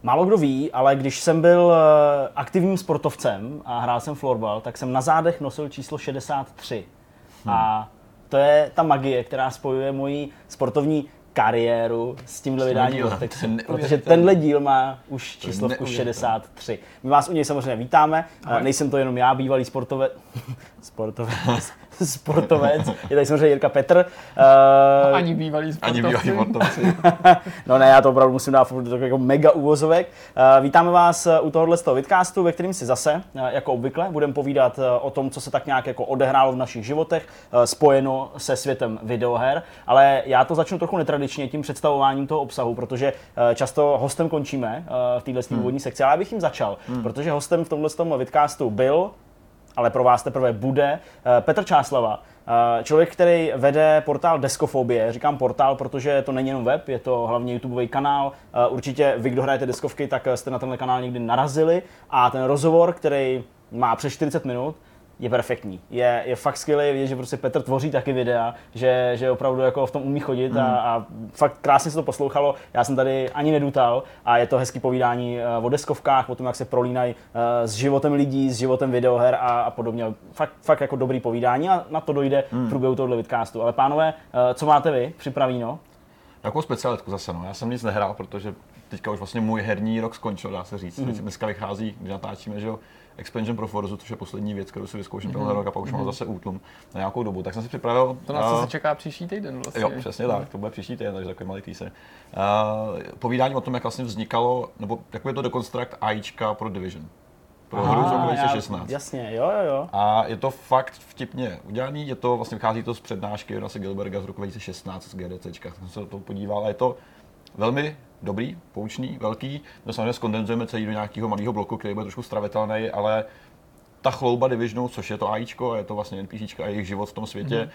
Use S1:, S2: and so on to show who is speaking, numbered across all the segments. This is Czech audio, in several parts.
S1: Málo kdo ví, ale když jsem byl aktivním sportovcem a hrál jsem florbal, tak jsem na zádech nosil číslo 63. A to je ta magie, která spojuje moji sportovní kariéru s tímhle vydáním Vortexu, protože tenhle díl má už číslovku 63. My vás u něj samozřejmě vítáme, nejsem to jenom já, bývalý sportovec, je tady samozřejmě Jirka Petr.
S2: Ani bývalý sportovci.
S1: No ne, já to opravdu musím dát jako mega uvozovek. Vítáme vás u tohohle z toho vidcastu, ve kterým si zase, jako obvykle, budeme povídat o tom, co se tak nějak jako odehrálo v našich životech, spojeno se světem videoher, ale já to začnu trochu netradičně tím představováním toho obsahu, protože často hostem končíme v této úvodní sekci, ale já bych jim začal, protože hostem v tomhle vidcastu byl, ale pro vás teprve bude, Petr Čáslava. Člověk, který vede portál Deskofobie. Říkám portál, protože to není jenom web, je to hlavně YouTubeový kanál. Určitě vy, kdo hrajete deskovky, tak jste na tenhle kanál někdy narazili. A ten rozhovor, který má přes 40 minut, je perfektní. Je fakt skvělý vidět, že prostě Petr tvoří taky videa, že opravdu jako v tom umí chodit a fakt krásně se to poslouchalo. Já jsem tady ani nedutal a je to hezký povídání o deskovkách, o tom, jak se prolínají s životem lidí, s životem videoher a podobně. Fakt jako dobrý povídání a na to dojde v průběhu tohoto vidcastu. Ale pánové, co máte vy připravíno?
S3: Takovou specialitku zase, no. Já jsem nic nehrál, protože teďka už vlastně můj herní rok skončil, dá se říct. Dneska vychází, když natáčíme, že jo, expansion pro Forzu, což je poslední věc, kterou si vyzkouším tenhle rok a pak už mám zase útlum na nějakou dobu. Tak jsem si připravil...
S2: To nás se čeká příští týden vlastně.
S3: Jo, přesně tak, to bude příští týden, takže takový malý teaser. Povídání o tom, jak vlastně vznikalo, nebo jak je to dekonstrukt AIčka pro Division. Pro hru z roku 2016.
S1: Jasně, jo.
S3: A je to fakt vtipně udělaný, je to vlastně vychází to z přednášky Jonase Gilberga z roku 2016 z GDCčka. Jsem se do toho podíval a je to velmi dobrý, poučný, velký. My samozřejmě skondenzujeme celý do nějakého malého bloku, který bude trošku stravitelný, ale ta chlouba Divisionu, což je to AIčko a je to vlastně NPCčka a jejich život v tom světě,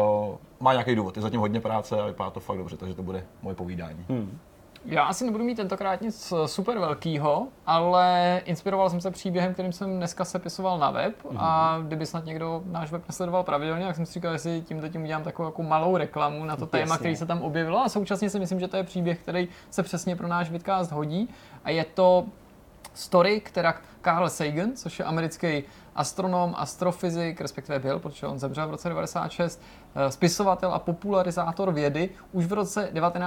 S3: má nějaký důvod. Je zatím hodně práce a vypadá to fakt dobře, takže to bude moje povídání.
S2: Já asi nebudu mít tentokrát nic super velkýho, ale inspiroval jsem se příběhem, kterým jsem dneska sepisoval na web a kdyby snad někdo náš web nesledoval pravidelně, tak jsem si říkal, jestli tím udělám takovou jako malou reklamu na to téma, který se tam objevilo a současně si myslím, že to je příběh, který se přesně pro náš vidcast hodí a je to story, která Carl Sagan, což je americký astronom, astrofyzik, respektive byl, protože on zemřel v roce 1996, spisovatel a popularizátor vědy, už v roce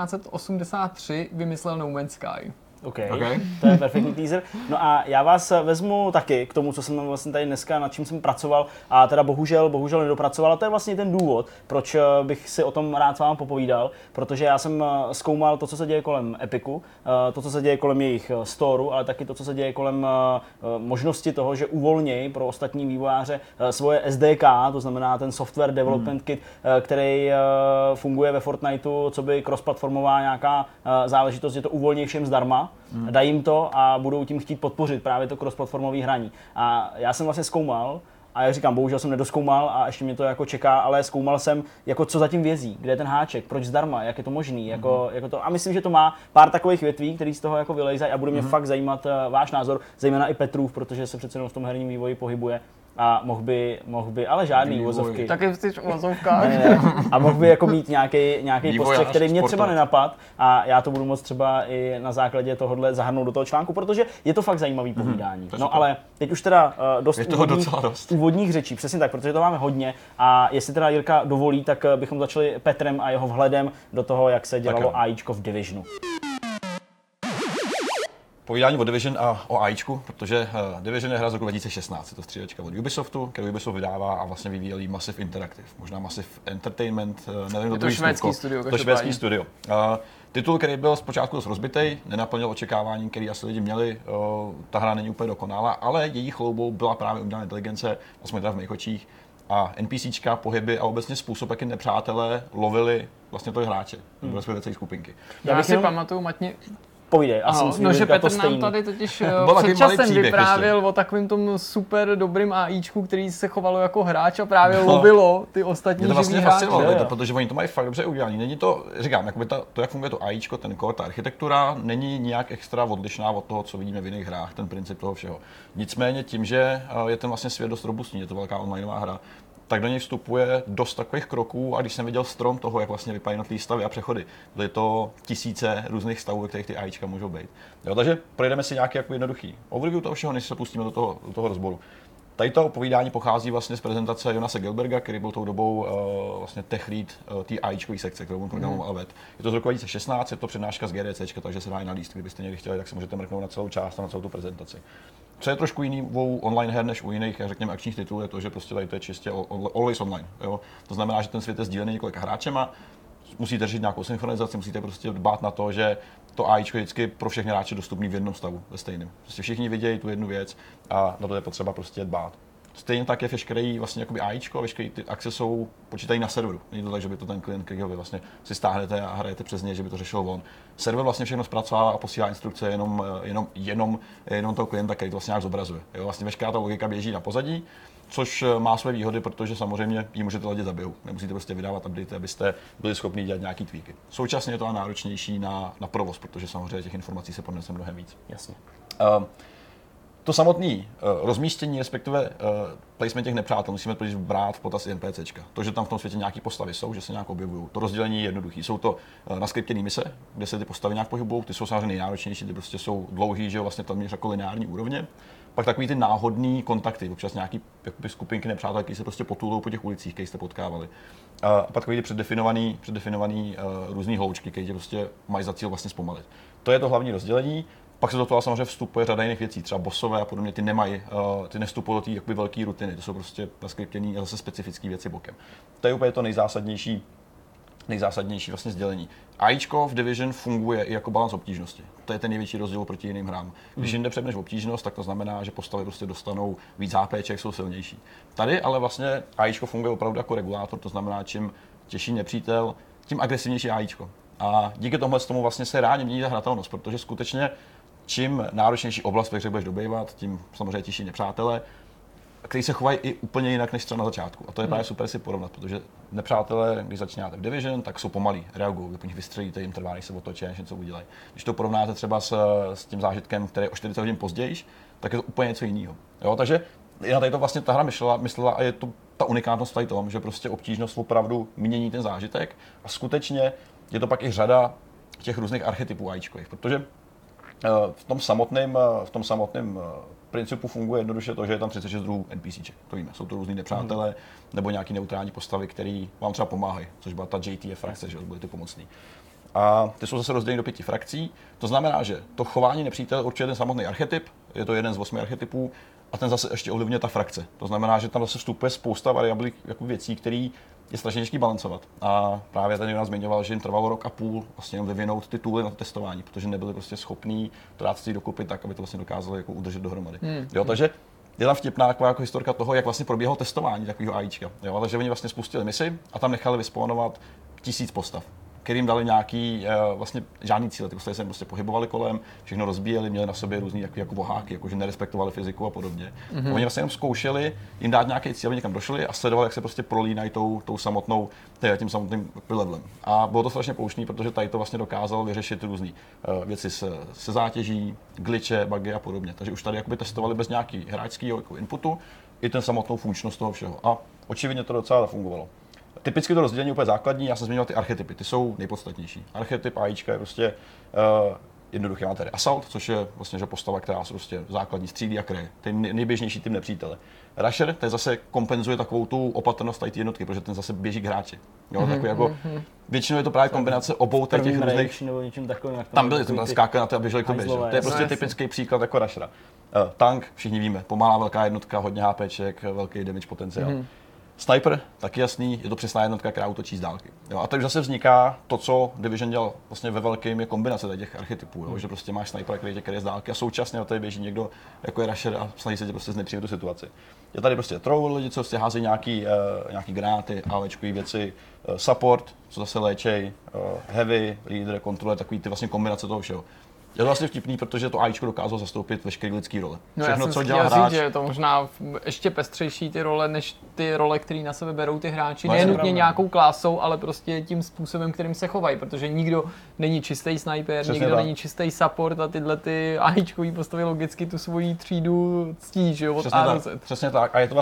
S2: 1983 vymyslel No Man's Sky.
S1: Okay. To je perfektní teaser. No a já vás vezmu taky k tomu, co jsem vlastně tady dneska, nad čím jsem pracoval a teda bohužel nedopracoval. A to je vlastně ten důvod, proč bych si o tom rád s vámi popovídal, protože já jsem zkoumal to, co se děje kolem Epicu, to, co se děje kolem jejich storu, ale taky to, co se děje kolem možnosti toho, že uvolnějí pro ostatní vývojáře svoje SDK, to znamená ten Software Development Kit, který funguje ve Fortniteu, co by cross-platformová nějaká záležitost, že to uvolní všem zdarma. Dají jim to a budou tím chtít podpořit právě to cross-platformové hraní. A já jsem vlastně zkoumal, a jak říkám, bohužel jsem nedoskoumal a ještě mě to jako čeká, ale zkoumal jsem, jako co zatím vězí, kde je ten háček, proč zdarma, jak je to možný, jako to. A myslím, že to má pár takových větví, které z toho jako vylejzají a bude mě fakt zajímat váš názor, zejména i Petrův, protože se přece jenom v tom herním vývoji pohybuje. A mohl by, ale žádný uvozovky.
S2: Taky v těch uvozovkách.
S1: A mohl by jako mít nějaký postřeh, který mě třeba nenapad a já to budu moct třeba i na základě tohohle zahrnout do toho článku, protože je to fakt zajímavý povídání. No ale teď už teda dost úvodních řečí, přesně tak, protože to máme hodně a jestli teda Jirka dovolí, tak bychom začali Petrem a jeho vhledem do toho, jak se dělalo AIčko v Divisionu.
S3: Povídání o Division a o AIčku, protože Division je hra z roku 2016, je to střílečka od Ubisoftu, kterou Ubisoft vydává a vlastně vyvíjeli Massive Interactive, možná Massive Entertainment, nevím,
S2: je to švédský studio.
S3: To švédský studio. Titul, který byl zpočátku dost rozbitej, nenaplnil očekávání, které asi lidi měli, ta hra není úplně dokonalá, ale její chloubou byla právě umělá inteligence, aspoň teda v mých očích, a NPCčka, pohyby a obecně způsob, jakým nepřátelé lovili vlastně toho hráče, nebo celé skupinky.
S2: Já si pamatuju, Matně,
S1: povídej.
S2: Že Petr nám tady totiž před časem vyprávěl o takovým tom super dobrým AIčku, který se chovalo jako hráč a právě lovilo ty ostatní živý
S3: vlastně
S2: hráče.
S3: Protože oni to mají fakt dobře udělané. Není to, říkám, to, jak funguje to AIčko, ten core, ta architektura, není nějak extra odlišná od toho, co vidíme v jiných hrách, ten princip toho všeho. Nicméně tím, že je ten vlastně svět dost robustní, je to velká onlineová hra, tak do něj vstupuje dost takových kroků a když jsem viděl strom toho, jak vlastně vypadají jednotlivé stavy a přechody, byly to tisíce různých stavů, ve kterých ty AIčka můžou být. Jo, takže projdeme si nějaký jako jednoduchý overview toho všeho, než se pustíme do toho rozboru. Tady to povídání pochází vlastně z prezentace Jonase Gelberga, který byl tou dobou vlastně tech lead té AIčkové sekce, kterou on programoval VET. Je to z roku 2016, je to přednáška z GDC, takže se dá i nalíst, kdybyste někdy chtěli, tak se můžete mrknout na celou část a na celou tu prezentaci. Co je trošku jiný u online her než u jiných, řekněme, akčních titulů, je to, že prostě tady to je čistě always online. Jo? To znamená, že ten svět je sdílený několika hráčema, musíte řešit nějakou synchronizaci, musíte prostě dbát na to, že to AIčko je vždycky pro všechny hráče dostupný v jednom stavu, ve stejném. Prostě všichni vidějí tu jednu věc a na to je potřeba prostě dbát. Stejně tak je veškerý vlastně jakoby AIčko, veškeré ty akce jsou počítají na serveru. Není to tak, že by to ten klient, který ho vy vlastně si stáhnete a hrajete přes něj, že by to řešil on. Server vlastně všechno zpracovává a posílá instrukce jenom toho klienta, který to vlastně nějak zobrazuje. Jo, vlastně veškerá ta logika běží na pozadí, což má své výhody, protože samozřejmě ji můžete ladit za běhu. Nemusíte prostě vydávat update, abyste byli schopni dělat nějaký tweaky. Současně je to náročnější na provoz, protože samozřejmě těch informací se podnese mnohem víc.
S1: Jasně.
S3: To samotné rozmístění, respektive placement těch nepřátel, musíme brát v potaz i NPCčka. To, že tam v tom světě nějaké postavy jsou, že se nějak objevují. To rozdělení je jednoduché. Jsou to naskriptěné mise, kde se ty postavy nějak pohybují, ty jsou samozřejmě nejnáročnější, ty prostě jsou dlouhý, že jo, vlastně tam jako lineární úrovně. Pak takový ty náhodný kontakty, občas nějaký jakoby skupinky nepřátel, kteří se prostě potulou po těch ulicích, které jste potkávali. A pak takový ty předdefinovaný různý hloučky, které prostě mají za cíl vlastně zpomalit. To je to hlavní rozdělení. Pak se do toho samozřejmě vstupuje řada jiných věcí, třeba bossové a podobně, ty nevstupují do té jakoby velké rutiny, to jsou prostě naskriptěné a zase specifické věci bokem. To je úplně to nejzásadnější vlastně sdělení. AIčko v Division funguje i jako balans obtížnosti. To je ten největší rozdíl proti jiným hrám. Když jinde přepneš obtížnost, tak to znamená, že postavy prostě dostanou víc HPček, jsou silnější. Tady ale vlastně AIčko funguje opravdu jako regulátor, to znamená, čím těžší nepřítel, tím agresivnější AIčko. A díky tomu vlastně se rádi mění ta hratelnost, protože skutečně čím náročnější oblast ve hře budeš dobývat, tím samozřejmě těžší nepřátelé, kteří se chovají i úplně jinak než třeba na začátku. A to je právě super si porovnat, protože nepřátelé, když začínáte v Division, tak jsou pomalí, reagují, vy po nich vystřelíte, jim trvá, než se otočí, než něco udělají. Když to porovnáte třeba s tím zážitkem, který je o 40 hodin později, tak je to úplně něco jiného. Jo, takže na tady to vlastně ta hra myslela a je to ta unikátnost tady tom, že prostě obtížnost opravdu mění ten zážitek a skutečně je to pak i řada těch různých archetypů AIčkových, protože v tom samotném principu funguje jednoduše to, že je tam 36 druhů NPCček. To víme, jsou to různý nepřátelé nebo nějaký neutrální postavy, které vám třeba pomáhají, což byla ta JTF frakce, že byly ty pomocný. A ty jsou zase rozděleny do 5 frakcí. To znamená, že to chování nepřítele určuje ten samotný archetyp, je to jeden z 8 archetypů, a ten zase ještě ovlivňuje ta frakce. To znamená, že tam zase vstupuje spousta variablí, jako věcí, které je strašně těžký balancovat. A právě tady nás zmiňoval, že jim trvalo rok a půl vlastně vyvinout ty tooly na to testování, protože nebyli prostě schopní to dát si dokupy tak, aby to vlastně dokázali jako udržet dohromady. Jo, takže je tam vtipná jako historka toho, jak vlastně probíhalo testování takového AIčka. Jo, takže oni vlastně spustili misi a tam nechali vyspawnovat 1000 postav, kterým dali nějaký vlastně žádný cíle, ty postavy se prostě pohybovali kolem, všechno rozbíjeli, měli na sobě různý jako voháky, jakože nerespektovali fyziku a podobně. Oni vlastně jenom zkoušeli jim dát nějaký cíl, někam došli a sledovali, jak se prostě prolínají tím samotným levelem. A bylo to strašně poučný, protože tady to vlastně dokázalo vyřešit různé věci se zátěží, glitche, bugy a podobně. Takže už tady jakoby testovali bez nějaký hráčského jako inputu i ten samotnou funkčnost toho všeho. A očividně to docela fungovalo. Typicky to rozdělení je úplně základní, já jsem zmiňoval ty archetypy, ty jsou nejpodstatnější. Archetyp AIčka je prostě jednoduchý, máte Assault, což je vlastně že postava, která se prostě základní střílí a kryje. To je nejběžnější typ nepřítele. Rusher, ten zase kompenzuje takovou tu opatrnost tady ty jednotky, protože ten zase běží k hráči. Jo, takový jako, většinou je to právě kombinace obou těch různých. Tam byly tam skákali na to a běželi k tobě. To je prostě typický příklad jako Rushera. Tank, všichni víme, pomalá velká jednotka, hodně HPček, velký damage potenciál. Sniper, taky jasný, je to přesná jednotka, která útočí z dálky. Jo, a tady zase vzniká to, co Division dělal vlastně ve velkém, je kombinace těch archetypů, jo, že prostě máš snipera, který tě kryje z dálky a současně na tady běží někdo jako je Rusher a snaží se tě prostě znepříjemnit tu situaci. Je tady prostě thrower lidi, co prostě házejí nějaký granáty, AVčkový věci, support, co zase léčej, heavy, leader, controller, takový ty vlastně kombinace toho všeho. Je to vlastně vtipný, protože to AIčko dokázalo zastoupit veškeré lidské role.
S2: Všechno, co dělá hráč, že je to možná ještě pestřejší ty role, než ty role, které na sebe berou ty hráči. Ne nutně nějakou klásou, ale prostě tím způsobem, kterým se chovají, protože nikdo není čistý sniper, nikdo není čistý support a tyhle ty AIčkový postavy logicky tu svoji třídu ctí, že jo, od A do Z.
S3: Přesně tak. A je to vlastně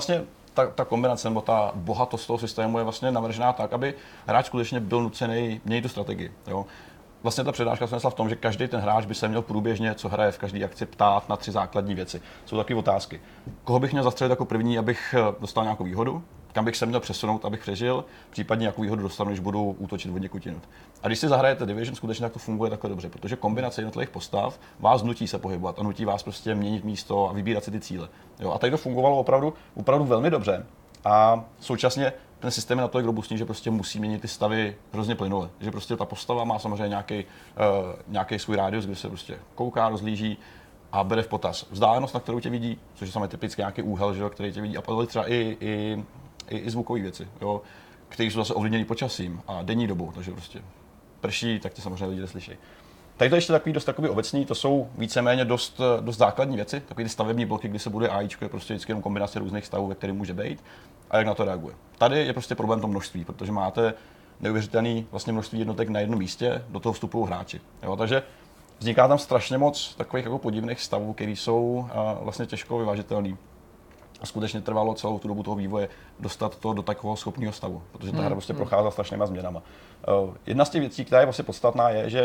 S3: ta kombinace nebo ta bohatost toho systému je vlastně navržená tak, aby hráč skutečně byl nucený měnit tu strategii. Jo. Vlastně ta přednáška se nesla v tom, že každý ten hráč by se měl průběžně, co hraje v každé akci, ptát na 3 základní věci. Jsou takové otázky. Koho bych měl zastřelit jako první, abych dostal nějakou výhodu? Kam bych se měl přesunout, abych přežil? Případně jakou výhodu dostanu, když budu útočit od někud jinut. A když si zahrajete Division, skutečně tak to funguje takhle dobře, protože kombinace jednotlivých postav vás nutí se pohybovat a nutí vás prostě měnit místo a vybírat si ty cíle. Jo, a tady to fungovalo opravdu velmi dobře. A současně ten systém je natolik robustní, že prostě musí měnit ty stavy hrozně plynule. Že prostě ta postava má samozřejmě nějaký svůj rádius, kde se prostě kouká, rozlíží a bere v potaz vzdálenost, na kterou tě vidí, což je samozřejmě typicky nějaký úhel, že, který tě vidí, a pak třeba i zvukové věci, jo, které jsou zase ovlivněny počasím a denní dobou, takže prostě prší, tak tě samozřejmě lidi slyší. Tady to ještě takový dost obecný, to jsou víceméně dost základní věci, takový ty stavební bloky, kdy se bude AIčko, je prostě vždycky jenom kombinace různých stavů, ve kterém může být a jak na to reaguje. Tady je prostě problém to množství, protože máte neuvěřitelné vlastně množství jednotek na jednom místě, do toho vstupují hráči. Jo, takže vzniká tam strašně moc takových jako podivných stavů, které jsou vlastně těžko vyvážitelné. A skutečně trvalo celou tu dobu toho vývoje dostat to do takového schopného stavu, protože ta hra prostě procházela strašnýma změnama. Jedna z těch věcí, která je vlastně podstatná, je, že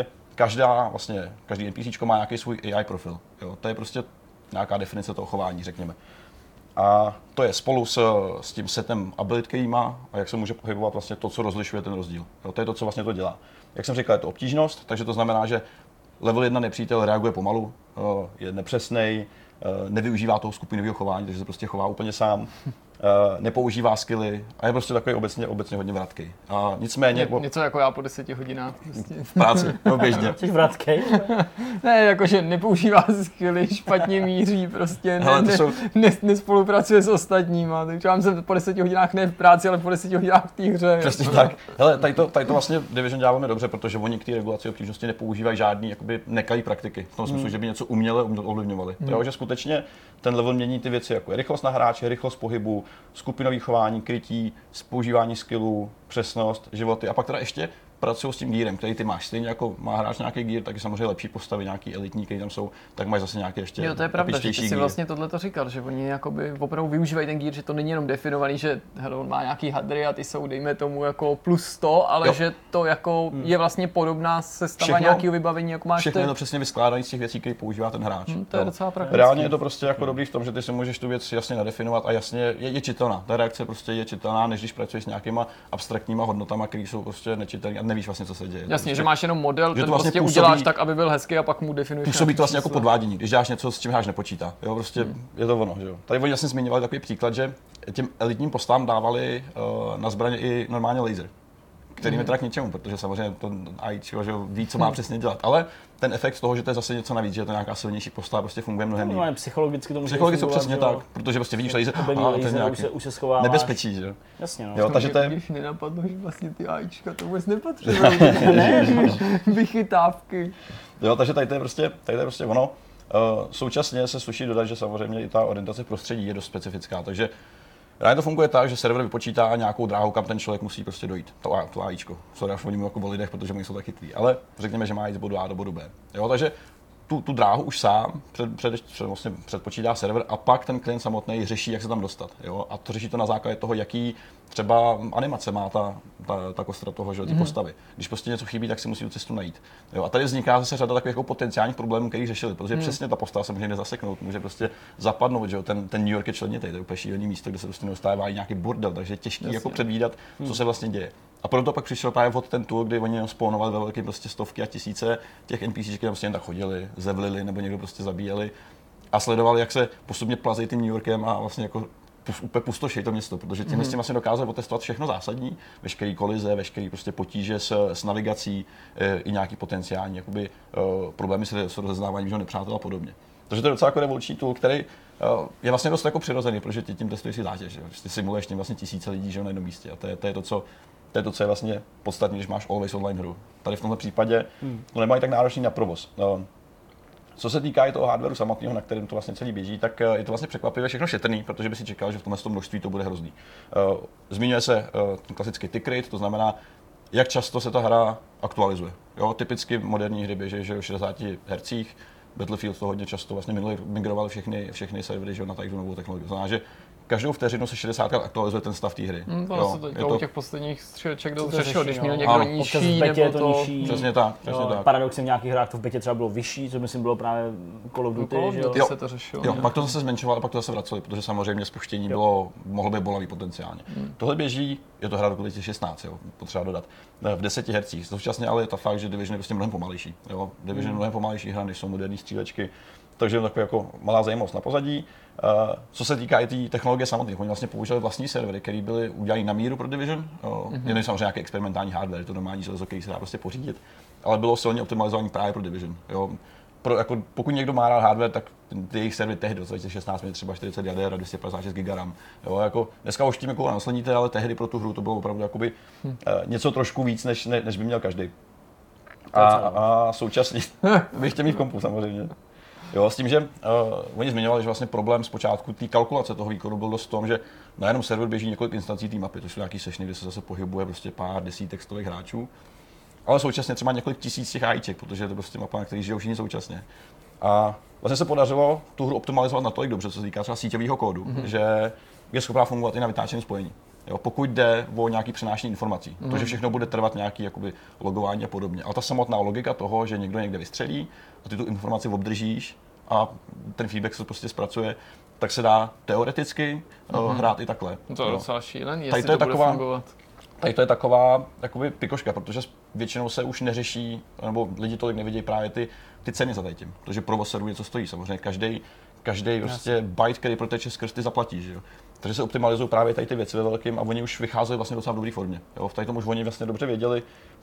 S3: každý NPCčko má nějaký svůj AI profil. Jo? To je prostě nějaká definice toho chování, řekněme. A to je spolu s tím setem abilit, který má a jak se může pohybovat vlastně to, co rozlišuje ten rozdíl. Jo? To je to, co vlastně to dělá. Jak jsem říkal, je to obtížnost, takže to znamená, že level 1 nepřítel reaguje pomalu, je nepřesnej, nevyužívá toho skupinového chování, takže se prostě chová úplně sám, nepoužívá skilly a je prostě takový obecně hodně vratký. A nicméně...
S2: Něco jako já po 10 hodinách. Prostě.
S3: V práci, no běžně.
S1: Jsi vratkej?
S2: Ne, jakože nepoužívá skilly, špatně míří, prostě nespolupracuje s ostatníma. Takže mám se po 10 hodinách ne v práci, ale po 10 hodinách v té hře.
S3: Přesně tak. Hele, tady to vlastně Division děláme dobře, protože oni k té regulaci obtížnosti nepoužívají žádný jakoby nekalý praktiky. V tom smyslu, že by něco uměle ovlivňovali. Takže skutečně ten level mění ty věci, jako je rychlost na hráče, rychlost pohybu, skupinový chování, krytí, používání skillů, přesnost, životy a pak teda ještě pracují s tím gírem, který ty máš. Stejně jako má hráč nějaký gír, tak je samozřejmě lepší postavy, nějaký elitní, který tam jsou, tak máš zase nějaké ještě.
S2: Jo, to je pravda, že ty si vlastně tohle říkal, že oni jakoby opravdu využívají ten gír, že to není jenom definovaný, že hele, on má nějaký hadry a ty jsou, dejme tomu, jako plus 100, ale že to jako je vlastně podobná sestava nějakého vybavení, jako máš
S3: všechno
S2: ty.
S3: je to přesně vyskládaný z těch věcí, které používá ten hráč.
S2: To je docela praktické.
S3: Reálně je to prostě jako dobrý v tom, že ty si můžeš tu věc jasně nadefinovat a jasně je čitelná. Ta reakce prostě je čitelná, než když pracuješ s nějakýma abstraktníma hodnotama, které jsou prostě nečitelné a nevíš vlastně, co se děje.
S2: Jasně, že máš jenom model, ten
S3: vlastně
S2: prostě uděláš tak, aby byl hezký a pak mu definuješ.
S3: Působí to vlastně jako podvádění, když děláš něco, s čím hráč nepočítá. Jo, prostě je to ono, že jo. Tady oni jasně zmiňovali takový příklad, že těm elitním postám dávali na zbraně i normálně laser, který je teda k ničemu, protože samozřejmě to AIčko, že ví, co má přesně dělat, ale ten efekt toho, že to je zase něco navíc, že je to nějaká silnější postava, prostě funguje mnohem líp.
S1: Psychologicky to může
S3: Psychologicky to přesně tak, protože prostě vidíš laser,
S1: ten nějaký
S3: už se schová nebezpečí, že jo.
S1: Jasně, no.
S3: Jo, takže to je...
S2: Když nenapadlo, že vlastně ty AIčka to vůbec nepotřebují, vychytávky.
S3: Jo, takže tady to je prostě ono. Současně se sluší dodat, že samozřejmě i ta orientace v prostředí je dost specifická, takže reálně to funguje tak, že server vypočítá nějakou dráhu, kam ten člověk musí prostě dojít. To AIčko. Sorry, já mluvím jako o lidech, protože oni jsou tak chytrý. Ale řekněme, že má jít z bodu A do bodu B. Jo, takže tu dráhu už sám vlastně předpočítá server a pak ten klient samotný řeší, jak se tam dostat. Jo? A to řeší to na základě toho, jaký třeba animace má ta kostra toho, že ty postavy. Když prostě něco chybí, tak si musí tu cestu najít. Jo? A tady vzniká zase řada takových jako potenciálních problémů, který řešili, protože přesně ta postava se může nezaseknout, může prostě zapadnout, že jo? Ten New York je členitý, to je úplně šílený místo, kde se prostě neustále nějaký bordel, takže je těžký jako předvídat, co se vlastně děje. A proto pak přišel právě ten tool, kdy oni spawnovali ve velkém prostě stovky a tisíce těch NPCček, tam prostě jen tak chodili, zevlili nebo někdo prostě zabíjeli a sledovali, jak se postupně plazejí tím New Yorkem a vlastně jako úplně pustoší to město, protože tím s tím vlastně dokázali otestovat všechno zásadní, veškerý kolize, veškerý prostě potíže s navigací, i nějaký potenciální jakoby, problémy s rozeznáváním nepřátel a podobně. Takže to je docela jako revoluční tool, který je vlastně dost jako přirozený, protože tím testuješ si zátěž, že ty simuluješ tím vlastně tisíce lidí, že na jednom místě a to je to, co je vlastně podstatné, když máš always online hru. Tady v tomhle případě to nemají tak náročný na provoz. Co se týká i toho hardwareu samotného, na kterém to vlastně celý běží, tak je to vlastně překvapivě všechno šetrný, protože by si čekal, že v tomhle množství to bude hrozný. Zmiňuje se ten klasický tick rate, to znamená, jak často se ta hra aktualizuje. Jo, typicky moderní hry běží že v 60 Hz, Battlefield to hodně často vlastně minulý migroval všechny servery že na tady novou technologii. To znamená, že každou vteřinu se 60 aktualizuje ten stav té hry.
S2: To se teďka u těch posledních stříleček dost řešilo, když měl
S1: no.
S2: někdo
S1: Ano,
S2: nižší,
S1: občas v betě
S2: nebo
S1: je to nižší.
S3: Přesně tak.
S1: Paradoxem v nějakých hrách to v betě třeba bylo vyšší, co myslím bylo právě Call of Duty, že jo?
S2: se to řešilo.
S3: Jo, pak to zase zmenšovalo, pak to zase vraceli, protože samozřejmě spuštění mohlo být bolavý potenciálně. Tohle běží, je to hra roku 2016, jo, potřeba dodat, v 10 Hz. Současně ale je to fakt, že Division je prostě mnohem pomalejší. Jo. Division je mnohem pomalejší hra, než jsou moderní střílečky. Takže je to taková jako malá zajímavost na pozadí. Co se týká i té technologie samotné, oni vlastně používali vlastní servery, které byly udělané na míru pro Division. Je samozřejmě nějaký experimentální hardware, to normální železo, který se dá prostě pořídit, ale bylo silně optimalizovaný právě pro Division. Jo. Jako, pokud někdo má rád hardware, tak ty jejich servery tehdy, 2016 měly třeba 40 jader a 256 GB RAM. Jo, jako, dneska už tím jako nasledníte, ale tehdy pro tu hru to bylo opravdu jakoby, něco trošku víc, než by měl každý. A současně bych chtěl mít v kompu samozřejmě. Jo, s tím, že oni zmiňovali, že vlastně problém zpočátku té kalkulace toho výkonu byl dost v tom, že na jenom server běží několik instancí té mapy, to jsou nějaký sessiony, kde se zase pohybuje prostě pár desítek stovek hráčů, ale současně třeba několik tisíc těch AIček, protože je to prostě mapa, na který žijou všichni současně. A vlastně se podařilo tu hru optimalizovat natolik dobře, co se týká třeba síťového kódu, že je schopná fungovat i na vytáčeném spojení. Jo, pokud jde o nějaký přenášení informací, to, že všechno bude trvat nějaký jakoby, logování a podobně. Ale ta samotná logika toho, že někdo někde vystřelí a ty tu informaci obdržíš a ten feedback se prostě zpracuje, tak se dá teoreticky hrát i takhle.
S2: To je docela šílený,
S3: Tady
S2: jestli to bude fungovat.
S3: Tady to je taková jakoby pikoška, protože většinou se už neřeší, nebo lidi tolik nevidí právě ty ceny za tím. Protože provoz serveru něco stojí, samozřejmě každý prostě byte, který proteče skrz ty zaplatí, že jo. Takže se optimalizují právě tady ty věci ve velkým a oni už vycházejí vlastně docela v dobré formě. Jo? V tady tomu už oni vlastně dobře věděli,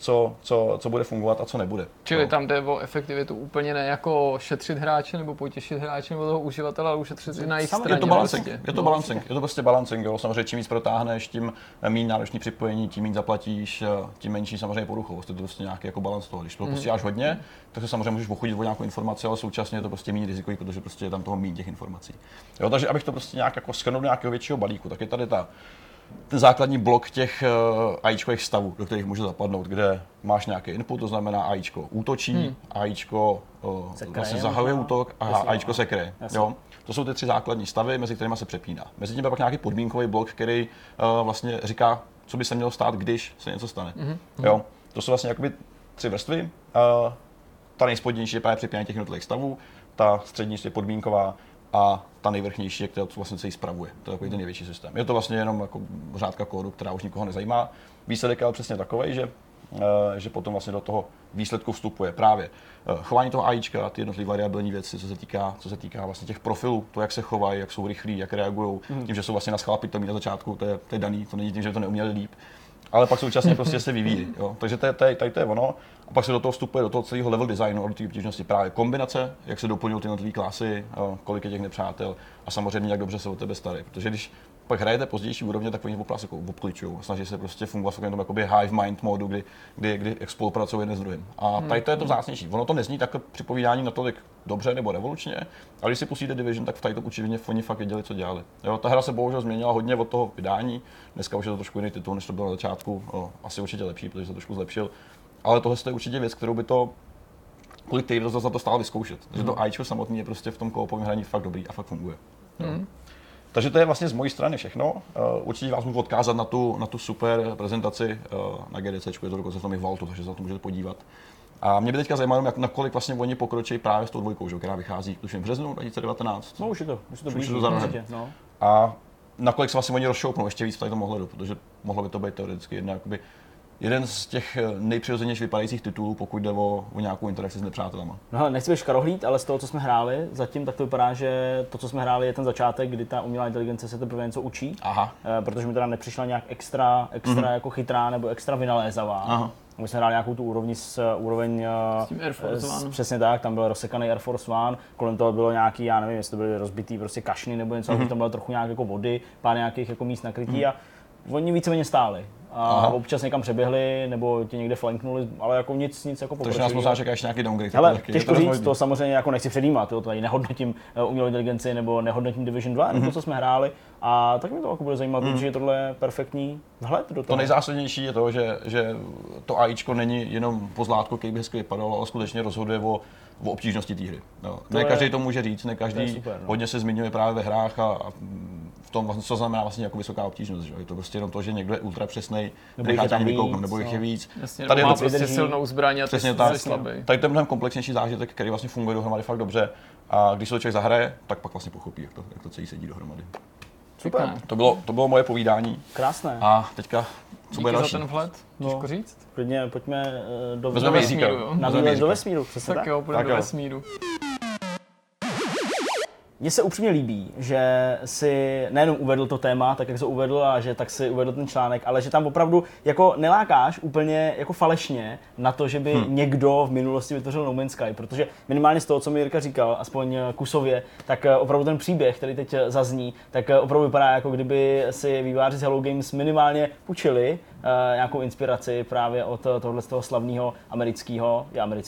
S3: co bude fungovat a co nebude.
S2: Čili tam jde o efektivitu úplně ne jako šetřit hráče nebo potěšit hráče nebo toho uživatele, ale ušetřit i na jejich straně.
S3: Je to balancing, je to prostě balancing, jo. Samozřejmě čím víc protáhneš, tím méně náročný připojení, tím méně zaplatíš, tím menší samozřejmě poruchovost. Je to prostě nějaký jako balans toho. Když to posíláš hodně, tak se samozřejmě můžeš ochudit o nějakou informaci, ale současně je to prostě méně rizikový, protože prostě je tam toho méně těch informací. Jo, takže abych to prostě nějak jako shrnul do nějakého většího balíku, tak je tady ten základní blok těch AIčkových stavů, do kterých může zapadnout, kde máš nějaký input, to znamená AIčko útočí, AIčko vlastně zahajuje útok a AIčko se kryje. Jo? To jsou ty 3 základní stavy, mezi kterými se přepíná. Mezi tím je pak nějaký podmínkový blok, který vlastně říká, co by se mělo stát, když se něco stane. Jo? To jsou vlastně jakoby 3 vrstvy. Ta nejspodnější je právě přepínání těch jednotlivých stavů, ta střední je podmínková a ta nejvrchnější je, která vlastně se jí spravuje. To je takový ten největší systém. Je to vlastně jenom jako řádka kódu, která už nikoho nezajímá. Výsledek je ale přesně takový, že potom vlastně do toho výsledku vstupuje právě chování toho AIčka, ty jednotlivé variabilní věci, co se týká vlastně těch profilů, to, jak se chovají, jak jsou rychlí, jak reagují, tím, že jsou vlastně na schvál pitomí na začátku, to je daný, to není tím, že to neuměli líp. Ale pak současně prostě se vyvíjí. Jo. Takže tady to je ono. A pak se do toho vstupuje do toho celého level designu, do té obtížnosti právě kombinace, jak se doplňují ty jednotlivé klasy, kolik je těch nepřátel a samozřejmě jak dobře se o tebe starají. Protože když pak hrajete pozdější úrovně, tak oni opravdu jako obkličují. Snaží se prostě fungovat v takovém jakoby hive mind modu, kdy spolupracují jeden s druhým. A tady to je to vzácnější. Ono to nezní takhle při povídání natolik dobře nebo revolučně, ale když si pustíte Division, tak v tady to určitě oni fakt věděli, co dělali. Jo, ta hra se bohužel změnila hodně od toho vydání. Dneska už je to trošku jiný titul, než to bylo na začátku. Asi určitě lepší, protože se to trošku zlepšil. Ale tohle je určitě věc, kterou by to kolik týdnů za to stálo vyzkoušet. Takže to AIčko samotné je prostě v tom koopovém hraní fakt dobrý a fakt funguje. Takže to je vlastně z mojí strany všechno. Určitě vás můžu odkázat na tu super prezentaci na GDC, je to dokonce v tom i Valtu, takže se na to můžete podívat. A mě by teďka zajímalo, nakolik vlastně oni pokročí právě s tou 2, že, která vychází tuším v březnu 2019.
S1: No už je to blíží, no.
S3: A nakolik se vlastně oni rozšoupnou ještě víc v tomhle ohledu, protože mohlo by to být teoreticky jeden z těch nejpřirozenějších vypadajících titulů, pokud jde o nějakou interakci s nepřátelama.
S1: No hele, nechci být škarohlíd, ale z toho, co jsme hráli zatím, tak to vypadá, že to, co jsme hráli, je ten začátek, kdy ta umělá inteligence se teprve něco učí. Aha. Protože mi teda nepřišla nějak extra jako chytrá nebo extra vynalézavá. Aha. My jsme hráli nějakou tu úroveň s
S2: tím Air Force One.
S1: Přesně tak, tam byl rozsekaný Air Force One, kolem toho bylo nějaký, já nevím, jestli to byly rozbitý prostě kašny nebo něco, tam bylo trochu nějak jako vody, pár nějakých jako míst nakrytí a oni víceméně stáli. a občas někam přeběhli nebo ti někde flanknuli, ale jako nic jako
S3: poprvé. Takže nás možná čeká ještě nějaký downgrade.
S1: Ale těžko říct, to samozřejmě jako nechci předjímat, to tady nehodnotím umělou inteligenci nebo nehodnotím Division 2, nebo co jsme hráli. A tak mi to jako bude zajímat, protože tohle je perfektní vhled do toho.
S3: To nejzásadnější je to, že to AIčko není jenom pozlátko, který by hezky vypadalo, ale skutečně rozhoduje o obtížnosti té hry. No. Ne každý to může říct, ne každý super, no. Hodně se zmiňuje právě ve hrách a v tom, co znamená vlastně jako vysoká obtížnost. Že? Je to prostě jenom to, že někdo je ultra přesnej, nechá tam vykouknout, nebo jich je víc.
S2: Jasně, tady má prostě silnou zbraň a ty jsi slabý.
S3: Tady to je mnohem komplexnější zážitek, který vlastně funguje dohromady fakt dobře. A když se to člověk zahraje, tak pak vlastně pochopí, jak to celý sedí dohromady.
S1: Super.
S3: To bylo moje povídání.
S1: Krásné.
S3: A teďka, co bude další?
S2: Díky za ten vhled, těžko říct.
S1: Klidně pojďme do
S2: vesmíru.
S1: Na výlet do vesmíru, přesně
S2: tak. Jo, půjdeme do vesmíru.
S1: Mně se upřímně líbí, že si nejenom uvedl to téma, tak jak jsi uvedl, a že tak si uvedl ten článek, ale že tam opravdu jako nelákáš úplně jako falešně na to, že by někdo v minulosti vytvořil No Man's Sky, protože minimálně z toho, co mi Jirka říkal, aspoň kusově, tak opravdu ten příběh, který teď zazní, tak opravdu vypadá, jako kdyby si vývojáři z Hello Games minimálně půjčili nějakou inspiraci právě od tohohle z toho slavného amerického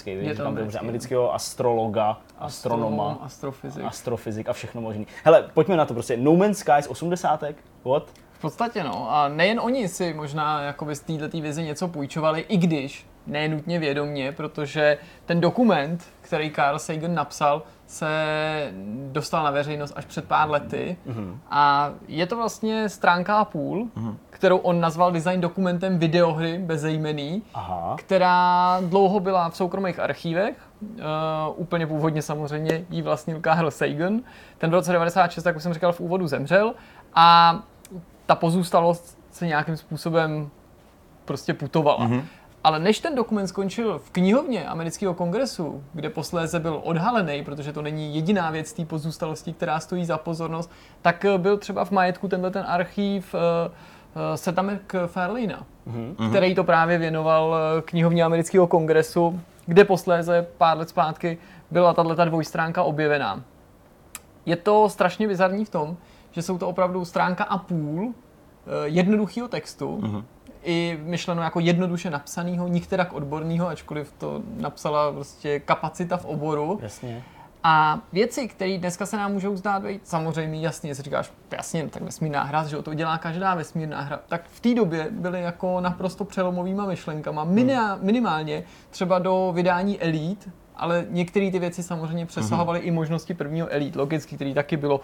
S1: astrologa, astronoma, astrofyzik a všechno možný. Hele, pojďme na to prostě. No Man's Sky z 80. What?
S2: V podstatě no. A nejen oni si možná jakoby z této vizi něco půjčovali, i když ne nutně vědomně, protože ten dokument, který Carl Sagan napsal, se dostal na veřejnost až před pár lety. A je to vlastně stránka a půl, kterou on nazval design dokumentem videohry bezejmenný, která dlouho byla v soukromých archívech. Úplně původně samozřejmě jí vlastnil Carl Sagan. Ten v roce 96, jak už jsem říkal v úvodu, zemřel a ta pozůstalost se nějakým způsobem prostě putovala. Ale než ten dokument skončil v knihovně amerického kongresu, kde posléze byl odhalený, protože to není jediná věc té pozůstalosti, která stojí za pozornost, tak byl třeba v majetku ten archív Seta MacFarlane'a, který to právě věnoval knihovně amerického kongresu, kde posléze pár let zpátky byla tato dvojstránka objevená. Je to strašně bizarní v tom, že jsou to opravdu stránka a půl jednoduchého textu, i myšleno jako jednoduše napsanýho, nikterak odbornýho, ačkoliv to napsala prostě kapacita v oboru.
S1: Jasně.
S2: A věci, které dneska se nám můžou zdát být samozřejmě jasně, si říkáš, jasně, tak vesmírná hra, že to dělá každá vesmírná hra, tak v té době byly jako naprosto přelomovýma myšlenkama, minimálně třeba do vydání Elite, ale některé ty věci samozřejmě přesahovaly i možnosti prvního Elite, logicky, který taky bylo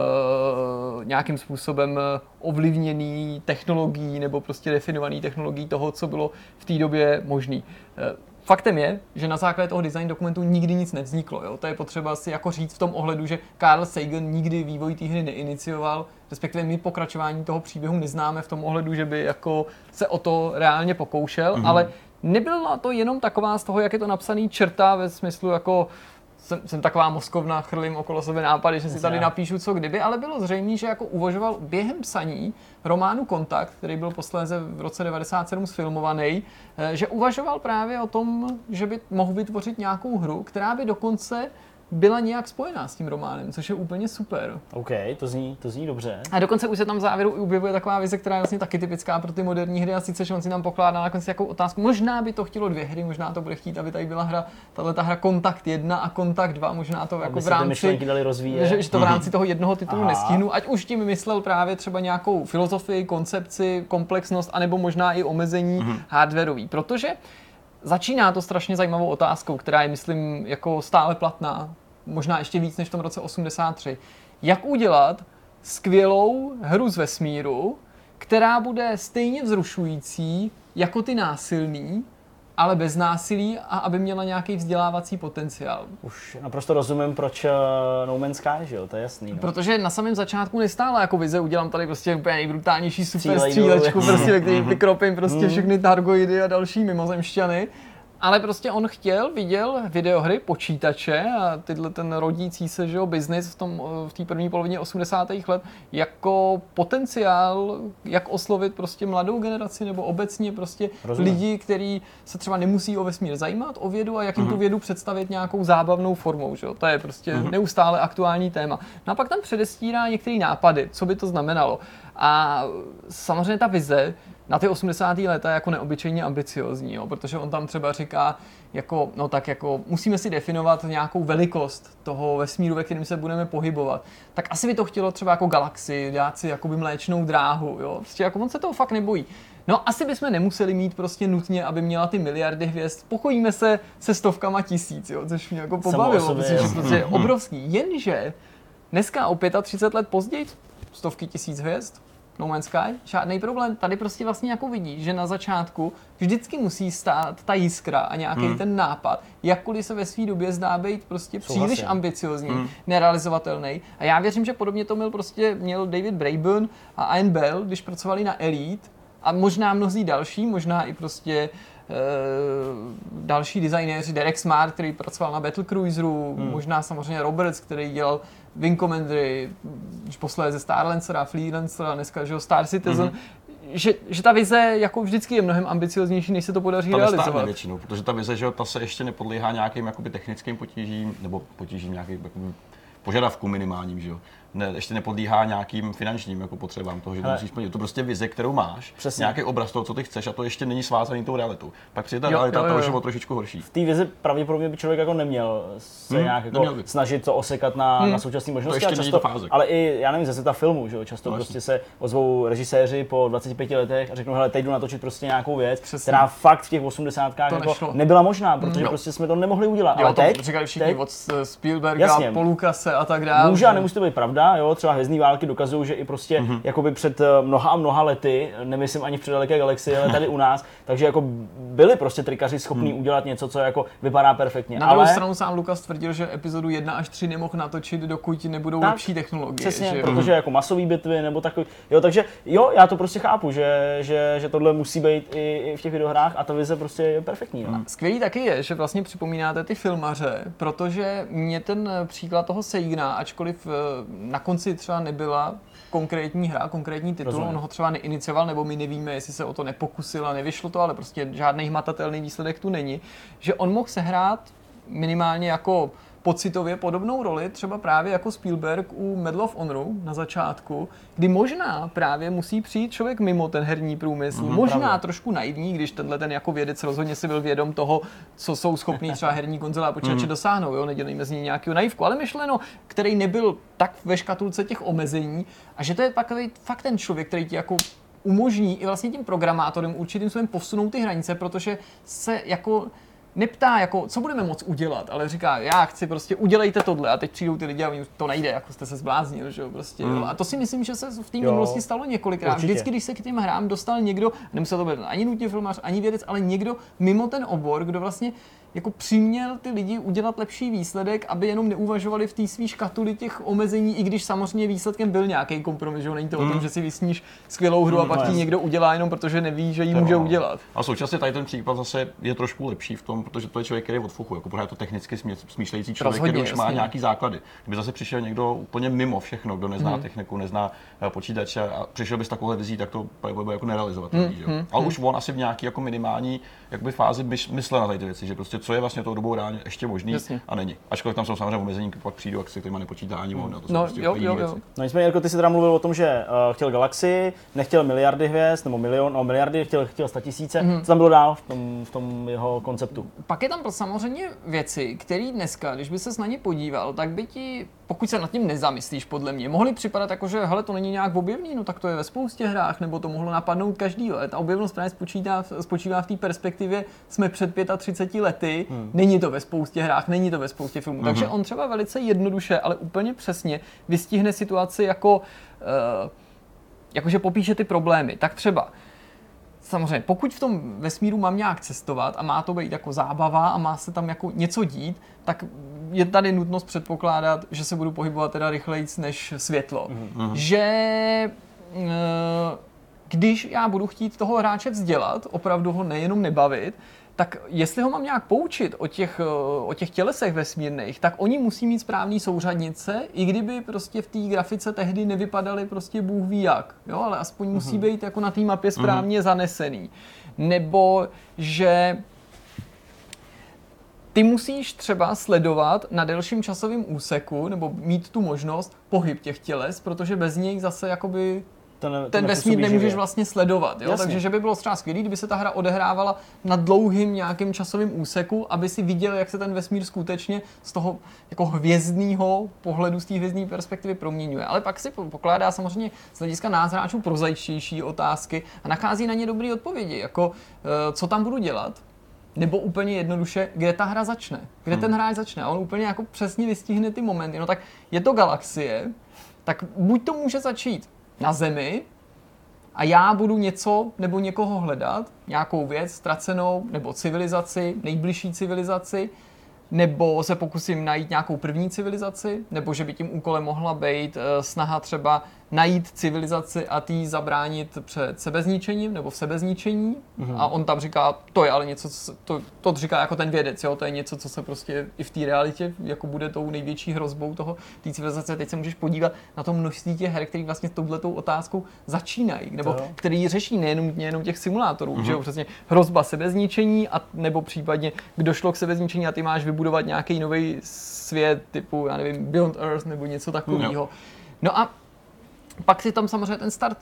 S2: nějakým způsobem ovlivněný technologií nebo prostě definovaný technologií toho, co bylo v té době možný. Faktem je, že na základě toho design dokumentu nikdy nic nevzniklo. Jo? To je potřeba si jako říct v tom ohledu, že Carl Sagan nikdy vývoj té hry neinicioval, respektive my pokračování toho příběhu neznáme v tom ohledu, že by jako se o to reálně pokoušel, ale nebyla to jenom taková z toho, jak je to napsaný čerta ve smyslu jako jsem taková mozkovna, chrlím okolo sebe nápady, že si tady napíšu co kdyby, ale bylo zřejmé, že jako uvažoval během psaní románu Kontakt, který byl posléze v roce 1997 sfilmovaný, že uvažoval právě o tom, že by mohl vytvořit nějakou hru, která by dokonce byla nějak spojená s tím románem, což je úplně super.
S1: OK, to zní dobře.
S2: A dokonce už se tam v závěru objevuje taková vize, která je vlastně taky typická pro ty moderní hry, a sice, že on si tam pokládá na konci takovou otázku. Možná by to chtělo 2 hry, možná to bude chtít, aby tady byla hra Kontakt 1 a Kontakt 2, možná to jako v rámci, že to v rámci toho jednoho titulu nestihnu, ať už tím myslel právě třeba nějakou filozofii, koncepci, komplexnost, anebo možná i omezení hardwareový, protože začíná to strašně zajímavou otázkou, která je, myslím, jako stále platná, možná ještě víc než v tom roce 83. Jak udělat skvělou hru z vesmíru, která bude stejně vzrušující jako ty násilný, ale bez násilí, a aby měla nějaký vzdělávací potenciál.
S1: Už naprosto rozumím, proč No Man's Sky, že jo, to je jasný. No.
S2: Protože na samém začátku nestála jako vize, udělám tady prostě úplně nejbrutálnější super střílečku, prostě, ve kterým vykropím prostě všechny targoidy a další mimozemšťany. Ale prostě on viděl videohry, počítače a ten rodící se, že jo, biznis v té první polovině 80. let jako potenciál, jak oslovit prostě mladou generaci nebo obecně prostě lidi, kteří se třeba nemusí o vesmír zajímat, o vědu, a jak jim tu vědu představit nějakou zábavnou formou, že jo. To je prostě neustále aktuální téma. No a pak tam předestírá některé nápady, co by to znamenalo. A samozřejmě ta vize na ty 80. léta jako neobyčejně ambiciozní, jo, protože on tam třeba říká, jako, no tak jako musíme si definovat nějakou velikost toho vesmíru, ve kterém se budeme pohybovat. Tak asi by to chtělo třeba jako galaxii, dát si jakoby mléčnou dráhu, jo, prostě jako on se toho fakt nebojí. No asi bychom nemuseli mít prostě nutně, aby měla ty miliardy hvězd. Pokojíme se stovkama tisíc, jo, což mě jako pobavilo, protože to je obrovský. Jenže dneska o 35 let později stovky tisíc hvězd, No Man's Sky, žádný problém. Tady prostě vlastně jako vidí, že na začátku vždycky musí stát ta jiskra a nějaký ten nápad, jakkoliv se ve své době zdá být prostě příliš ambiciozní, nerealizovatelný. A já věřím, že podobně to měl David Braben a Ian Bell, když pracovali na Elite, a možná mnozí další, možná i prostě další designéři, Derek Smart, který pracoval na Battlecruiseru, možná samozřejmě Roberts, který dělal Wing Commandery, posléze Star Lancera, Flea Lancera, dneska že Star Citizen, že ta vize jako vždycky je mnohem ambicioznější, než se to podaří realizovat.
S3: Většinou, protože ta vize, že ta se ještě nepodléhá nějakým jakoby technickým potížím, nebo potížím nějakých požadavků minimálním, že jo. Ne, ještě nepodlíhá nějakým finančním jako potřebám toho, že to musíš plnit. To prostě vize, kterou máš, přesně. Nějaký obraz toho, co ty chceš, a to ještě není svázaný tou realitou. Pak přijde ta realita, ta už je trošičku horší.
S1: V té vizi pravděpodobně by člověk jako neměl se nějak jako snažit to osekat na současné možnosti.
S3: To ještě není to fáze.
S1: Ale i, já nevím, ze světa filmu, že jo, často prostě se ozvou režiséři po 25 letech a řeknou, hele, teď jdu natočit prostě nějakou věc, která fakt v těch 80kách jako nebyla možná, protože prostě jsme to nemohli udělat. Ale teď
S2: říkali všichni od Spielberga, po Lucase a tak dále.
S1: Může a nemusí to být pravda, jo, třeba Hvězdné války dokazují, že i prostě jakoby před mnoha a mnoha lety, nemyslím ani v předaleké galaxii, ale tady u nás, takže jako byli prostě trikaři schopní udělat něco, co jako vypadá perfektně.
S2: Na druhou stranu sám Lucas tvrdil, že epizodu 1 až 3 nemohl natočit, dokud nebudou lepší technologie.
S1: Přesně, že? Protože jako masové bitvy nebo takový. Jo, takže jo, já to prostě chápu, že tohle musí být i v těch videohrách a ta vize prostě je perfektní. No.
S2: Skvělý taky je, že vlastně připomínáte ty filmaře, protože mě ten příklad toho Seigna, ačkoliv na konci třeba nebyla konkrétní hra, konkrétní titul, on ho třeba neinicioval, nebo my nevíme, jestli se o to nepokusil a nevyšlo to, ale prostě žádný hmatatelný výsledek tu není, že on mohl sehrát minimálně jako pocitově podobnou roli, třeba právě jako Spielberg u Medal of Honoru na začátku, kdy možná právě musí přijít člověk mimo ten herní průmysl, možná trošku naivní, když tenhle ten jako vědec rozhodně si byl vědom toho, co jsou schopní třeba herní konzole a počítače dosáhnout, jo, nedělejme z něj nějakého naivku, ale myšleno, který nebyl tak ve škatulce těch omezení a že to je takový fakt ten člověk, který ti jako umožní i vlastně tím programátorem určitým způsobem posunout ty hranice, protože se jako neptá, jako, co budeme moct udělat, ale říká, já chci prostě, udělejte tohle a teď přijdou ty lidi a to nejde, jako jste se zbláznil, že jo, prostě. A to si myslím, že se v té minulosti stalo několikrát. Určitě. Vždycky, když se k těm hrám dostal někdo, nemusel to být ani nutně filmař, ani vědec, ale někdo mimo ten obor, kdo vlastně jako přiměl ty lidi udělat lepší výsledek, aby jenom neuvažovali v té svý škatuli těch omezení, i když samozřejmě výsledkem byl nějaký kompromis, že není to o tom, že si vysníš skvělou hru a pak ti někdo udělá jenom protože neví, že ji může udělat.
S3: A současně tady ten případ zase je trošku lepší v tom, protože to je člověk, který je od fuchu, jako pořád je to technicky smýšlející člověk, který už má nějaký základy. Kdyby zase přišel někdo úplně mimo všechno, kdo nezná techniku, nezná počítače a přišel by s takovou vizí, tak to bude jako nerealizovatelný, ale už on asi v nějaký jako minimální jakoby fázi myslel na ty věci, že prostě co je vlastně tou dobou reálně ještě možný a není. Ačkoliv tam jsou samozřejmě omezení, pak přijdu, jak se kterýma nepočítá ani on, to jsou prostě věci.
S1: No nicméně, Jirko, ty jsi teda mluvil o tom, že chtěl galaxii, nechtěl miliardy hvězd, nebo miliardy, chtěl 100 000. Co tam bylo dál v tom jeho konceptu?
S2: Pak je tam samozřejmě věci, které dneska, když by ses na ně podíval, tak by ti, pokud se nad tím nezamyslíš, podle mě, mohly připadat jako, že hele, to není nějak objevný, no tak to je ve spoustě hrách, nebo to mohlo napadnout každý. Ta objevnost právě spočívá v té perspektivě, jsme před 35 lety, není to ve spoustě hrách, není to ve spoustě filmů. Takže on třeba velice jednoduše, ale úplně přesně vystihne situaci jakože popíše ty problémy. Tak třeba samozřejmě, pokud v tom vesmíru mám nějak cestovat a má to být jako zábava a má se tam jako něco dít, tak je tady nutnost předpokládat, že se budu pohybovat teda rychlejc než světlo. Že když já budu chtít toho hráče vzdělat, opravdu ho nejenom nebavit, tak jestli ho mám nějak poučit o těch tělesech vesmírných, tak oni musí mít správný souřadnice, i kdyby prostě v té grafice tehdy nevypadaly prostě Bůh ví jak, jo, ale aspoň musí být jako na té mapě správně zanesený. Nebo že ty musíš třeba sledovat na delším časovém úseku, nebo mít tu možnost pohyb těch těles, protože bez nich zase jakoby ten vesmír nemůžeš vlastně sledovat. Jo? Takže že by bylo třeba skvělý, kdyby se ta hra odehrávala na dlouhým nějakým časovým úseku, aby si viděl, jak se ten vesmír skutečně z toho jako hvězdného pohledu, z té hvězdné perspektivy proměňuje. Ale pak si pokládá samozřejmě z hlediska nás hráčů prozaičtější otázky a nachází na ně dobré odpovědi, jako co tam budu dělat, nebo úplně jednoduše, kde ta hra začne, kde ten hráč začne. A on úplně jako přesně vystihne ty momenty. No tak je to galaxie, tak buď to může začít na Zemi a já budu něco nebo někoho hledat, nějakou věc ztracenou, nebo civilizaci, nejbližší civilizaci, nebo se pokusím najít nějakou první civilizaci, nebo že by tím úkolem mohla být snaha třeba najít civilizaci a tý zabránit před sebezničením nebo v sebezničení. A on tam říká, to je ale něco, to říká jako ten vědec, jo? To je něco, co se prostě i v té realitě jako bude tou největší hrozbou té civilizace. Teď se můžeš podívat na to množství těch her, který vlastně s touhletou otázkou začínají, nebo který řeší nejenom těch simulátorů, že jo? Přesně hrozba sebezničení a nebo případně došlo k sebezničení a ty máš vybudovat nějaký nový svět typu, já nevím, Beyond Earth nebo něco takového. No a pak si tam samozřejmě ten start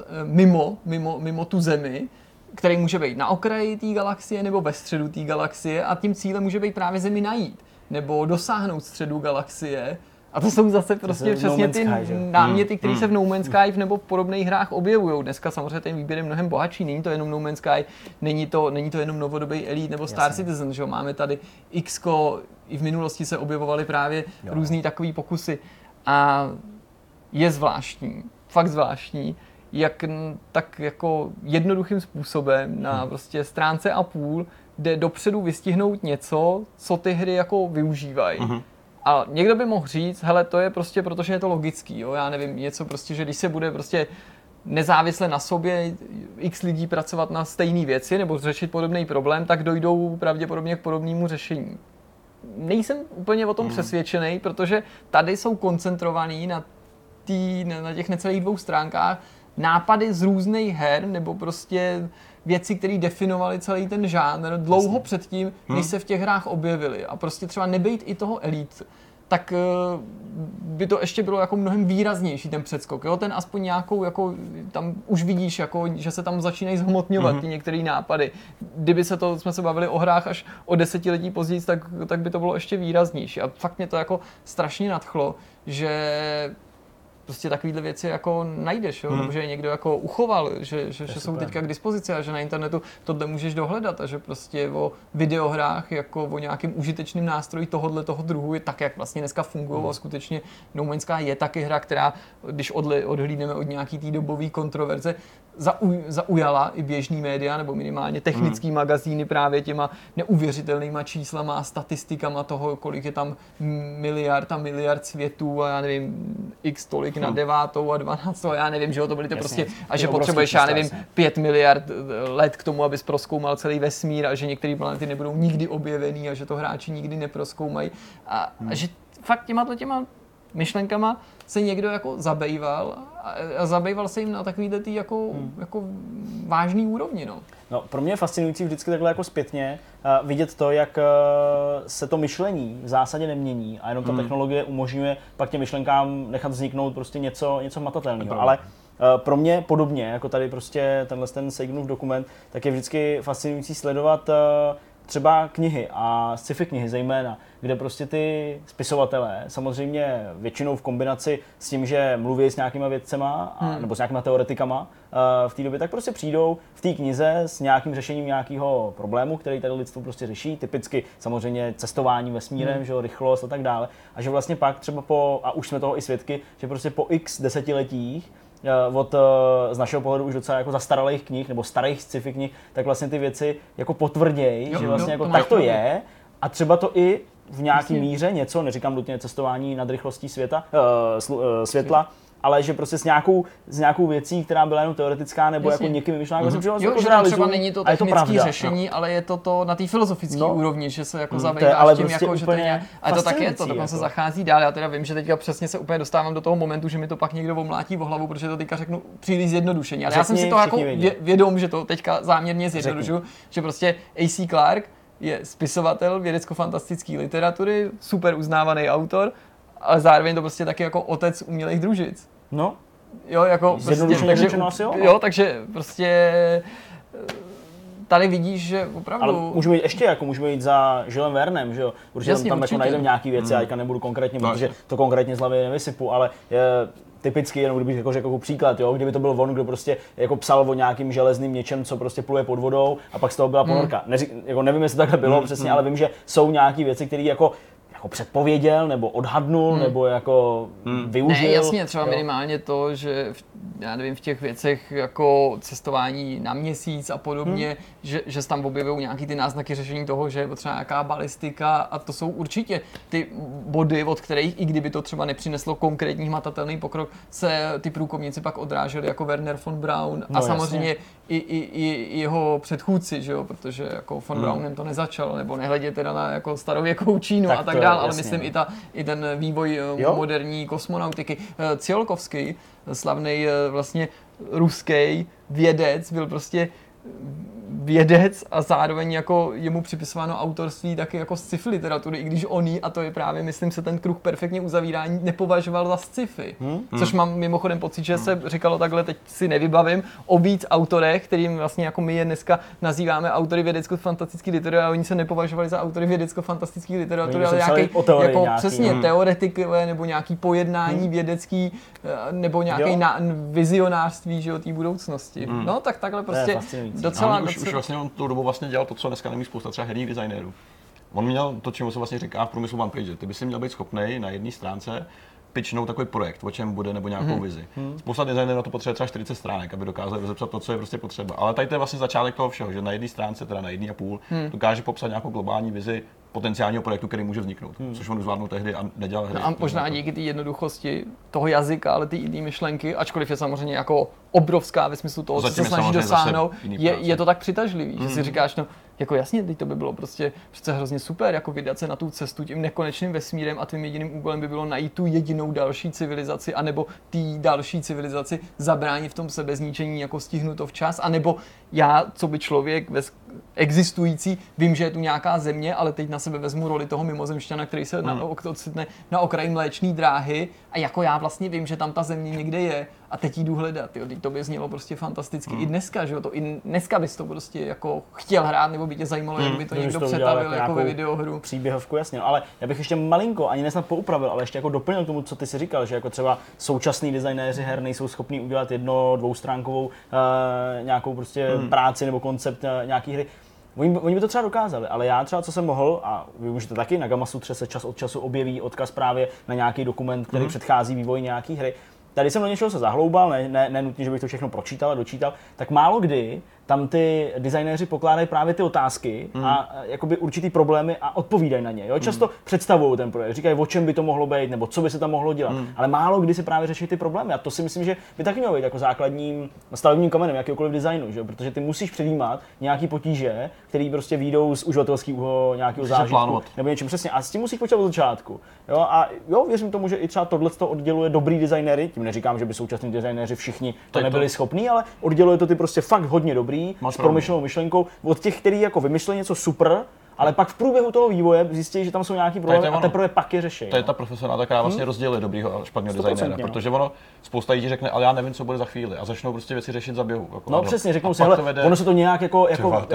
S2: mimo tu Zemi, který může být na okraji té galaxie nebo ve středu té galaxie a tím cílem může být právě Zemi najít nebo dosáhnout středu galaxie. A to jsou zase prostě přesně ty náměty, které se v No Man's Sky nebo v podobných hrách objevují. Dneska samozřejmě ten výběr je mnohem bohatší, není to jenom No Man's Sky, není to jenom novodobý Elite nebo Star Citizen, že jo? Máme tady Xko, i v minulosti se objevovaly právě různý takový pokusy a je zvláštní, fakt zvláštní, jak tak jako jednoduchým způsobem na prostě stránce a půl jde dopředu vystihnout něco, co ty hry jako využívají. A někdo by mohl říct, hele, to je prostě, protože je to logický, jo? Já nevím, něco prostě, že když se bude prostě nezávisle na sobě x lidí pracovat na stejné věci nebo řešit podobný problém, tak dojdou pravděpodobně k podobnému řešení. Nejsem úplně o tom přesvědčený, protože tady jsou koncentrovaný na těch necelých 2 stránkách nápady z různých her nebo prostě věci, které definovaly celý ten žánr dlouho předtím, než se v těch hrách objevily. A prostě třeba nebejt i toho Elite, tak by to ještě bylo jako mnohem výraznější ten předskok. Jo? Ten aspoň nějakou, jako, tam už vidíš, jako, že se tam začínají zhmotňovat ty některé nápady. Kdyby jsme se bavili o hrách až o 10 letí později, tak by to bylo ještě výraznější. A fakt mě to jako strašně nadchlo, že prostě takovýhle věci jako najdeš, jo? Nebo že je někdo jako uchoval, že jsou teďka k dispozici a že na internetu tohle můžeš dohledat a že prostě o videohrách jako o nějakým užitečným nástroji toho druhu je tak, jak vlastně dneska fungují a skutečně No Man's Sky je taky hra, která, když odhlídneme od nějaký té dobové kontroverze, zaujala i běžný média nebo minimálně technický magazíny právě těma neuvěřitelnýma číslama a statistikama toho, kolik je tam miliard světů a já nevím, x tolik na 9. a 12. a já nevím, že jo, to byly to prostě, a že potřebuješ, já nevím, 5 miliard let k tomu, abys prozkoumal celý vesmír a že některé planety nebudou nikdy objevený a že to hráči nikdy neprozkoumají a že fakt těma myšlenkama se někdo jako zabýval a zabýval se jim na takovýhle tý jako vážný úrovni, no.
S1: No, pro mě je fascinující vždycky takhle jako zpětně vidět to, jak se to myšlení v zásadě nemění a jenom ta technologie umožňuje pak těm myšlenkám nechat vzniknout prostě něco matatelného. Ale pro mě podobně, jako tady prostě ten Saigonův dokument, tak je vždycky fascinující sledovat třeba knihy a sci-fi knihy zejména, kde prostě ty spisovatelé, samozřejmě většinou v kombinaci s tím, že mluví s nějakýma vědcema nebo s nějakýma teoretikama v té době, tak prostě přijdou v té knize s nějakým řešením nějakého problému, který tady lidstvo prostě řeší, typicky samozřejmě cestování vesmírem, že jo, rychlost a tak dále. A že vlastně pak třeba a už jsme toho i svědky, že prostě po x desetiletích od z našeho pohledu už docela jako zastaralých knih nebo starých sci-fi knih, tak vlastně ty věci jako potvrdějí, že vlastně jako tak to je a třeba to i v nějaký míře něco, neříkám nutně cestování nad rychlostí světla, ale že prostě s nějakou věcí, která byla jenom teoretická nebo jako někým vymyšlená,
S2: že třeba není to technické řešení, ale je to na té filozofické úrovni, že se jako zabýváš tím, jako, že to je, ale to tak je, to dokonce zachází dál. Já teda vím, že teďka přesně se úplně dostávám do toho momentu, že mi to pak někdo omlátí o hlavu, protože to teďka řeknu příliš zjednodušeně. Ale já jsem si to jako vědom, že to teďka záměrně zjednodušuju, že prostě A.C. Clarke je spisovatel vědecko-fantastické literatury, super uznávaný autor, ale zároveň to prostě taky jako otec umělých družic.
S1: No,
S2: Jo, jako
S1: Zjednodušeně řečeno asi jo.
S2: Jo, takže prostě tady vidíš, že opravdu...
S1: Ale můžeme jít ještě, jako můžeme jít za Žilem Vernem, že jo? Určitě tam jako najdeme nějaký věci, já teďka nebudu konkrétně, protože to konkrétně z hlavy nevysypu, ale typicky, jenom kdybych jako řekl jako příklad, jo, kdyby to byl on, kdo prostě jako psal o nějakým železným něčem, co prostě pluje pod vodou a pak z toho byla ponorka. Jako nevím, jestli takhle bylo přesně, ale vím, že jsou nějaké věci, které jako předpověděl, nebo odhadnul, nebo jako využil.
S2: Ne, jasně, třeba minimálně to, že já nevím, v těch věcech jako cestování na měsíc a podobně, že se tam objevují nějaký ty náznaky řešení toho, že je potřeba nějaká balistika a to jsou určitě ty body, od kterých, i kdyby to třeba nepřineslo konkrétní hmatatelný pokrok, se ty průkopníci pak odráželi jako Wernher von Braun a samozřejmě i jeho předchůdci, že jo, protože jako von Braunem to nezačal, nebo nehledě teda na jako starověkou Čínu a tak dále, ale myslím i ten vývoj moderní kosmonautiky. Tsiolkovský, slavný vlastně ruský vědec, byl prostě vědec a zároveň jako jemu připisováno autorství taky jako sci-fi literatury, i když on a to je právě, myslím se, ten kruh perfektně uzavírání, nepovažoval za sci-fi. Což mám mimochodem pocit, že se říkalo takhle, teď si nevybavím, o víc autorech, kterým vlastně jako my je dneska nazýváme autory vědecko-fantastické literatury, a oni se nepovažovali za autory vědecko-fantastické literatury, ale nějaký, jako přesně teoretikové nebo nějaký pojednání vědecký nebo nějaký vizionářství, že o té budoucnosti. No tak takhle prostě docela...
S3: Už vlastně on tou dobu vlastně dělal to, co dneska nemí spousta třeba herních designérů. On měl to, čemu se vlastně říká v průmyslu one page. Ty by si měl být schopný na jedné stránce pitchnout takový projekt, o čem bude, nebo nějakou vizi. Spousta designérů na to potřebuje třeba 40 stránek, aby dokázali rozepsat to, co je prostě potřeba. Ale tady to je vlastně začátek toho všeho, že na jedné stránce, teda na jedné a půl, dokáže popsat nějakou globální vizi potenciálního projektu, který může vzniknout, což on zvládnul tehdy a nedělal hry.
S2: No a možná díky té jednoduchosti toho jazyka, ale ty myšlenky, ačkoliv je samozřejmě jako obrovská ve smyslu toho, co se snaží dosáhnout, je to tak přitažlivý, že si říkáš, no jako jasně, teď to by bylo prostě přece hrozně super, jako vydat se na tu cestu tím nekonečným vesmírem a tvým jediným úkolem by bylo najít tu jedinou další civilizaci, anebo té další civilizaci zabránit v tom sebezničení, jako stihnu to včas, anebo já, co by člověk existující, vím, že je tu nějaká země, ale teď na sebe vezmu roli toho mimozemšťana, který se ocitne na okraji Mléčné dráhy a jako já vlastně vím, že tam ta země někde je a teď jdu hledat, jo. Teď to by znělo prostě fantasticky i dneska, že jo, to i dneska bys to prostě jako chtěl hrát, nebo by tě zajímalo, jak by to někdo přetavil jako ve videohru.
S1: Příběhovku, jasně, no, ale já bych ještě malinko, ani nesnad poupravil, ale ještě jako doplnil k tomu, co ty si říkal, že jako třeba současní designéři her nejsou schopní udělat dvoustránkovou nějakou prostě práci nebo koncept nějaký hry. Oni by to třeba dokázali, ale já třeba, co jsem mohl, a vy můžete taky, na Gamasutre se čas od času objeví odkaz právě na nějaký dokument, který předchází vývoji nějaký hry. Tady jsem do něčeho se zahloubal, ne nutně, že bych to všechno pročítal a dočítal, tak málo kdy tam ty designéři pokládají právě ty otázky a jakoby určitý problémy a odpovídají na ně. Jo? Často představují ten projekt, říkají, o čem by to mohlo být, nebo co by se tam mohlo dělat. Ale málo kdy se právě řeší ty problémy. A to si myslím, že by taky mělo být jako základním stavebním kamenem jakéhokoliv designu, že? Protože ty musíš předjímat nějaký potíže, které prostě vyjdou z uživatelského nějakého zážitku nebo něčem přesně. A s tím musíš počítat od začátku. Jo? A jo, věřím tomu, že i třeba tohle odděluje dobrý designéry. Tím neříkám, že by současní designéři všichni to nebyli schopní, ale odděluje to ty prostě fakt hodně dobrý. S promyšlenou myšlenkou od těch, kteří jako vymysleli něco super, ale pak v průběhu toho vývoje zjistí, že tam jsou nějaký problémy a teprve pak je řeší.
S3: To je ta profesionálka, která vlastně rozděluje dobrýho a špatného designéra, protože ono spousta lidí řekne, ale já nevím, co bude za chvíli a začnou prostě věci řešit za běhu. Jako,
S1: no přesně, řeknou si, hele, ono se to nějak jako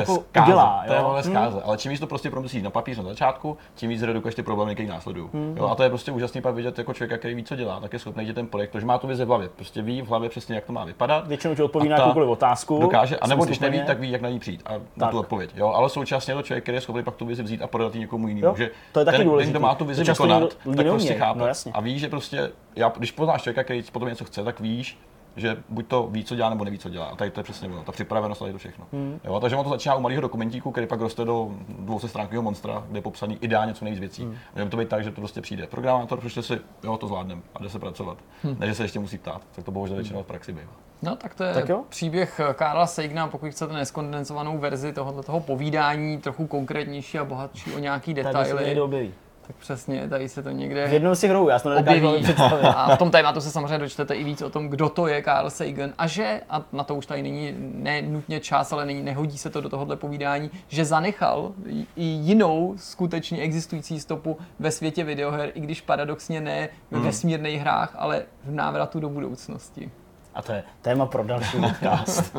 S1: udělá.
S3: To je zkáze, ale čím víc to prostě promyslí na papíře na začátku, tím víc redukuješ ty problémy, které následují. A to je prostě úžasný pak vidět jako člověk, který ví, co dělá, tak je schopný dělat ten projekt, protože má tu vizi v hlavě, prostě ví v hlavě přesně, jak to má vypadat.
S1: Většinou ti odpoví na jakoukoliv otázku.
S3: Dokáže, anebo když neví, tak ví, jak na ní přijít a na tu odpověď. Jo, ale současně to člověk, který je schopný pak tu vizi vzít a podat někomu jinému, že
S1: to je taky
S3: ten, kdo má tu vizi vykonat, tak prostě chápe. A ví, že prostě, když poznáš člověka, který potom něco chce, tak víš, že buď to ví, co dělá, nebo neví, co dělá. A tady to je přesně ono, ta připravenost, tady to všechno. Jo, takže on to začíná u malého dokumentíku, který pak roste do 200stránkového monstra, kde je popsaný ideálně co nejvíc věcí. Může to být tak, že to prostě přijde. Programátor, prostě si, jo, to zvládnem a jde se pracovat. Ne, že se ještě musí ptát, tak to bohužel většinou v praxi bývá.
S2: No tak to je příběh Carla Sagana, pokud chcete neskondenzovanou verzi tohoto povídání, trochu konkrétnější a bohatší o nějaký detaily. Tak přesně, tady se to někde
S1: v jednom z těch hrou, já to nedokážu představit.
S2: A v tom tématu se samozřejmě dočtete i víc o tom, kdo to je Carl Sagan a že, a na to už tady není nutně čas, ale nehodí se to do tohohle povídání, že zanechal i jinou skutečně existující stopu ve světě videoher, i když paradoxně ne ve vesmírných hrách, ale v návratu do budoucnosti.
S1: A to je téma pro další podcast.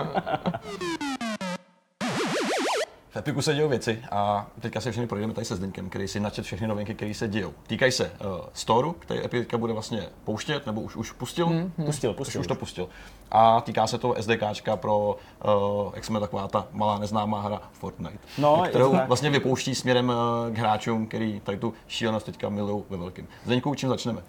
S3: V Epiku se dějou věci a teďka se všechny projdeme tady se Zdeňkem, který si načet všechny novinky, které se dějou. Týkají se Storeu, který Epic bude vlastně pouštět, nebo už pustil?
S1: Pustil.
S3: Už to pustil. A týká se toho SDKčka pro, jak jsme taková ta malá neznámá hra Fortnite, kterou vlastně vypouští směrem k hráčům, který tady tu šílenost teďka milují ve velkým. Zdeňku, čím začneme?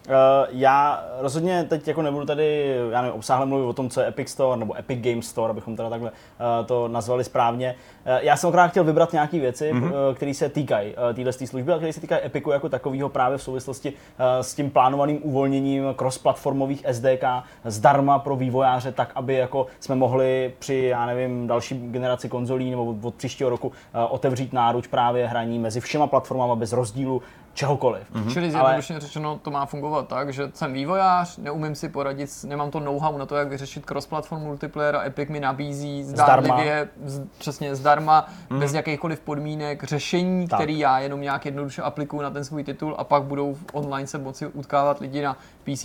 S1: Já rozhodně teď jako nebudu tady, já nevím, obsáhle mluvit o tom, co je Epic Store, nebo Epic Game Store, abychom teda takhle to nazvali správně. Já jsem opravdu chtěl vybrat nějaké věci, které se týkají téhle služby a které se týkají Epiku jako takového právě v souvislosti s tím plánovaným uvolněním cross-platformových SDK zdarma pro vývojáře, tak aby jako jsme mohli při, já nevím, další generaci konzolí nebo od příštího roku otevřít náruč právě hraní mezi všema platformama bez rozdílu čehokoliv.
S2: Čili zjednodušeně řečeno to má fungovat tak, že jsem vývojář, neumím si poradit, nemám to know-how na to, jak vyřešit cross-platform multiplayer a Epic mi nabízí zdárlivě, přesně zdarma, bez jakýchkoliv podmínek, řešení, který já jenom nějak jednoduše aplikuju na ten svůj titul a pak budou online se moci utkávat lidi na PC,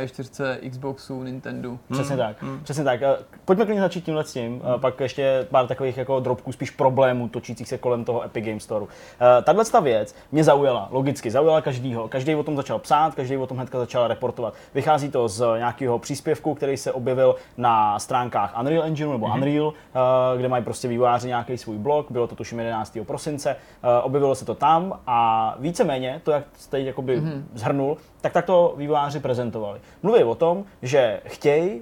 S2: P4, Xboxu, Nintendo.
S1: Přesně tak. Přesně tak. Pojďme klidně začít tímhle s tím, pak ještě pár takových jako drobků, spíš problémů točících se kolem toho Epic Game Store. Tato věc mě zaujala, logicky zaujala každýho. Každý o tom začal psát, každý o tom hnedka začal reportovat. Vychází to z nějakého příspěvku, který se objevil na stránkách Unreal Engineu nebo Unreal, kde mají prostě vývojáři nějaký svůj blog, bylo to tuším 11. prosince, objevilo se to tam a víceméně, to jak jste jakoby zhrnul, tak to vývojáři prezentovali. Mluví o tom, že chtějí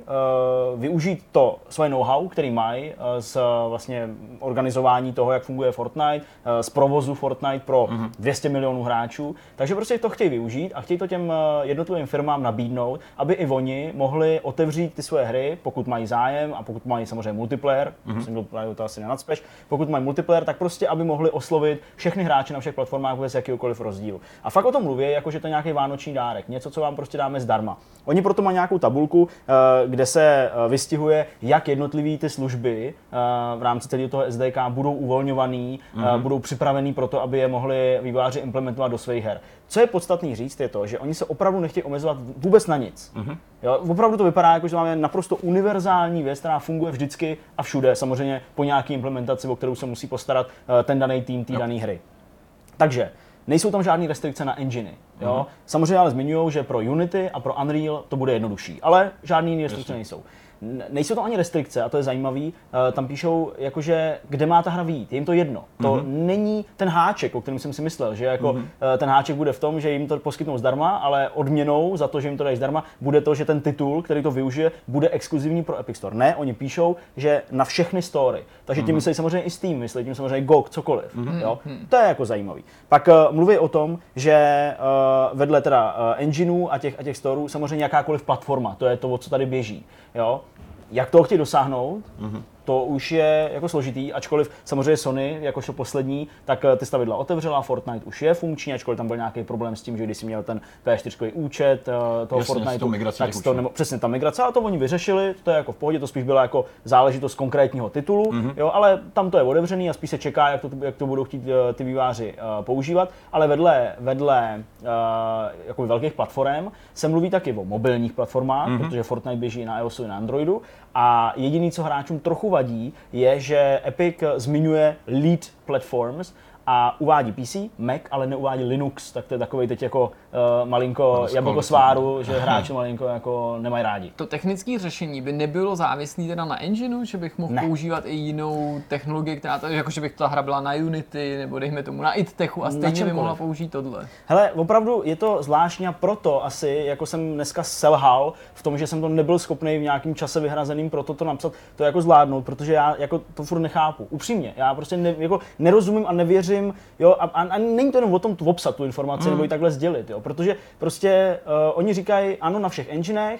S1: využít to svoje know-how, který mají z vlastně organizování toho, jak funguje Fortnite, z provozu Fortnite pro 200 milionů hráčů, takže prostě to chtějí využít a chtějí to těm jednotlivým firmám nabídnout, aby i oni mohli otevřít ty svoje hry, pokud mají zájem a pokud mají samozřejmě multiplayer, to asi nenacpeš, pokud mají multiplayer, tak prostě aby mohli oslovit všechny hráče na všech platformách bez jakýhokoliv rozdílu. A fakt o tom mluví, jako že to je nějaký vánoční dárek, něco, co vám prostě dáme zdarma. Oni proto mají nějakou tabulku, kde se vystihuje, jak jednotlivé ty služby v rámci celého toho SDK budou uvolňovaný, budou připravený pro to, aby je mohli vývojáři implementovat do svých her. Co je podstatný říct, je to, že oni se opravdu nechtějí omezovat vůbec na nic. Jo, opravdu to vypadá jako, že máme naprosto univerzální věc, která funguje vždycky a všude, samozřejmě po nějaké implementaci, o kterou se musí postarat ten daný tým té dané hry. Takže nejsou tam žádné restrikce na enginy. Jo? Samozřejmě ale zmiňují, že pro Unity a pro Unreal to bude jednodušší, ale žádný restrikce nejsou. Nejsou to ani restrikce, a to je zajímavý, tam píšou, jakože, kde má ta hra vyjít, je jim to jedno. To není ten háček, o kterém jsem si myslel, že jako ten háček bude v tom, že jim to poskytnou zdarma, ale odměnou za to, že jim to dají zdarma, bude to, že ten titul, který to využije, bude exkluzivní pro Epic Store. Ne, oni píšou, že na všechny story. Takže tím myslí samozřejmě i Steam, myslí tím samozřejmě GOG, cokoliv. Jo? To je jako zajímavý. Pak mluví o tom, že vedle teda engineů a těch storů samozřejmě jakákoliv platforma, to je to, o co tady běží. Jo? Jak toho chtějí dosáhnout, to už je jako složitý, ačkoliv samozřejmě Sony, jakožto poslední, tak ty stavidla otevřela, Fortnite už je funkční, ačkoliv tam byl nějaký problém s tím, že když jsi měl ten P4 účet toho Fortniteu, tak to přesně ta migrace, ale to oni vyřešili, to je jako v pohodě, to spíš byla jako záležitost konkrétního titulu, jo, ale tam to je otevřený a spíš se čeká, jak to budou chtít ty vývojáři používat, ale vedle jako velkých platform se mluví taky o mobilních platformách, protože Fortnite běží na iOSu i na Androidu a jediný, co hráčům trochu vadí, je, že Epic zmiňuje lead platforms a uvádí PC, Mac, ale neuvádí Linux, tak to je takovej teď jako malinko jablko sváru, že hráči malinko jako nemají rádi.
S2: To technické řešení by nebylo závislé teda na engineu, že bych mohl používat i jinou technologii, která to, jako že bych ta hra byla na Unity nebo dejme tomu na idtechu a stejně by mohla použít tohle.
S1: Hele, opravdu je to zvláštní a proto asi, jako jsem dneska selhal v tom, že jsem to nebyl schopný v nějakém čase vyhrazeným pro to napsat, to jako zvládnout, protože já jako to furt nechápu. Upřímně, já prostě jako nerozumím a nevěřím. Jo, a není to jenom o tom obsat tu informaci nebo ji takhle sdělit, jo, protože prostě oni říkají ano na všech enginech,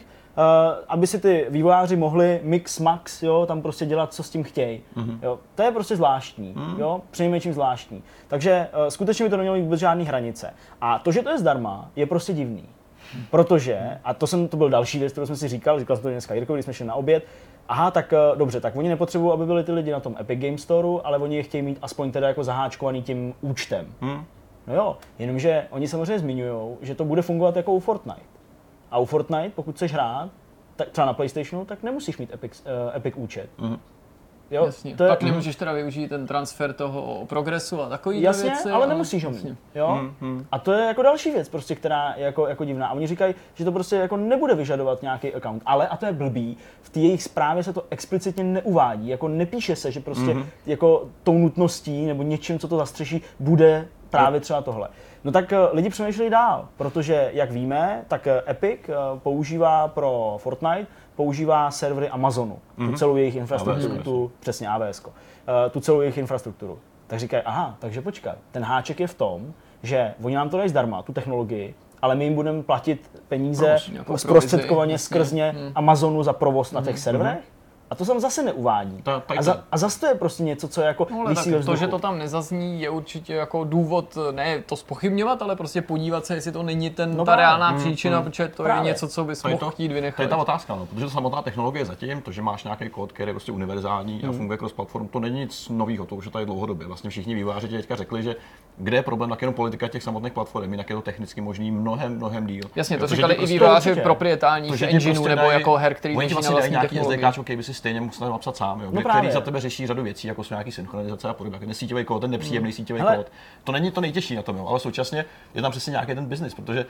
S1: aby si ty vývojáři mohli mix-max, jo, tam prostě dělat, co s tím chtějí. Jo. To je prostě zvláštní, jo, přinejmenším zvláštní. Takže skutečně by to nemělo vůbec žádný hranice. A to, že to je zdarma, je prostě divný. Protože, a to byl další věc, kterou jsme si říkal jsem to dneska Jirkovi, když jsme šli na oběd, aha, tak dobře, tak oni nepotřebují, aby byli ty lidi na tom Epic Game Storeu, ale oni je chtějí mít aspoň teda jako zaháčkovaný tím účtem. No jo, jenomže oni samozřejmě zmiňují, že to bude fungovat jako u Fortnite. A u Fortnite, pokud chceš hrát, třeba na PlayStationu, tak nemusíš mít Epic účet.
S2: Jo, jasně. Pak nemůžeš teda využít ten transfer toho progresu a takový věci.
S1: Jasně, ale nemusíš ho mít. Jo? A to je jako další věc, prostě, která je jako divná. A oni říkají, že to prostě jako nebude vyžadovat nějaký account. Ale, a to je blbý, v té jejich zprávě se to explicitně neuvádí. Jako nepíše se, že prostě jako tou nutností nebo něčím, co to zastřeší, bude právě třeba tohle. No tak lidi přemýšleli dál, protože jak víme, tak Epic používá pro Fortnite používá servery Amazonu, tu celou jejich infrastrukturu, přesně AWS, tu celou jejich infrastrukturu. Tak říkají, aha, takže počkej, ten háček je v tom, že oni nám to dají zdarma, tu technologii, ale my jim budeme platit peníze zprostředkovaně skrze Amazonu za provoz na těch serverech. A to tam zase neuvádí. A zase to je prostě něco, co je jako visí ve vzduchu.
S2: To, že to tam nezazní, je určitě jako důvod, ne to zpochybňovat, ale prostě podívat se, jestli to není ta reálná příčina, protože to je něco, co bys mohl chtít vynechat.
S3: To je ta otázka, no, protože samotná technologie zatím, to, že máš nějaký kód, který je prostě univerzální a funguje cross platform, to není nic nového, to už je tady dlouhodobě. Vlastně všichni vývojáři teďka řekli, že kde je problém, tak jenom politika těch samotných platform, jinak je to technicky možný mnohem díl.
S2: Jasně, to říkali i vývojáři proprietárních engineů nebo jako her, který běží na vlastní technologii. Stejně musel napsat sám, jo, který za tebe řeší řadu věcí, jako jsou nějaký synchronizace a podobně, ten síťový kód, ten nepříjemný síťový kód. To není to nejtěžší na tom, jo, ale současně je tam přesně nějaký ten business, protože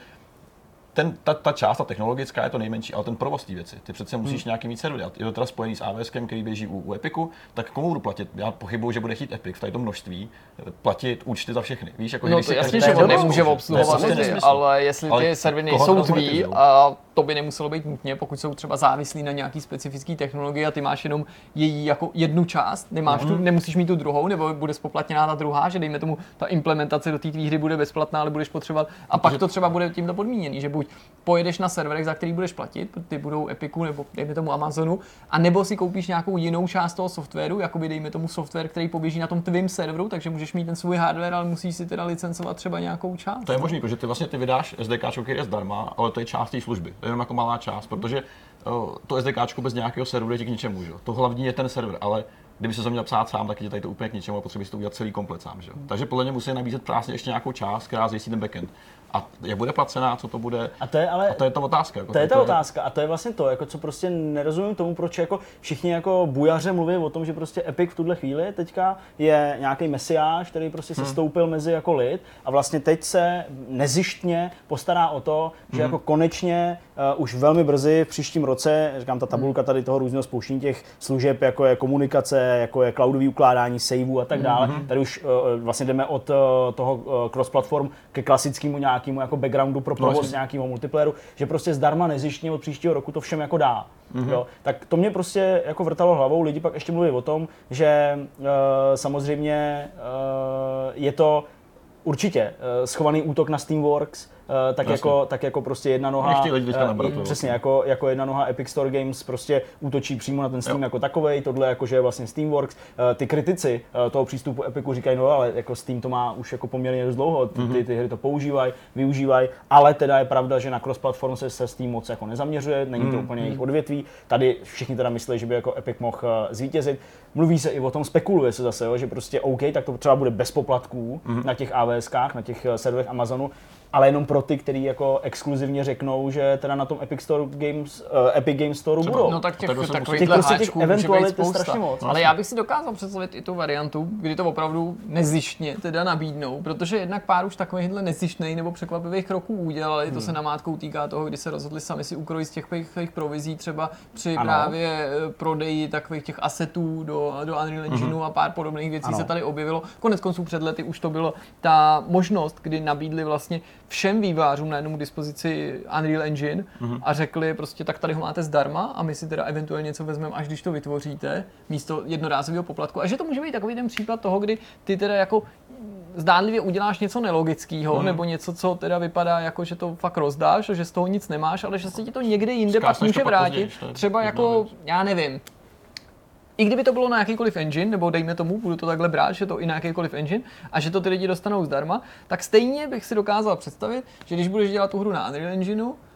S2: ta část, ta technologická je to nejmenší, ale ten provoz té věci. Ty přece musíš nějaký mít server. Je to teda spojený s AWSkem, který běží u Epiku, tak komu budu platit? Já pochybuju, že bude chtít Epic v tady tom množství platit účty za všechny. Víš, jako no to jasně, že on nemůže obsluhovat ty, ale jestli ty servery nejsou tvý a to by nemuselo být nutně, pokud jsou třeba závislí na nějaký specifický technologii a ty máš jenom její jako jednu část, nemusíš mít tu druhou, nebo bude spoplatněná ta druhá, že dejme tomu ta implementace do té tvý hry bude bezplatná, ale budeš potřebovat a pak to třeba bude tímto podmíněný, že buď pojedeš na serverech, za který budeš platit, ty budou Epiku nebo dejme tomu Amazonu, a nebo si koupíš nějakou jinou část toho softwaru, jakoby dejme tomu software, který poběží na tom tvým serveru, takže můžeš mít ten svůj hardware, ale musíš si teda licencovat třeba nějakou část.
S3: To je možný, protože ty vydáš SDK, který je zdarma, ale to je část té služby. To je jenom jako malá část, protože to SDK bez nějakého serveru je k ničemu, že? To hlavní je ten server, ale kdyby se to měl psát sám, tak je tady to úplně k ničemu a potřebuje si to udělat celý komplet sám, že? Takže podle mě musí nabízet právě ještě nějakou část, která zajistí ten backend. A jak bude placená, co to bude? A to je ta otázka. Jako
S1: to je ta otázka a to je vlastně to, jako co prostě nerozumím tomu, proč jako všichni jako bujaře mluví o tom, že prostě Epic v tuhle chvíli teďka je nějaký mesiáš, který prostě se stoupil mezi jako lid a vlastně teď se nezištně postará o to, že jako konečně už velmi brzy v příštím roce, říkám ta tabulka tady toho různého spouštění těch služeb, jako je komunikace, jako je cloudový ukládání, saveů a tak dále. Tady už vlastně jdeme od toho cross-platform ke klasickému nějakému jako backgroundu pro provoz nějakého multiplayeru, že prostě zdarma nezištně od příštího roku to všem jako dá. Jo? Tak to mě prostě jako vrtalo hlavou, lidi pak ještě mluví o tom, že samozřejmě je to určitě schovaný útok na Steamworks, tak jako prostě jedna noha, přesně, jako jedna noha Epic Store Games prostě útočí přímo na ten Steam jako takovej, tohle jako, že je vlastně Steamworks. Ty kritici toho přístupu Epicu říkají, no ale jako Steam to má už jako poměrně dost dlouho, ty hry to používají, využívají, ale teda je pravda, že na cross-platform se Steam moc jako nezaměřuje, není to úplně jejich odvětví, tady všichni teda myslí, že by jako Epic mohl zvítězit. Mluví se i o tom, spekuluje se zase, jo, že prostě OK, tak to třeba bude bez poplatků na těch AWSkách, na těch serverech Amazonu, ale jenom pro ty, kteří jako exkluzivně řeknou, že teda na tom Epic Games Store budou.
S2: No tak takovýchhle háčků může být spousta. Ale já bych si dokázal představit i tu variantu, kdy to opravdu nezištně teda nabídnou, protože jednak pár už takovýchhle nezištných nebo překvapivých kroků udělali, to se namátkou týká toho, kdy se rozhodli sami si ukrojit z těch provizí třeba při právě prodeji takových těch asetů do Unreal Engineu a pár podobných věcí se tady objevilo. Koneckonců před lety už to bylo ta možnost, kdy nabídli vlastně všem vývojářům na jednu dispozici Unreal Engine a řekli prostě tak tady ho máte zdarma a my si teda eventuálně něco vezmeme, až když to vytvoříte místo jednorázového poplatku. A že to může být takový ten případ toho, kdy ty teda jako zdánlivě uděláš něco nelogického nebo něco, co teda vypadá jako, že to fakt rozdáš a že z toho nic nemáš, ale že se ti to někde jinde pak může vrátit. Třeba jako, já nevím, i kdyby to bylo na jakýkoliv engine, nebo dejme tomu, budu to takhle brát, že to i na jakýkoliv engine a že to ty lidi dostanou zdarma, tak stejně bych si dokázal představit, že když budeš dělat tu hru na Unreal Engineu,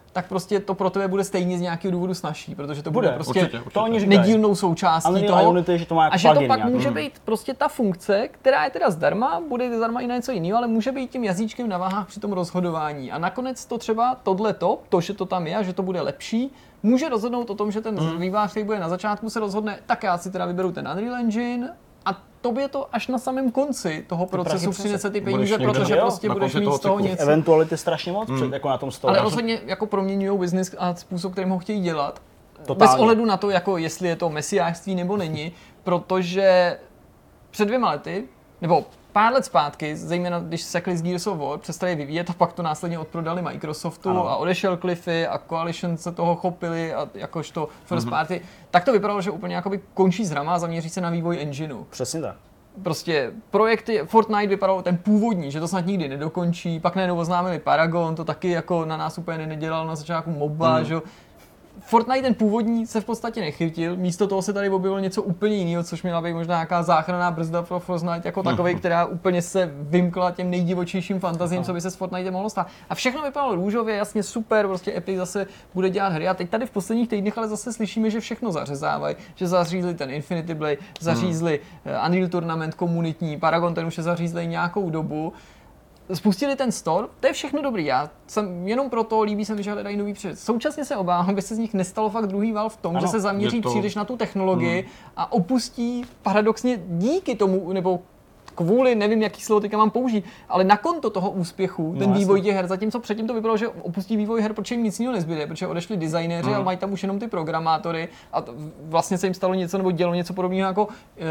S2: tak prostě to pro tebe bude stejně z nějakého důvodu snazší, protože to bude prostě
S3: určitě.
S1: To oni říkají.
S2: nedílnou součástí
S1: toho.
S2: Unity,
S1: že to má
S2: a že to pak
S1: nějaký.
S2: může být prostě ta funkce, která je teda zdarma, bude zdarma i na něco jiného, ale může být tím jazyčkem na váhách při tom rozhodování. A nakonec to třeba to, že to tam je a že to bude lepší, může rozhodnout o tom, že ten vývojář, který bude na začátku, se rozhodne, tak já si teda vyberu ten Unreal Engine a tobě to až na samém konci toho procesu přinese ty peníze, protože prostě budeš mít z toho něco.
S1: Eventuality strašně moc jako na tom stole.
S2: Ale rozhodně jako proměňují business a způsob, kterým ho chtějí dělat.
S1: Totálně.
S2: Bez ohledu na to, jako jestli je to mesiářství nebo není, protože před 2 lety, nebo pár let zpátky, zejména když sekli z Gears of War, přestali vyvíjet a pak to následně odprodali Microsoftu a odešel Cliffy a Coalition se toho chopili a jakožto first party, tak to vypadalo, že úplně jakoby končí s hrama a zaměří se na vývoj engineu.
S1: Přesně tak.
S2: Prostě projekty, Fortnite vypadalo ten původní, že to snad nikdy nedokončí, pak najednou oznámili Paragon, to taky jako na nás úplně nedělal na začátku MOBA, že Fortnite ten původní se v podstatě nechytil, místo toho se tady objevilo něco úplně jiného, což měla být možná nějaká záchranná brzda pro Fortnite jako takovej, která úplně se vymkla těm nejdivočejším fantazím, co by se s Fortnite mohlo stát. A všechno vypadalo růžově, jasně super, prostě Epic zase bude dělat hry a teď tady v posledních týdnech ale zase slyšíme, že všechno zařezávají, že zařízli ten Infinity Blade, zařízli Unreal Tournament komunitní, Paragon ten už je zařízli nějakou dobu. Spustili ten store, to je všechno dobrý, já jsem jenom proto líbí se mi, že hledají nový příležitosti. Současně se obávám, aby se z nich nestalo fakt druhý Valve v tom, že se zaměří příliš na tu technologii a opustí paradoxně díky tomu, nebo kvůli, nevím, jaký slovo teďka mám použít, ale na konto toho úspěchu, ten vývoj těch her, zatímco předtím to vypadalo, že opustí vývoj her, protože jim nic jiného nezbyde, protože odešli designéři a mají tam už jenom ty programátory a vlastně se jim stalo něco nebo dělo něco podobného jako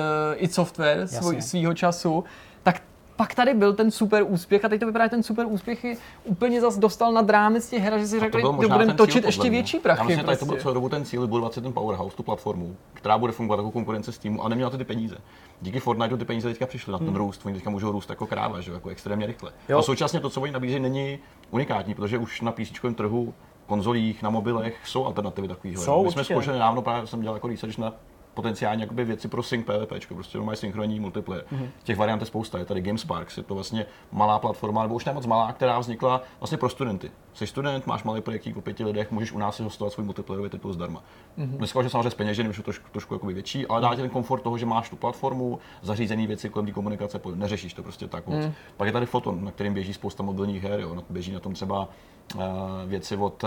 S2: id Software svýho času, tak pak tady byl ten super úspěch a teď to vypadá, že ten super úspěch je úplně zas dostal nad rámec těch her, že si řekli, že budeme točit ještě větší prachy.
S3: Vlastně tady to byl celou dobu ten cíl, budovat si ten powerhouse, tu platformu, která bude fungovat jako konkurence Steamu a neměla ty peníze. Díky Fortniteu ty peníze teďka přišly na ten růst, oni teďka můžou růst jako kráva, že? Jako extrémně rychle. A současně to, co oni nabízejí, není unikátní, protože už na PC trhu, konzolích, na mobilech jsou alternativy takovýhle. My jsme zkoušeli nedávno, právě jsem dělal jako research na potenciálně jakoby věci pro sync PvP, prostě normálně synchronní multiplayer. Těch variant je spousta, je tady GameSparks, je to vlastně malá platforma, nebo už ne moc malá, která vznikla vlastně pro studenty. Jsi student, máš malý projektík o 5 lidech, můžeš u nás si hostovat svůj multiplayerový titul zdarma. Dneska už je samozřejmě zpeněžený, už je to trošku jakoby větší, ale dá ti ten komfort toho, že máš tu platformu, zařízený věci kolem té komunikace, neřešíš to prostě tak moc. Pak je tady Photon, na kterém běží spousta mobilních her, jo. Běží na tom třeba věci od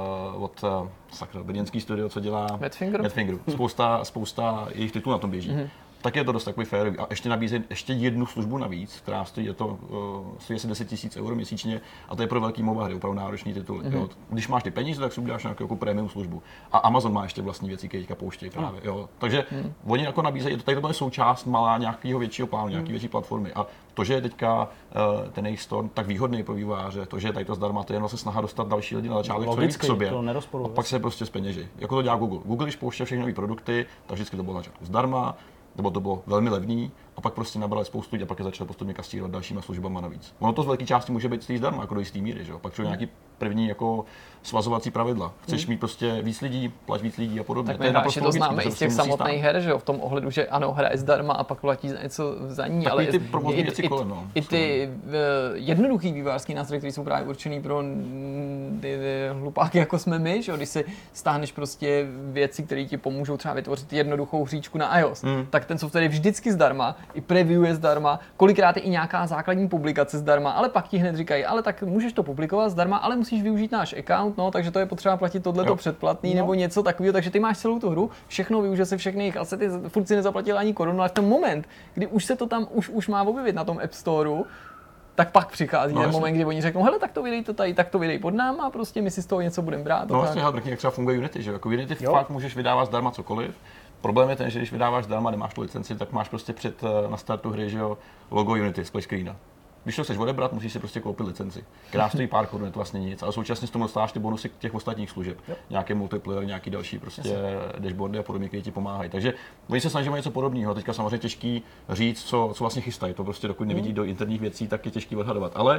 S3: brněnský studio, co dělá Madfingeru. Spousta jejich titulů na tom běží. Tak je to dost takový férový. A ještě nabízí ještě jednu službu navíc, která stojí asi 10 000 € měsíčně a to je pro velký MOBA hry, opravdu náročný titul. Jo. Když máš ty peníze, tak si uděláš nějakou jako premium službu. A Amazon má ještě vlastní věci, které teďka pouštějí právě. Jo. Takže oni jako nabízejí, tady to je součást malá nějakého většího plánu, nějaké větší platformy. A to, že je teďka ten jejich store tak výhodný pro vývojáře, to, že je tady to zdarma, to je jen vlastně snaha dostat další lidi na začátek k sobě. A pak se prostě zpeněží. Jako to dělá Google. Google, když pouštěl všechny nové produkty, tak vždycky to bylo na začátku zdarma, nebo to bylo velmi levný a pak prostě nabrali spoustu lidí a pak je začali postupně kastírovat dalšíma službama navíc. Ono to z velké části může být zdarma, jako do jistý míry, že jo? Pak jsou nějaký první jako svazovací pravidla. Chceš mít prostě víc lidí, plať víc lidí a podobně.
S2: Tak my to známe i z těch samotných her, že jo? V tom ohledu, že ano, hra je zdarma a pak platí za něco za ní, ale i ty jednoduchý vývojářský nástroje, které jsou právě určený pro ty hlupáky, jako jsme my, že jo? Když si stáhneš prostě věci, které ti pomůžou třeba vytvořit jednoduchou hříčku na iOS, tak ten software je vždycky zdarma, i preview je zdarma, kolikrát je i nějaká základní publikace zdarma, ale pak ti hned říkají, ale tak můžeš to publikovat zdarma, ale musíš využít náš account, no, takže to je potřeba platit tohleto předplatný nebo něco takového, takže ty máš celou tu hru, všechno využije se všechny jejich asety, furt si nezaplatil ani korunu, ale v ten moment, kdy už se to tam už má objevit na tom App Storeu, tak pak přichází ten moment, kdy oni řeknou, hele, tak to vydej to tady, tak to vydej pod náma a prostě my si z toho něco budeme brát.
S3: No vlastně, jak třeba funguje Unity, že jako Unity fakt můžeš vydávat zdarma cokoliv. Problém je ten, že když vydáváš zdarma, nemáš tu licenci, tak máš prostě na startu hry, že jo, logo Unity, splash screena. Když to chceš odebrat, musíš si prostě koupit licenci, která stojí pár korun, je to vlastně nic, ale současně s tomu dostáváš ty bonusy těch ostatních služeb. Nějaký multiplayer, nějaký další prostě dashboardy a podobně, které ti pomáhají. Takže oni se snaží něco podobného. Teďka samozřejmě těžký říct, co vlastně chystají. To prostě dokud nevidí do interních věcí, tak je těžký odhadovat. Ale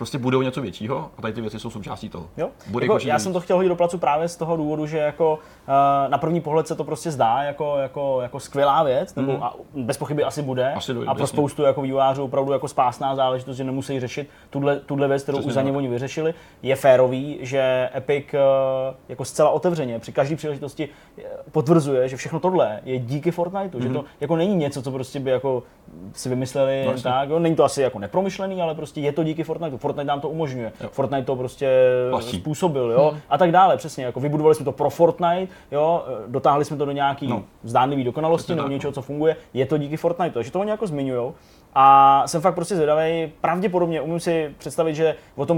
S3: prostě budou něco většího a tady ty věci jsou součástí toho.
S1: Jo? Jako, já jsem to chtěl hodit do placu právě z toho důvodu, že jako na první pohled se to prostě zdá jako skvělá věc, nebo a bez pochyby asi bude. A pro spoustu jako vývojářů opravdu jako spásná záležitost, že nemusí řešit tuhle věc, kterou už za ně oni vyřešili. Je férový, že Epic jako zcela otevřeně při každé příležitosti potvrzuje, že všechno tohle je díky Fortniteu, že to jako není něco, co prostě by jako si vymysleli tak, jo? Není to asi jako nepromyšlený, ale prostě je to díky Fortniteu. Fortnite nám to umožňuje. Jo. Fortnite to prostě způsobil, jo? A tak dále, přesně, jako vybudovali jsme to pro Fortnite, jo? Dotáhli jsme to do nějaký zdánlivý dokonalosti nebo něčeho, co funguje. Je to díky Fortniteu, takže to oni jako zmiňujou. A jsem fakt prostě zvědavý, pravděpodobně umím si představit, že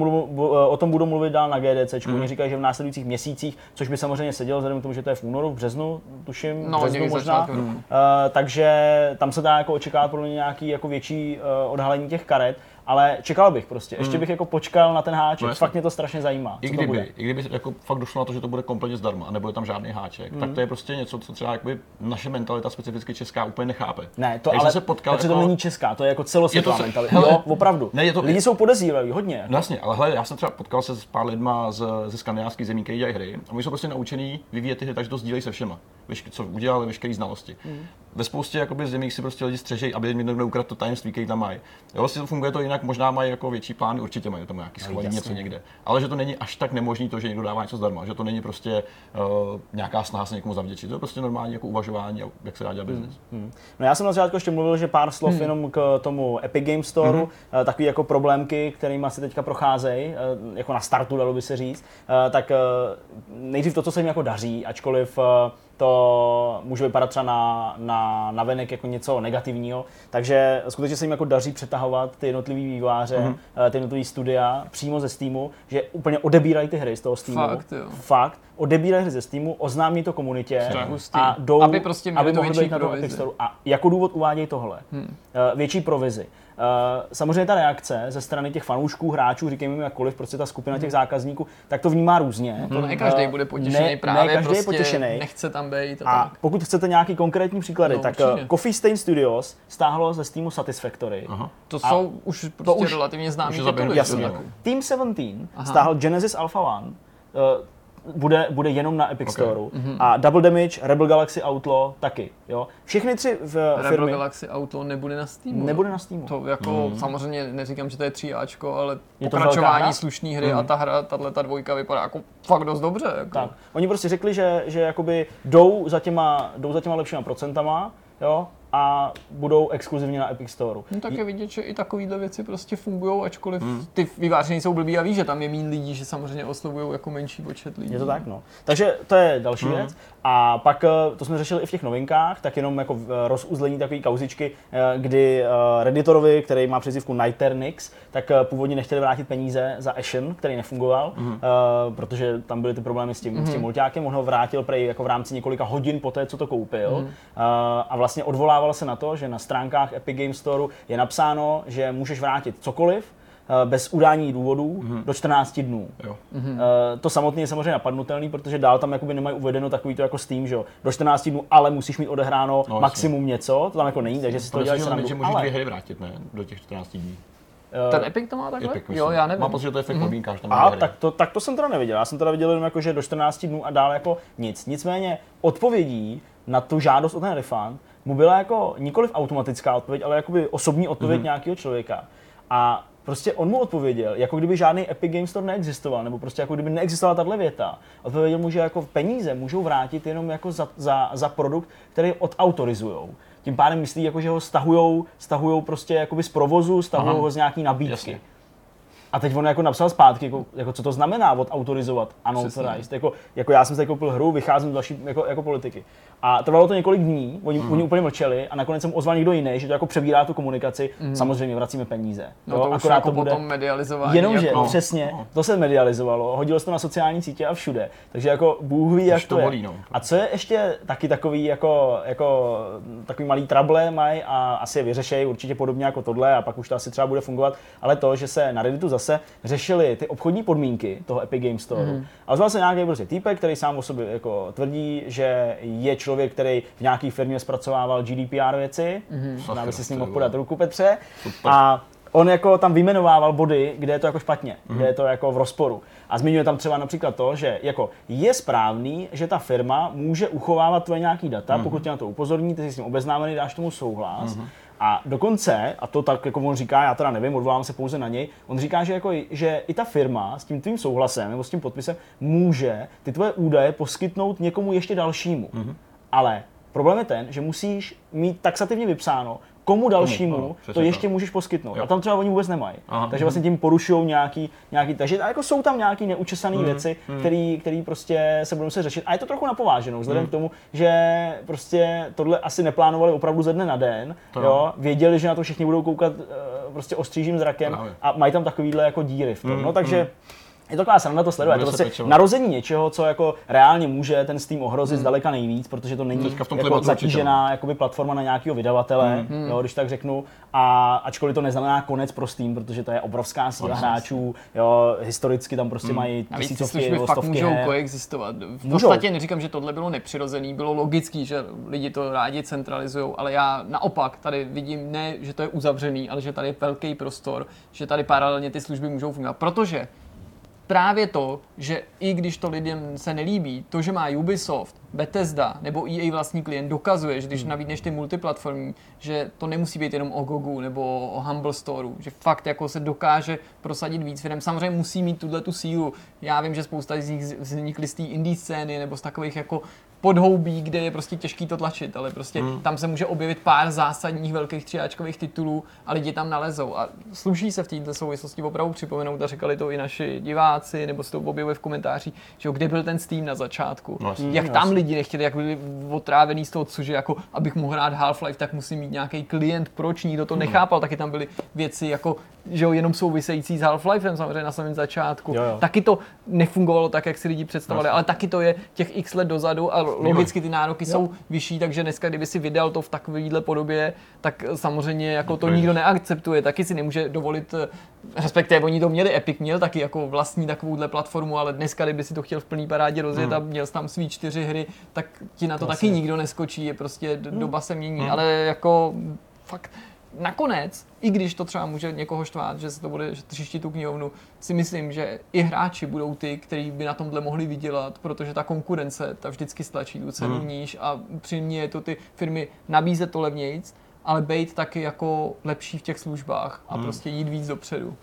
S1: o tom budu mluvit dál na GDCčku. Oni říkají, že v následujících měsících, což by samozřejmě sedělo vzhledem k tomu, že to je v únoru, v březnu, tuším, březnu možná. Takže tam se dá jako očekávat podle mě nějaký jako větší odhalení těch karet. Ale čekal bych prostě, ještě bych jako počkal na ten háček, fakt mě to strašně zajímá.
S3: I kdyby jako fakt došlo na to, že to bude kompletně zdarma a nebude tam žádný háček, tak to je prostě něco, co třeba jakoby naše mentalita specificky česká úplně nechápe.
S1: Ne, to ale protože to není česká, to je jako celosvětová mentalita. Jo, opravdu. Lidi jsou podezíraví hodně.
S3: No jasně, ale hele, já jsem třeba potkal se s pár lidma ze skandinávských zemí, kteří dělají hry, a oni jsou prostě naučení vyvíjet ty hry, takže to sdílejí se všema. Co udělali veškeré znalosti. Ve spoustě jakoby zemích si prostě lidi střežejí, aby jim někdo ukradl to tajemství, který tam mají. Jo, vlastně to funguje to jinak, možná mají jako větší plány, určitě mají tam nějaký schovaný něco někde. Ale že to není až tak nemožný to, že někdo dává něco zdarma, že to není prostě nějaká snaha se někomu zavděčit. To je prostě normální jako uvažování, jak se dá dělat business.
S1: No já jsem na začátku ještě mluvil, že pár slov jenom k tomu Epic Games Storeu, takový jako problémky, kterými si teďka procházejí, jako na startu dalo by se říct, tak nejdřív to, co se jim jako daří, ačkoliv to může vypadat třeba na venek jako něco negativního, takže skutečně se jim jako daří přetahovat ty jednotlivý vývojáře, ty jednotlivý studia přímo ze Steamu, že úplně odebírají ty hry z toho Steamu. Fakt, odebírají hry ze Steamu, oznámí to komunitě a jdou,
S2: aby prostě měli to
S1: mohli být na Epic Store. A jako důvod uvádějí tohle. Větší provizi. Samozřejmě ta reakce ze strany těch fanoušků, hráčů, říkejme jim jakkoliv, prostě ta skupina těch zákazníků, tak to vnímá různě.
S2: To ne každý bude potěšený, právě
S1: každý
S2: prostě
S1: je potěšený.
S2: Nechce tam být.
S1: A pokud chcete nějaký konkrétní příklady, tak Coffee Stain Studios stáhlo ze Steamu Satisfactory.
S2: To jsou už prostě relativně známý tituly.
S1: Team 17 stáhl Genesis Alpha 1. Bude jenom na Epic Storeu. A Double Damage, Rebel Galaxy Outlaw taky, jo. Všechny tři firmy...
S2: Rebel Galaxy Outlaw nebude na Steamu.
S1: Nebude na Steamu.
S2: To jako samozřejmě neříkám, že to je 3Ačko, ale je pokračování slušné hry a ta hra, tato dvojka vypadá jako fakt dost dobře. Jako.
S1: Tak. Oni prostě řekli, že jakoby jdou za těma lepšíma procentama, jo, a budou exkluzivně na Epic Storeu.
S2: No tak je vidět, že i takovýhle věci prostě fungují, ačkoliv ty výváři nejsou blbý a víš, že tam je méně lidí, že samozřejmě oslovují jako menší počet lidí.
S1: Je to tak, no. Takže to je další věc. A pak, to jsme řešili i v těch novinkách, tak jenom jako rozuzlení takové kauzičky, kdy Redditorovi, který má přezdívku Niternix, tak původně nechtěli vrátit peníze za Ashen, který nefungoval, protože tam byly ty problémy s tím mulťákem. On ho vrátil prej jako v rámci několika hodin poté, co to koupil. A vlastně odvolával se na to, že na stránkách Epic Games Storeu je napsáno, že můžeš vrátit cokoliv bez udání důvodů do 14 dnů.
S3: Jo.
S1: To samotné je samozřejmě napadnutelný, protože dál tam jakoby nemají uvedeno takový to jako Steam, že jo, do 14 dnů, ale musíš mít odehráno maximum něco, to tam jako není, takže si to děláš srandu.
S3: Že můžeš 2 hry vrátit, ne? Do těch 14 dní.
S2: Ten Epic to má takhle?
S3: Epic,
S2: jo, já nevím.
S3: Mám pocit, že to je fakt podmínka, že tam má hry.
S1: Tak to jsem teda neviděl. Já jsem teda viděl jenom jako, že do 14 dnů a dál jako nic. Nicméně odpovědí na tu žádost o ten refund mu byla jako nikoliv automatická odpověď, ale jakoby osobní odpověď nějakého člověka. A prostě on mu odpověděl, jako kdyby žádný Epic Games Store neexistoval, nebo prostě jako kdyby neexistovala tahle věta. Odpověděl mu, že jako peníze můžou vrátit jenom jako za produkt, který odautorizujou. Tím pádem myslí, jako, že ho stahujou prostě jakoby z provozu, stahujou ho z nějaký nabídky. Jasně. A teď on jako napsal zpátky, jako co to znamená odautorizovat unauthorized. Jako já jsem si koupil hru, vycházím z další jako politiky. A trvalo to několik dní, oni úplně mlčeli a nakonec jsem ozval někdo jiný, že to jako přebírá tu komunikaci. Samozřejmě vracíme peníze.
S2: No to už jako to bude potom medializování.
S1: Jenomže přesně, to se medializovalo, hodilo se to na sociální sítě a všude. Takže jako Bůh ví, jak to je.
S3: No.
S1: A co je ještě taky takový jako takový malý trable mají a asi je vyřešejí určitě podobně jako tohle a pak už to asi třeba bude fungovat, ale to, že se na Redditu zase řešili ty obchodní podmínky toho Epic Games Storeu. A ozval se nějaký prostě týpek, který sám o sobě jako tvrdí, že je člověk, který v nějaké firmě zpracovával GDPR věci, aby si s ním mohl podat ruku, Petře.
S3: Super.
S1: A on jako tam vyjmenovával body, kde je to jako špatně, kde je to jako v rozporu. A zmiňuje tam třeba například to, že jako je správný, že ta firma může uchovávat tvoje nějaký data, pokud tě na to upozorní, ty jsi s tím obeznámený, dáš tomu souhlas. A dokonce, a to tak jako on říká, já teda nevím, odvolám se pouze na něj, on říká, že i ta firma s tím tvým souhlasem nebo s tím podpisem může ty tvoje údaje poskytnout někomu ještě dalšímu. Ale problém je ten, že musíš mít taxativně vypsáno, komu dalšímu to ještě můžeš poskytnout. A tam třeba oni vůbec nemají. Takže vlastně tím porušují nějaký, takže jako jsou tam nějaký neučesané věci, které prostě se budou muset řešit. A je to trochu napováženou, vzhledem k tomu, že prostě tohle asi neplánovali opravdu ze dne na den. Jo? Věděli, že na to všichni budou koukat prostě ostřížím zrakem a mají tam takovýhle jako díry v tom. No, takže je to taková sranda to sledovat. Je to prostě narození něčeho, co jako reálně může ten Steam ohrozit zdaleka nejvíc, protože to není jako zatížená jakoby platforma na nějakého vydavatele, jo, když tak řeknu. A ačkoliv to neznamená konec pro Steam, protože to je obrovská síla hráčů, jo, historicky tam prostě mají tisícovky nebo stovky
S2: můžou koexistovat. V podstatě neříkám, že tohle bylo nepřirozený, bylo logický, že lidi to rádi centralizují, ale já naopak tady vidím ne, že to je uzavřený, ale že tady je velký prostor, že tady paralelně ty služby můžou fungovat, protože právě to, že i když to lidem se nelíbí, to, že má Ubisoft, Bethesda nebo EA vlastní klient, dokazuje, že když nabídneš ty multiplatformní, že to nemusí být jenom o GOGu nebo o Humble Storeu, že fakt jako se dokáže prosadit víc firem. Samozřejmě musí mít tu sílu. Já vím, že spousta z nich vznikly z té indie scény nebo z takových jako podhoubí, kde je prostě těžký to tlačit, ale prostě tam se může objevit pár zásadních velkých třiáčkových titulů a lidi tam nalezou. A sluší se v této souvislosti opravdu připomenout, a říkali to i naši diváci, nebo se to objevuje v komentářích, že kde byl ten Steam na začátku. Jak tam lidi nechtěli, jak byli otrávený z toho, že jako abych mohl hrát Half-Life, tak musím mít nějaký klient, proč nikdo to nechápal, taky tam byly věci jako, že jo, jenom související s Half-Lifem samozřejmě na samém začátku. Jo. Taky to nefungovalo tak, jak si lidi představovali, ale taky to je těch x let dozadu a logicky ty nároky jsou vyšší, takže dneska, kdyby si vydal to v takovéhle podobě, tak samozřejmě jako to nikdo neakceptuje, taky si nemůže dovolit, respektive oni to měli, Epic měl taky jako vlastní takovouhle platformu, ale dneska, kdyby si to chtěl v plný parádě rozjet a měl tam svý 4 hry, tak ti na to taky nikdo neskočí, je prostě doba se mění, ale jako fakt nakonec, i když to třeba může někoho štvát, že se to bude třištit tu knihovnu, si myslím, že i hráči budou ty, kteří by na tomhle mohli vydělat, protože ta konkurence ta vždycky stlačí tu cenu níž a přimě je to ty firmy nabízet to levnějc, ale být taky jako lepší v těch službách a prostě jít víc dopředu.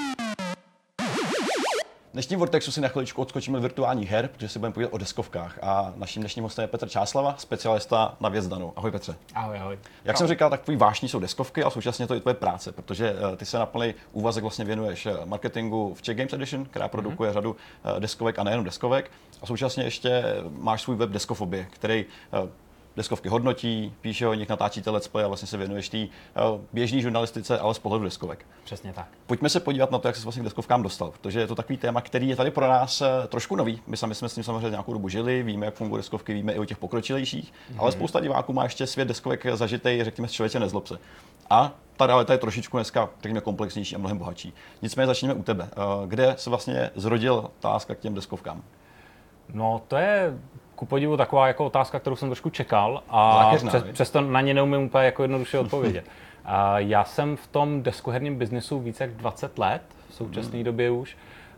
S3: V dnešním Vortexu si na chviličku odskočíme do virtuálních her, protože si budeme povídat o deskovkách. A naším dnešním hostem je Petr Čáslava, specialista na věc danou. Ahoj Petře.
S2: Ahoj.
S3: Jak jsem říkal, tak tvůj vášní jsou deskovky a současně to i tvoje práce, protože ty se na plný úvazek vlastně věnuješ marketingu v Czech Games Edition, která produkuje řadu deskovek a nejenom deskovek. A současně ještě máš svůj web Deskofobie, který deskovky hodnotí, píše o nich, natáčíte let's play a vlastně se věnuješ té běžné žurnalistice, ale z pohledu deskovek.
S2: Přesně tak.
S3: Pojďme se podívat na to, jak se vlastně k deskovkám dostal, protože je to takový téma, který je tady pro nás trošku nový. My sami jsme s tím samozřejmě nějakou dobu žili, víme, jak fungují deskovky, víme i o těch pokročilejších, ale spousta diváků má ještě svět deskovek zažitej, řekněme, člověče nezlob se. A ta realita je trošičku dneska, řekněme, komplexnější a mnohem bohatší. Nicméně začneme u tebe. Kde se vlastně zrodil ta láska k těm deskovkám?
S4: No, to je ku podivu taková jako otázka, kterou jsem trošku čekal a přesto na ně neumím úplně jako jednoduše odpovědět. Já jsem v tom deskoherním biznesu více jak 20 let, v současné době už,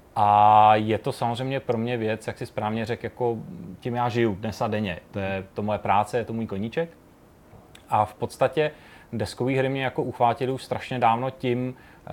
S4: a je to samozřejmě pro mě věc, jak si správně řekl, jako tím já žiju dnes a denně. To je to moje práce, je to můj koníček. A v podstatě deskové hry mě jako uchvátily už strašně dávno tím,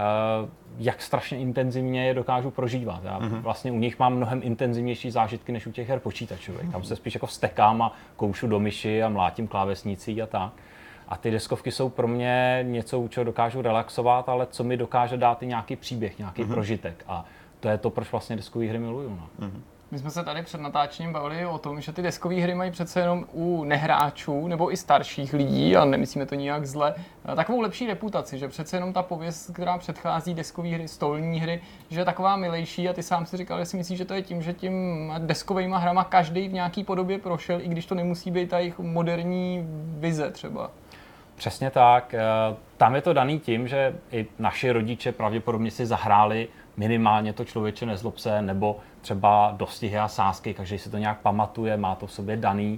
S4: jak strašně intenzivně je dokážu prožívat. Já vlastně u nich mám mnohem intenzivnější zážitky než u těch her počítačových. Tam se spíš jako stekám a koušu do myši a mlátím klávesnicí a tak. A ty deskovky jsou pro mě něco, u čeho dokážu relaxovat, ale co mi dokáže dát i nějaký příběh, nějaký prožitek. A to je to, proč vlastně deskové hry miluju. No.
S2: My jsme se tady před natáčením bavili o tom, že ty deskové hry mají přece jenom u nehráčů nebo i starších lidí, a nemyslíme to nijak zle, takovou lepší reputaci, že přece jenom ta pověst, která předchází deskové hry, stolní hry, že je taková milejší, a ty sám si říkal, že si myslíš, že to je tím, že tím deskovejma hrama každý v nějaký podobě prošel, i když to nemusí být ta jejich moderní vize třeba.
S4: Přesně tak. Tam je to daný tím, že i naši rodiče pravděpodobně si zahráli minimálně to Člověče nezlob se, nebo třeba Dostihy a sázky, každý si to nějak pamatuje, má to v sobě daný.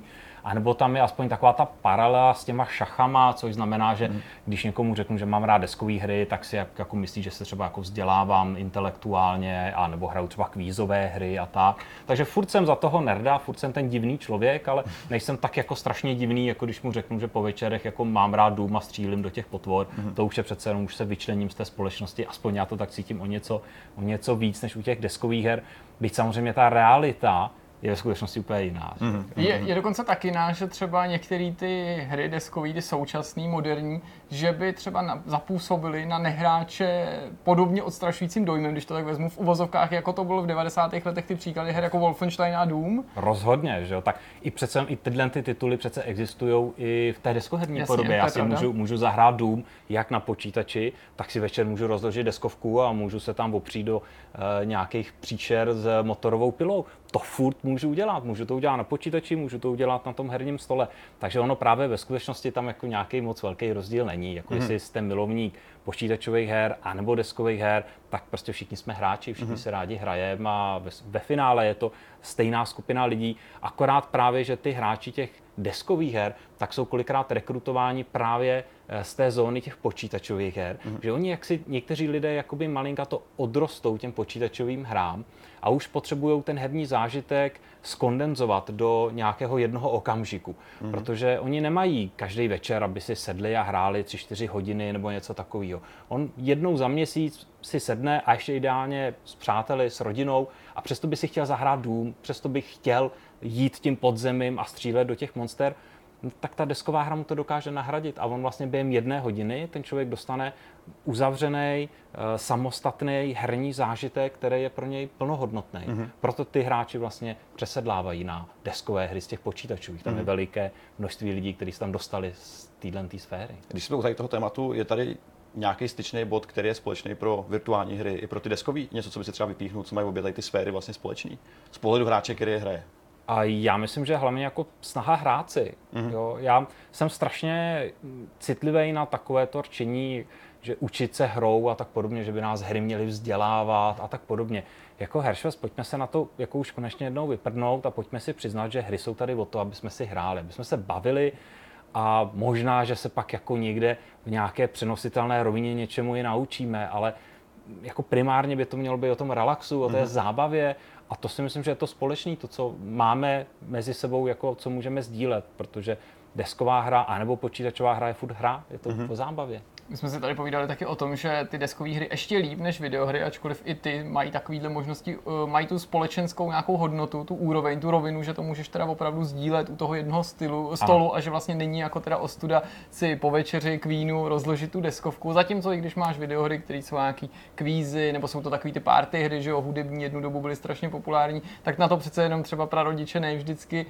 S4: anebo tam je aspoň taková ta paralela s těma šachama, což znamená, že když někomu řeknu, že mám rád deskové hry, tak si jako myslí, že se třeba jako vzdělávám intelektuálně, a nebo hraju třeba kvízové hry a tak. Takže furt jsem za toho nerda, furt jsem ten divný člověk, ale nejsem tak jako strašně divný, jako když mu řeknu, že po večerech jako mám rád Doom a střílím do těch potvor. To už je přece jenom, už se vyčlením z té společnosti, aspoň já to tak cítím o něco víc než u těch deskových her. Byť samozřejmě ta realita je ve skutečnosti úplně jiná.
S2: Je dokonce taky jiná, že třeba některé ty hry deskový, ty současný, moderní, že by třeba zapůsobily na nehráče podobně odstrašujícím dojmem, když to tak vezmu v uvozovkách, jako to bylo v 90. letech ty příklady her jako Wolfenstein a Doom.
S4: Rozhodně, že jo. Tak i přece i tyhle ty tituly přece existují i v té deskoherní podobě. Já si můžu zahrát Doom jak na počítači, tak si večer můžu rozložit deskovku a můžu se tam opřít do nějakých příšer s motorovou pilou. To furt můžu udělat. Můžu to udělat na počítači, můžu to udělat na tom herním stole. Takže ono právě ve skutečnosti tam jako nějaký moc velký rozdíl není. Jako jestli jste milovník počítačových her anebo deskových her, tak prostě všichni jsme hráči, všichni se rádi hrajeme a ve finále je to stejná skupina lidí. Akorát právě, že ty hráči těch deskových her, tak jsou kolikrát rekrutováni právě z té zóny těch počítačových her, že oni jaksi někteří lidé jakoby malinka to odrostou těm počítačovým hrám a už potřebují ten herní zážitek skondenzovat do nějakého jednoho okamžiku, protože oni nemají každý večer, aby si sedli a hráli 3-4 hodiny nebo něco takového. On jednou za měsíc si sedne a ještě ideálně s přáteli, s rodinou a přesto by si chtěl zahrát Doom, přesto by chtěl jít tím podzemím a střílet do těch monster, tak ta desková hra mu to dokáže nahradit a on vlastně během 1 hodiny ten člověk dostane uzavřený, samostatný herní zážitek, který je pro něj plnohodnotný. Proto ty hráči vlastně přesedlávají na deskové hry z těch počítačů. Tam je veliké množství lidí, kteří se tam dostali z této sféry.
S3: Když jsme u toho tématu, je tady nějaký styčný bod, který je společný pro virtuální hry i pro ty deskové? Něco, co by se třeba vypíchnul, co mají obě ty sféry vlastně společný? Z pohledu hráče, který je hraje.
S4: A já myslím, že hlavně jako snaha hrát si. Jo? Já jsem strašně citlivý na takovéto rčení, že učit se hrou a tak podobně, že by nás hry měly vzdělávat a tak podobně. Jako Heršves, pojďme se na to jako už konečně jednou vyprdnout a pojďme si přiznat, že hry jsou tady o to, aby jsme si hráli, aby jsme se bavili a možná, že se pak jako někde v nějaké přenositelné rovině něčemu i naučíme, ale jako primárně by to mělo být o tom relaxu, o té zábavě. A to si myslím, že je to společné, to, co máme mezi sebou, jako co můžeme sdílet, protože desková hra anebo počítačová hra je furt hra, je to o zábavě.
S2: My jsme si tady povídali taky o tom, že ty deskové hry ještě líp než videohry, ačkoliv i ty mají takovýhle možnosti, mají tu společenskou nějakou hodnotu, tu úroveň, tu rovinu, že to můžeš teda opravdu sdílet u toho jednoho stolu a že vlastně není jako teda ostuda si po večeři k vínu rozložit tu deskovku. Zatímco i když máš videohry, které jsou nějaký kvízy, nebo jsou to takový ty party hry, že jo, hudební jednu dobu byly strašně populární, tak na to přece jenom třeba prarodiče nevždycky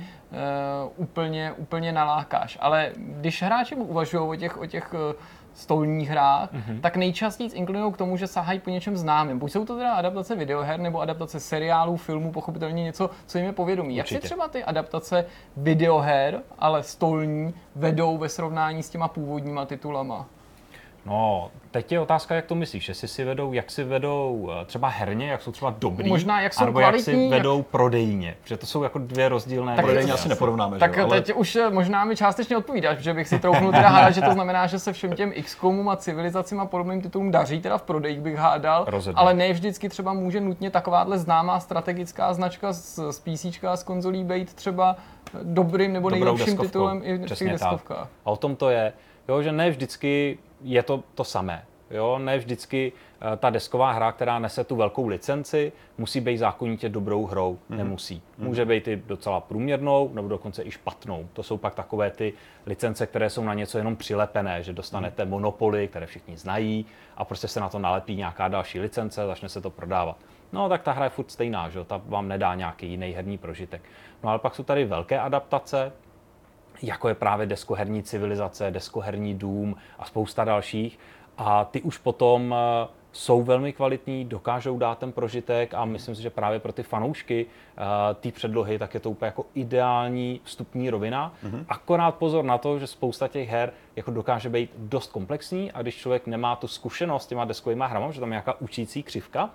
S2: úplně nalákáš. Ale když hráči uvažují o těch stolních hrách, tak nejčastěji inklinují k tomu, že sahají po něčem známém. Buď jsou to teda adaptace videoher nebo adaptace seriálů, filmů, pochopitelně něco, co jim je povědomí.
S4: Určitě.
S2: Jak si třeba ty adaptace videoher, ale stolní, vedou ve srovnání s těma původníma titulama?
S4: No, teď je otázka, jak to myslíš, jak si vedou třeba herně, jak jsou třeba dobrý,
S2: možná jak jsou
S4: anebo
S2: kvalitní,
S4: jak si vedou prodejně, protože to jsou jako dvě rozdílné.
S3: Tak prodejně asi neporovnáme,
S2: tak
S3: že jo? Ale
S2: teď už možná mi částečně odpovídáš, že bych si troufnul teda hádat, že to znamená, že se všem těm XCOMům a civilizacím a podobným titulům daří teda v prodejích bych hádal,
S4: rozhodně.
S2: Ale ne vždycky třeba může nutně takováhle známá strategická značka z PCčka, z konzolí být třeba dobrým nebo nejlepším titulem i v těch deskovkách.
S4: A o tom to je, jo, že ne vždycky je to samé. Jo, ne vždycky ta desková hra, která nese tu velkou licenci, musí být zákonitě dobrou hrou. Nemusí. Může být i docela průměrnou, nebo dokonce i špatnou. To jsou pak takové ty licence, které jsou na něco jenom přilepené, že dostanete Monopoly, které všichni znají, a prostě se na to nalepí nějaká další licence a začne se to prodávat. No tak ta hra je furt stejná, že? Ta vám nedá nějaký jiný herní prožitek. No ale pak jsou tady velké adaptace, jako je právě deskoherní civilizace, deskoherní Doom a spousta dalších. A ty už potom jsou velmi kvalitní, dokážou dát ten prožitek a myslím si, že právě pro ty fanoušky té předlohy tak je to úplně jako ideální vstupní rovina. Akorát pozor na to, že spousta těch her jako dokáže být dost komplexní a když člověk nemá tu zkušenost s těma deskovýma hrama, že tam je nějaká učící křivka,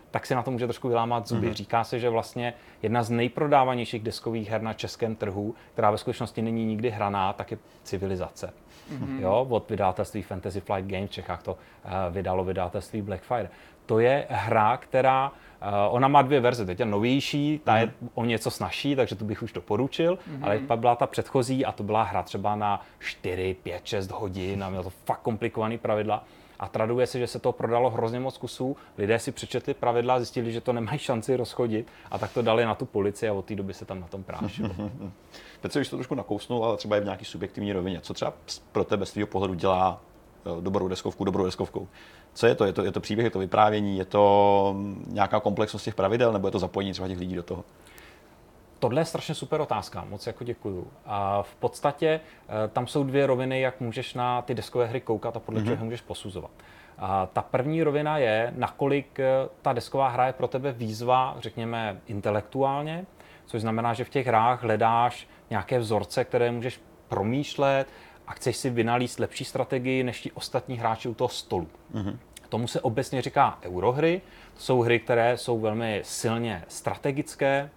S4: tak si na to může trošku vylámat zuby. Říká se, že vlastně jedna z nejprodávanějších deskových her na českém trhu, která ve skutečnosti není nikdy hraná, tak je Civilizace. Jo, od vydavatelství Fantasy Flight Games, v Čechách to vydalo vydavatelství Blackfire. To je hra, která, ona má 2 verze, teď je novější, ta je o něco snazší, takže tu bych už doporučil, ale pak byla ta předchozí a to byla hra třeba na 4, 5, 6 hodin a mělo to fakt komplikovaný pravidla. A traduje se, že se to prodalo hrozně moc kusů, lidé si přečetli pravidla a zjistili, že to nemají šanci rozchodit a tak to dali na tu policii a od té doby se tam na tom prášilo.
S3: Petře, už to trošku nakousnul, ale třeba je v nějaký subjektivní rovině. Co třeba pro tebe z tvého pohledu dělá dobrou deskovkou? Co je to? Je to příběh, je to vyprávění, je to nějaká komplexnost těch pravidel, nebo je to zapojení třeba těch lidí do toho?
S4: Tohle je strašně super otázka, moc jako děkuju. A v podstatě tam jsou 2 roviny, jak můžeš na ty deskové hry koukat a podle čeho můžeš posuzovat. A ta první rovina je, nakolik ta desková hra je pro tebe výzva, řekněme, intelektuálně, což znamená, že v těch hrách hledáš nějaké vzorce, které můžeš promýšlet a chceš si vynalíst lepší strategii než ti ostatní hráči u toho stolu. Tomu se obecně říká eurohry. To jsou hry, které jsou velmi silně strategické,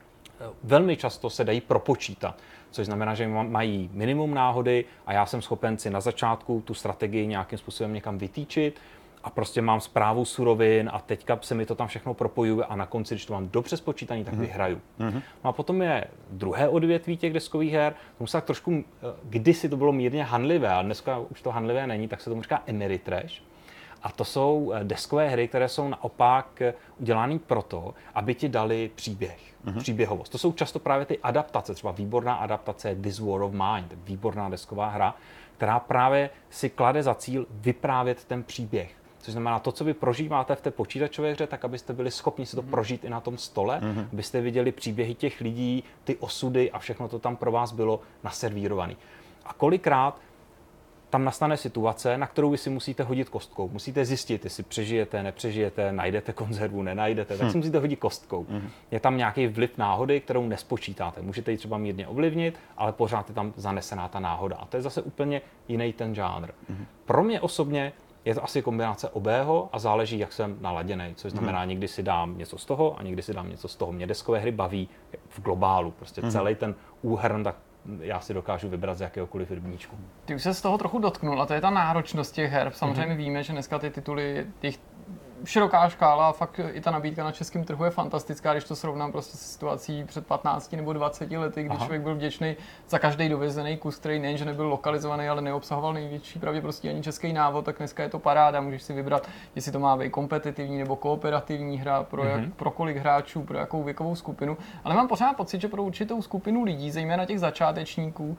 S4: velmi často se dají propočítat, což znamená, že mají minimum náhody a já jsem schopen si na začátku tu strategii nějakým způsobem někam vytýčit a prostě mám správu surovin a teďka se mi to tam všechno propojuje a na konci, když to mám dobře spočítaný, tak vyhraju. No a potom je druhé odvětví těch deskových her, tomu se tak trošku, kdysi to bylo mírně hanlivé, ale dneska už to hanlivé není, tak se tomu říká Ameritrash. A to jsou deskové hry, které jsou naopak udělány proto, aby ti dali příběh, příběhovost. To jsou často právě ty adaptace, třeba výborná adaptace je This War of Mine, výborná desková hra, která právě si klade za cíl vyprávět ten příběh. Což znamená to, co vy prožíváte v té počítačové hře, tak abyste byli schopni si to prožít i na tom stole, abyste viděli příběhy těch lidí, ty osudy a všechno to tam pro vás bylo naservírované. A kolikrát tam nastane situace, na kterou vy si musíte hodit kostkou. Musíte zjistit, jestli přežijete, nepřežijete, najdete konzervu, nenajdete, tak si musíte hodit kostkou. Je tam nějaký vliv náhody, kterou nespočítáte. Můžete ji třeba mírně ovlivnit, ale pořád je tam zanesená ta náhoda. A to je zase úplně jiný ten žánr. Pro mě osobně je to asi kombinace obého a záleží, jak jsem naladěnej, což znamená, někdy si dám něco z toho a někdy si dám něco z toho. Mě deskové hry baví v globálu, prostě celý ten úhrn, tak já si dokážu vybrat z jakéhokoliv rybníčku.
S2: Ty už se z toho trochu dotknul a to je ta náročnost těch her. Samozřejmě víme, že dneska ty tituly, těch široká škála, fakt i ta nabídka na českém trhu je fantastická, když to srovnám prostě s situací před 15 nebo 20 lety, kdy člověk byl vděčný za každý dovezený kus, který nejenže nebyl lokalizovaný, ale neobsahoval největší pravděpodobně ani český návod, tak dneska je to paráda, můžeš si vybrat, jestli to má být kompetitivní nebo kooperativní hra, pro kolik hráčů, pro jakou věkovou skupinu, ale mám pořád pocit, že pro určitou skupinu lidí, zejména těch začátečníků,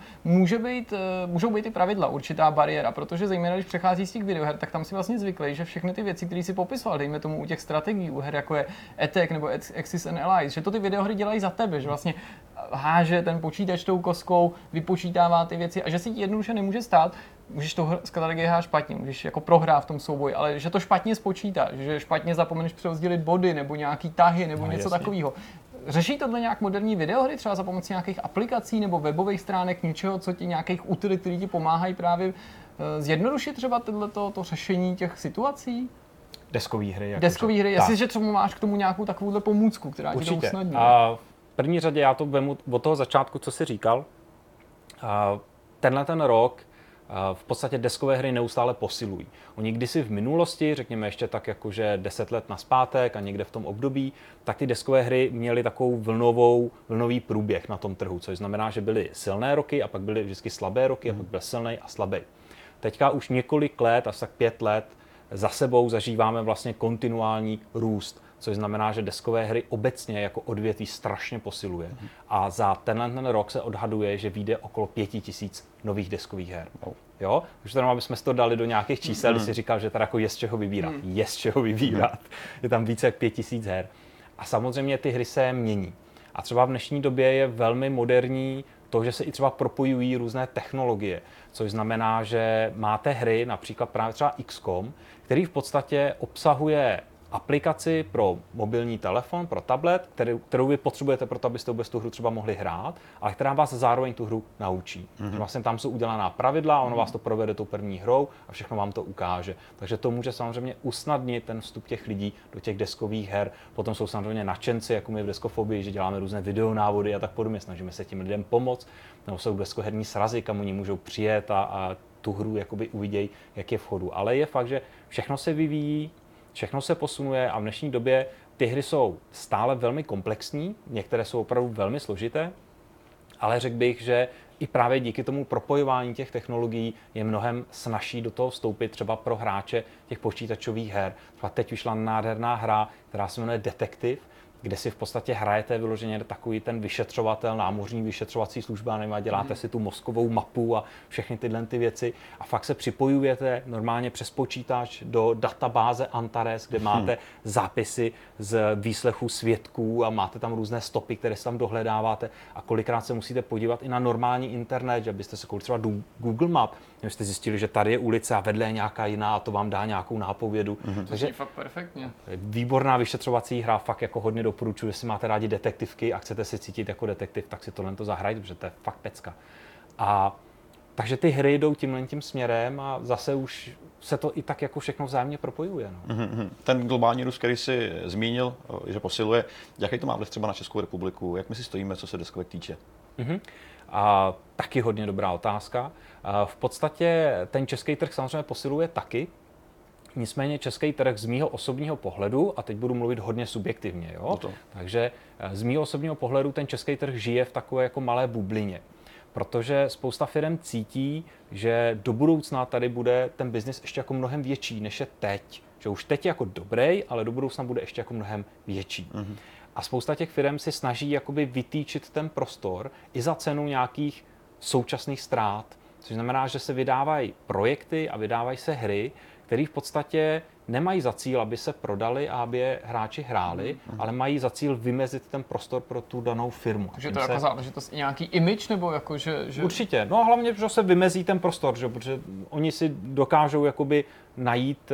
S2: můžou být i pravidla, určitá bariéra, protože zejména když přechází z těch videoher, tak tam si vlastně zvyklý, že všechny ty věci, které si popisoval, dejme tomu u těch strategií, u her jako je Attack nebo Axis and Allies, že to ty videohry dělají za tebe, že vlastně háže ten počítač tou kostkou, vypočítává ty věci a že si ti jednoduše nemůže stát, můžeš to strategii hrát špatně, můžeš jako prohrát v tom souboji, ale že to špatně spočítá, že špatně zapomeneš přerozdělit body nebo nějaký tahy nebo něco takového. Řeší tohle nějak moderní videohry, třeba za pomocí nějakých aplikací nebo webových stránek, něčeho, co ti nějakých utilit, který ti pomáhají právě zjednodušit třeba to řešení těch situací?
S4: Deskové hry.
S2: Deskové hry, jestliže třeba máš k tomu nějakou takovouhle pomůcku, která ti to usnadní.
S4: A v první řadě já to vemu od toho začátku, co jsi říkal. Tenhle ten rok v podstatě deskové hry neustále posilují. Oni kdysi v minulosti, řekněme ještě tak jakože 10 let nazpátek a někde v tom období, tak ty deskové hry měly takovou vlnový průběh na tom trhu, což znamená, že byly silné roky a pak byly vždycky slabé roky a pak byl silný a slabý. Teďka už několik let, asi tak 5 let, za sebou zažíváme vlastně kontinuální růst, což znamená, že deskové hry obecně jako odvětví strašně posiluje. A za ten rok se odhaduje, že vyjde okolo 5000 nových deskových her. Jo? Už to jenom, abychom si to dali do nějakých čísel, si říkal, že tady jako je z čeho vybírat. Je z čeho vybírat. Je tam více jak 5000 her. A samozřejmě ty hry se mění. A třeba v dnešní době je velmi moderní to, že se i třeba propojují různé technologie, což znamená, že máte hry, například právě třeba XCOM, který v podstatě obsahuje aplikaci pro mobilní telefon, pro tablet, kterou vy potřebujete pro to, abyste vůbec tu hru třeba mohli hrát, ale která vás zároveň tu hru naučí. Vlastně tam jsou udělaná pravidla, ono vás to provede tou první hrou a všechno vám to ukáže. Takže to může samozřejmě usnadnit ten vstup těch lidí do těch deskových her. Potom jsou samozřejmě nadšenci, jako my v Deskofobii, že děláme různé videonávody a tak podobně, snažíme se tím lidem pomoct, nebo jsou deskoherní srazy, kam oni můžou přijet a tu hru jakoby uvidějí, jak je v chodu. Ale je fakt, že všechno se vyvíjí, všechno se posunuje a v dnešní době ty hry jsou stále velmi komplexní, některé jsou opravdu velmi složité, ale řekl bych, že i právě díky tomu propojování těch technologií je mnohem snazší do toho vstoupit třeba pro hráče těch počítačových her. Třeba teď vyšla nádherná hra, která se jmenuje Detektiv, kde si v podstatě hrajete vyloženě takový ten vyšetřovatel, námořní vyšetřovací služba, a děláte si tu mozkovou mapu a všechny tyhle ty věci a fakt se připojujete normálně přes počítač do databáze Antares, kde máte zápisy z výslechu svědků a máte tam různé stopy, které si tam dohledáváte a kolikrát se musíte podívat i na normální internet, že byste se koukli třeba do Google Map, kdybyste zjistili, že tady je ulice a vedle je nějaká jiná a to vám dá nějakou nápovědu.
S2: Takže fakt perfektně.
S4: Výborná vyšetřovací hra, fakt jako hodně doporučuji, jestli máte rádi detektivky a chcete se cítit jako detektiv, tak si tohle to zahrajte, protože to je fakt pecka. A takže ty hry jdou tím směrem a zase už se to i tak jako všechno vzájemně propojuje. No.
S3: Ten globální růst, který jsi zmínil, že posiluje, jaký to má vliv třeba na Českou republiku, jak my si stojíme, co se deskovek týče?
S4: A taky hodně dobrá otázka. V podstatě ten český trh samozřejmě posiluje taky, nicméně český trh z mýho osobního pohledu, a teď budu mluvit hodně subjektivně, jo? Takže z mýho osobního pohledu ten český trh žije v takové jako malé bublině. Protože spousta firm cítí, že do budoucna tady bude ten biznis ještě jako mnohem větší, než je teď. Že už teď je jako dobrý, ale do budoucna bude ještě jako mnohem větší. A spousta těch firm si snaží jakoby vytýčit ten prostor i za cenu nějakých současných ztrát. Což znamená, že se vydávají projekty a vydávají se hry, které v podstatě nemají za cíl, aby se prodali a aby je hráči hráli, ale mají za cíl vymezit ten prostor pro tu danou firmu.
S2: Takže to je jako záležitost i nějaký image, nebo jako, že...
S4: Určitě. No a hlavně, že se vymezí ten prostor, že? Protože oni si dokážou jakoby najít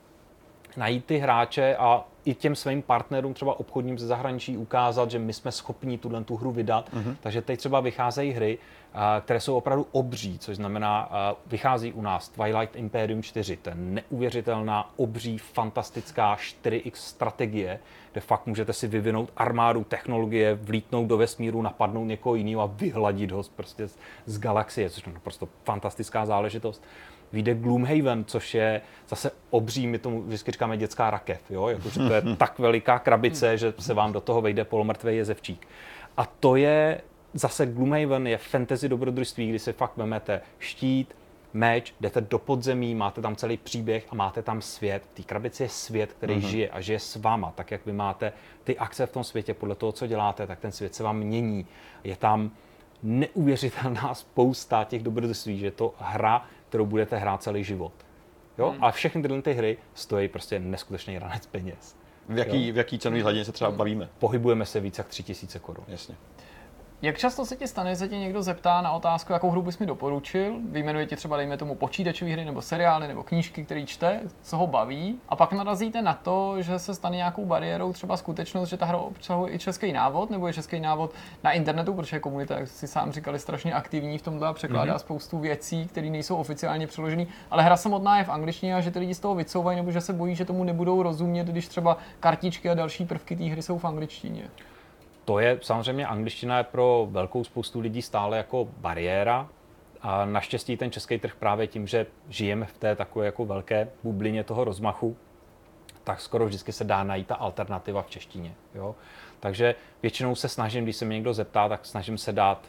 S4: ty hráče a i těm svým partnerům, třeba obchodním ze zahraničí, ukázat, že my jsme schopni tu hru vydat. Takže teď třeba vycházejí hry, které jsou opravdu obří, což znamená, vychází u nás Twilight Imperium 4, to je neuvěřitelná, obří, fantastická 4X strategie, kde fakt můžete si vyvinout armádu technologie, vlítnout do vesmíru, napadnout někoho jiného a vyhladit ho prostě z galaxie, což je naprosto fantastická záležitost. Vyjde Gloomhaven, což je zase obří, my tomu vždycky říkáme dětská rakev, jo? Jakože to je tak veliká krabice, že se vám do toho vejde polomrtvý jezevčík. A to je zase Gloomhaven, je fantasy dobrodružství, kdy si fakt vezmete štít, meč, jdete do podzemí, máte tam celý příběh a máte tam svět. V té krabici je svět, který žije a žije s váma. Tak jak vy máte ty akce v tom světě, podle toho, co děláte, tak ten svět se vám mění. Je tam neuvěřitelná spousta těch dobrodružství, že je to hra, kterou budete hrát celý život. Jo? A všechny tyhle ty hry stojí prostě neskutečný ranec peněz.
S3: V jaký cenové hladině se třeba bavíme?
S4: Pohybujeme se víc jak 3000 korun.
S3: Jasně.
S2: Jak často se ti stane, že se tě někdo zeptá na otázku, jakou hru bys mi doporučil, vyjmenuje ti třeba, dejme tomu, počítačové hry nebo seriály nebo knížky, které čte, co ho baví, a pak narazíte na to, že se stane nějakou bariérou třeba skutečnost, že ta hra obsahuje i český návod, nebo je český návod na internetu, protože komunita, jak si sám říkali, strašně aktivní v tomhle a překládá spoustu věcí, které nejsou oficiálně přeložené, ale hra samotná je v angličtině a že ty lidi z toho vycouvají, nebo že se bojí, že tomu nebudou rozumět, když třeba kartičky a další prvky té hry jsou v angličtině.
S4: To je samozřejmě, angličtina je pro velkou spoustu lidí stále jako bariéra a naštěstí ten český trh právě tím, že žijeme v té takové jako velké bublině toho rozmachu, tak skoro vždycky se dá najít ta alternativa v češtině. Jo? Takže většinou se snažím, když se mě někdo zeptá, tak snažím se dát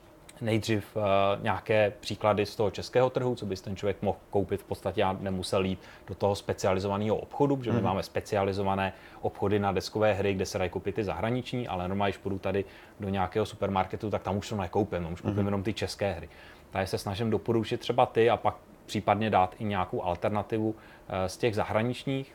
S4: nejdřív nějaké příklady z toho českého trhu, co by ten člověk mohl koupit v podstatě a nemusel jít do toho specializovaného obchodu, protože my máme specializované obchody na deskové hry, kde se dají koupit ty zahraniční, ale normálně, když půjdu tady do nějakého supermarketu, tak tam už to nekoupím, už koupím jenom ty české hry. Takže se snažím doporučit třeba ty a pak případně dát i nějakou alternativu z těch zahraničních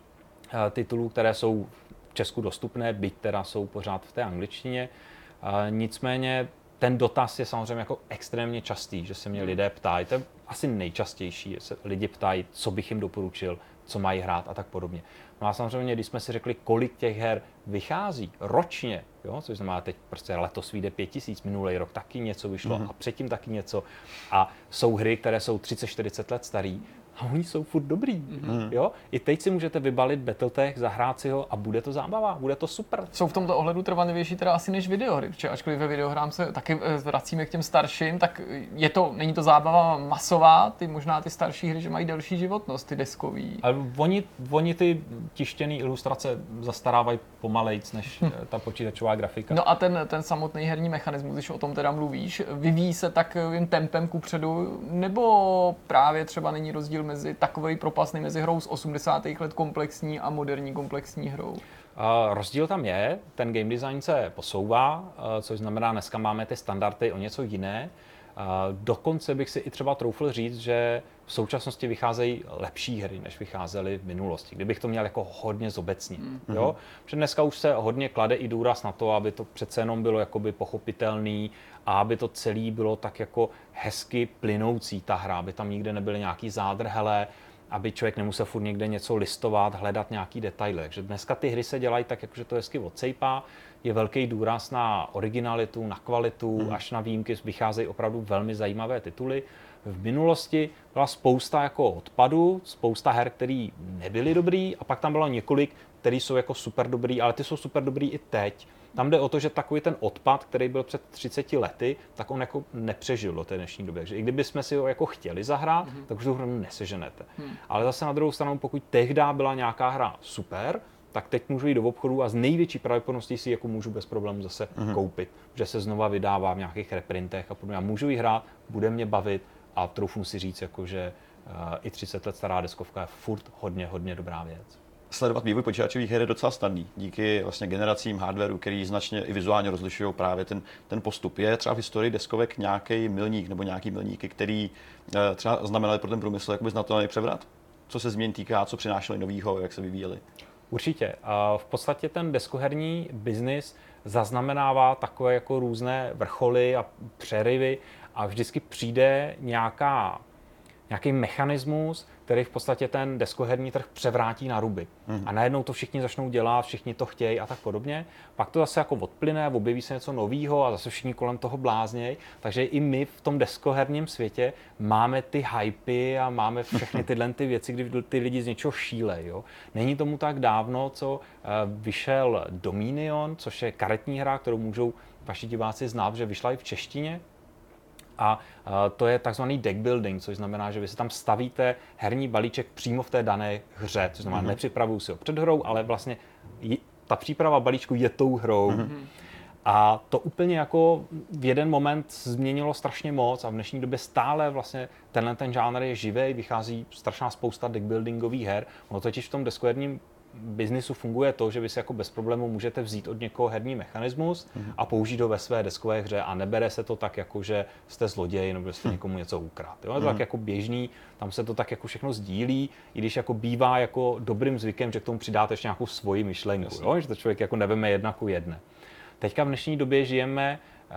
S4: titulů, které jsou v Česku dostupné, byť teda jsou pořád v té angličtině. Nicméně ten dotaz je samozřejmě jako extrémně častý, že se mě lidé ptají. To je asi nejčastější, se lidi ptají, co bych jim doporučil, co mají hrát a tak podobně. No a samozřejmě, když jsme si řekli, kolik těch her vychází ročně, jo, což znamená teď prostě letos vyjde 5000, minulý rok taky něco vyšlo a předtím taky něco a jsou hry, které jsou 30-40 let starý, a oni jsou furt dobrý, jo? I teď si můžete vybalit Battletech, zahrát si ho a bude to zábava, bude to super.
S2: Jsou v tomto ohledu trvanlivější teda asi než videohry, protože ačkoliv ve videohrám se taky vracíme k těm starším, tak není to zábava masová, možná ty starší hry, že mají delší životnost, ty deskový.
S4: Ale oni ty tištěné ilustrace zastarávají pomalejc než ta počítačová grafika.
S2: No a ten samotný herní mechanismus, když o tom teda mluvíš, vyvíjí se takovým tempem kupředu, nebo právě třeba není rozdíl mezi takovej propastný mezi hrou z 80. let komplexní a moderní komplexní hrou?
S4: Rozdíl tam je, ten game design se posouvá, což znamená, dneska máme ty standardy o něco jiné. Dokonce bych si i třeba troufl říct, že v současnosti vycházejí lepší hry, než vycházely v minulosti. Kdybych to měl jako hodně zobecně. Jo? Protože dneska už se hodně klade i důraz na to, aby to přece jenom bylo jakoby pochopitelný a aby to celé bylo tak jako hezky plynoucí ta hra, aby tam nikde nebyly nějaký zádrhelé, aby člověk nemusel furt někde něco listovat, hledat nějaký detaily. Takže dneska ty hry se dělají tak, jakože to hezky odsejpá, je velký důraz na originalitu, na kvalitu, až na výjimky vycházejí opravdu velmi zajímavé tituly. V minulosti byla spousta jako odpadů, spousta her, které nebyly dobrý a pak tam bylo několik, které jsou jako super dobrý, ale ty jsou super dobrý i teď. Tam jde o to, že takový ten odpad, který byl před 30 lety, tak on jako nepřežil do té dnešní doby. Takže i kdybychom si ho jako chtěli zahrát, tak už tu hru neseženete. Ale zase na druhou stranu, pokud tehdy byla nějaká hra super, tak teď můžu jít do obchodu a z největší pravděpodobností si jako můžu bez problémů zase koupit, že se znova vydává v nějakých reprintech a podobně. Já můžu ji hrát, bude mě bavit a troufnu si říct, jako, že i 30 let stará deskovka je furt hodně dobrá věc.
S3: Sledovat vývoj počítačových her je docela snadný. Díky vlastně generacím hardwareu, který značně i vizuálně rozlišují právě ten postup. Je třeba v historii deskovek nějaký milník nebo nějaký milníky, který třeba znamenaly pro ten průmysl jakoby znatelný převrat? Co se změn týká, co přinášeli novýho, jak se vyvíjeli?
S4: Určitě. V podstatě ten deskoherní biznis zaznamenává takové jako různé vrcholy a přeryvy a vždycky přijde nějaký mechanismus, který v podstatě ten deskoherní trh převrátí na ruby. A najednou to všichni začnou dělat, všichni to chtějí a tak podobně. Pak to zase jako odplyne, objeví se něco nového a zase všichni kolem toho bláznějí. Takže i my v tom deskoherním světě máme ty hypy a máme všechny tyhle ty věci, kdy ty lidi z něčeho šílej. Jo? Není tomu tak dávno, co vyšel Dominion, což je karetní hra, kterou můžou vaši diváci znát, že vyšla i v češtině. A to je takzvaný deck building, což znamená, že vy si tam stavíte herní balíček přímo v té dané hře, což znamená, nepřipravuju si ho před hrou, ale vlastně ta příprava balíčku je tou hrou. A to úplně jako v jeden moment změnilo strašně moc a v dnešní době stále vlastně ten žánr je živý, vychází strašná spousta deckbuildingových her. Ono totiž v tom deskoherním biznisu funguje to, že vy si jako bez problému můžete vzít od někoho herní mechanismus a použít ho ve své deskové hře a nebere se to tak, jako že jste zloděj nebo že jste někomu něco ukradl. Je to tak jako běžný, tam se to tak jako všechno sdílí, i když jako bývá jako dobrým zvykem, že k tomu přidáte ještě nějakou svoji myšlenku, jo? Že to člověk jako neveme jedna ku jedné. Teďka v dnešní době žijeme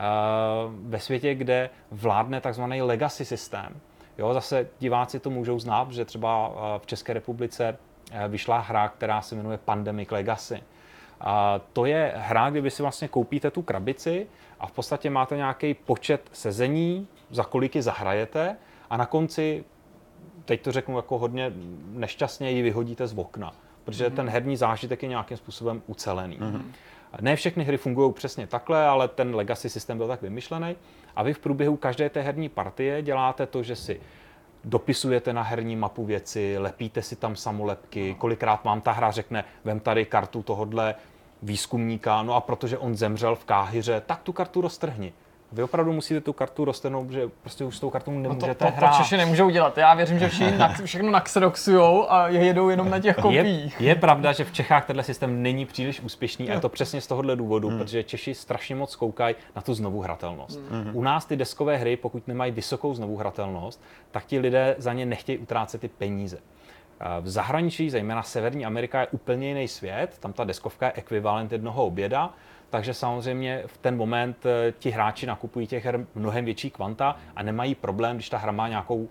S4: ve světě, kde vládne takzvaný legacy systém. Jo, zase diváci to můžou znát, že třeba v České republice vyšla hra, která se jmenuje Pandemic Legacy. A to je hra, kdy vy si vlastně koupíte tu krabici a v podstatě máte nějaký počet sezení, za kolik ji zahrajete a na konci, teď to řeknu jako hodně nešťastně, ji vyhodíte z okna, protože ten herní zážitek je nějakým způsobem ucelený. Ne všechny hry fungují přesně takhle, ale ten legacy systém byl tak vymyšlený a vy v průběhu každé té herní partie děláte to, že si dopisujete na herní mapu věci, lepíte si tam samolepky, kolikrát vám ta hra řekne, vem tady kartu tohodle výzkumníka, no a protože on zemřel v Káhiře, tak tu kartu roztrhni. Vy opravdu musíte tu kartu roztrhnout, protože prostě už s tou kartou nemůžete hrát.
S2: To Češi nemůžou dělat. Já věřím, že všechno naxeroxujou a jedou jenom na těch kopiích.
S4: Je pravda, že v Čechách tenhle systém není příliš úspěšný a je to přesně z tohohle důvodu, protože Češi strašně moc koukají na tu znovuhratelnost. U nás ty deskové hry, pokud nemají vysokou znovuhratelnost, tak ti lidé za ně nechtějí utrácet ty peníze. V zahraničí, zejména Severní Amerika, je úplně jiný svět, tam ta deskovka je ekvivalent jednoho oběda, takže samozřejmě v ten moment ti hráči nakupují těch her mnohem větší kvanta a nemají problém, když ta hra má nějakou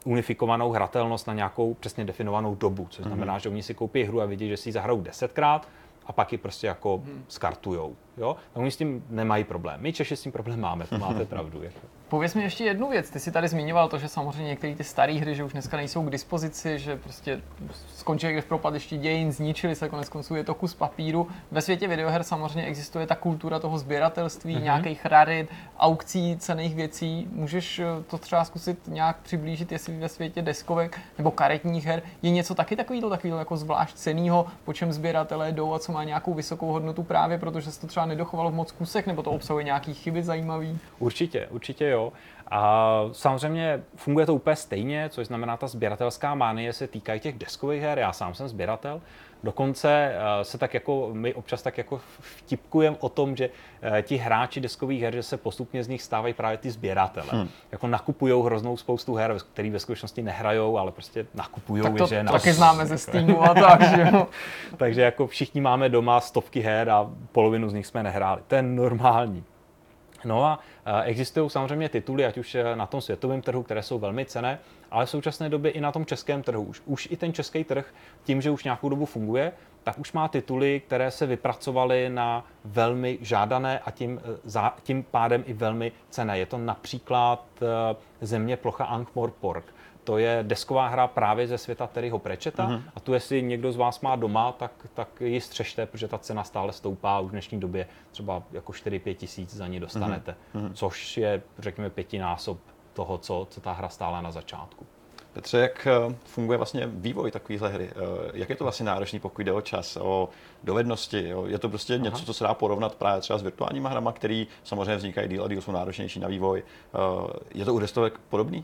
S4: unifikovanou hratelnost na nějakou přesně definovanou dobu, což znamená, že oni si koupí hru a vidí, že si ji zahrajou 10krát a pak ji prostě jako skartujou. Jo? A oni s tím nemají problém. My Češi s tím problém máme, to máte pravdu. Jako.
S2: Pověz mi ještě jednu věc. Ty jsi tady zmiňoval to, že samozřejmě některé ty staré hry, že už dneska nejsou k dispozici, že prostě skončí někde v propadišti dějin, zničili se, konec konců je to kus papíru. Ve světě videoher samozřejmě existuje ta kultura toho sběratelství, nějakých rarit, aukcí, cenných věcí. Můžeš to třeba zkusit nějak přiblížit, jestli ve světě deskovek nebo karetních her je něco takového jako zvlášť cenného, po čem sběratelé jdou a co má nějakou vysokou hodnotu právě, protože se to třeba nedochovalo v moc kusech, nebo to obsahuje nějaký chyby zajímavý?
S4: Určitě jo. A samozřejmě funguje to úplně stejně, což znamená, ta sběratelská manie se týká i těch deskových her. Já sám jsem sběratel. Dokonce se tak jako, my občas tak jako vtipkujeme o tom, že ti hráči deskových her, že se postupně z nich stávají právě ty sběratele. Jako nakupujou hroznou spoustu her, který ve skutečnosti nehrajou, ale prostě nakupujou.
S2: Tak to taky známe ze Steamu a tak, že jo.
S4: Takže jako všichni máme doma stovky her a polovinu z nich jsme nehráli. To je normální. No a existují samozřejmě tituly, ať už na tom světovém trhu, které jsou velmi cenné, ale v současné době i na tom českém trhu. Už i ten český trh, tím, že už nějakou dobu funguje, tak už má tituly, které se vypracovaly na velmi žádané a tím pádem i velmi cenné. Je to například Země, plocha, Ankh-Morpork. To je desková hra právě ze světa Terryho Pratchetta a tu, jestli někdo z vás má doma, tak ji střežte, protože ta cena stále stoupá. Už v dnešní době třeba jako 4-5 tisíc za ní dostanete, což je, řekněme, 5násob toho, co ta hra stála na začátku.
S3: Petře, jak funguje vlastně vývoj takovéhle hry? Jak je to vlastně náročný, pokud jde o čas, o dovednosti? Jo? Je to prostě něco, co se dá porovnat právě třeba s virtuálníma hrama, které samozřejmě vznikají díl a díl jsou náročnější na vývoj. Je to u deskovek podobný?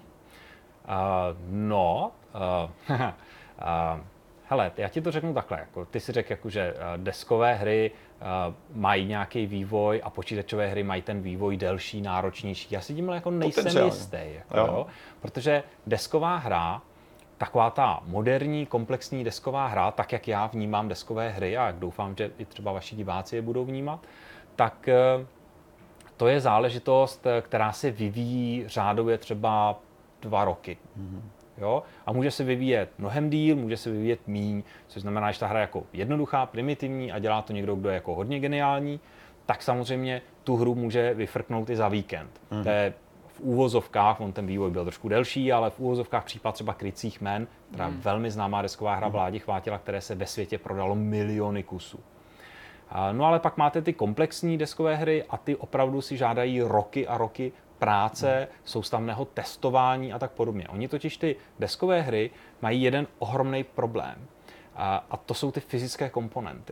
S4: Hele, já ti to řeknu takhle, jako, ty si řekl, jako, že deskové hry mají nějaký vývoj a počítačové hry mají ten vývoj delší, náročnější. Já si tím jako nejsem jistý, jako, jo? Protože desková hra, taková ta moderní, komplexní desková hra, tak jak já vnímám deskové hry a jak doufám, že i třeba vaši diváci je budou vnímat, tak to je záležitost, která se vyvíjí řádově třeba 2 roky. Jo? A může se vyvíjet mnohem díl, může se vyvíjet míň, což znamená, že ta hra je jako jednoduchá, primitivní a dělá to někdo, kdo je jako hodně geniální, tak samozřejmě tu hru může vyfrknout i za víkend. To je v úvozovkách, on ten vývoj byl trošku delší, ale v úvozovkách případ třeba Krycích men, která velmi známá desková hra Vládi Chvátila, které se ve světě prodalo miliony kusů. No ale pak máte ty komplexní deskové hry a ty opravdu si žádají roky a roky práce, soustavného testování a tak podobně. Oni totiž ty deskové hry mají jeden ohromný problém a to jsou ty fyzické komponenty.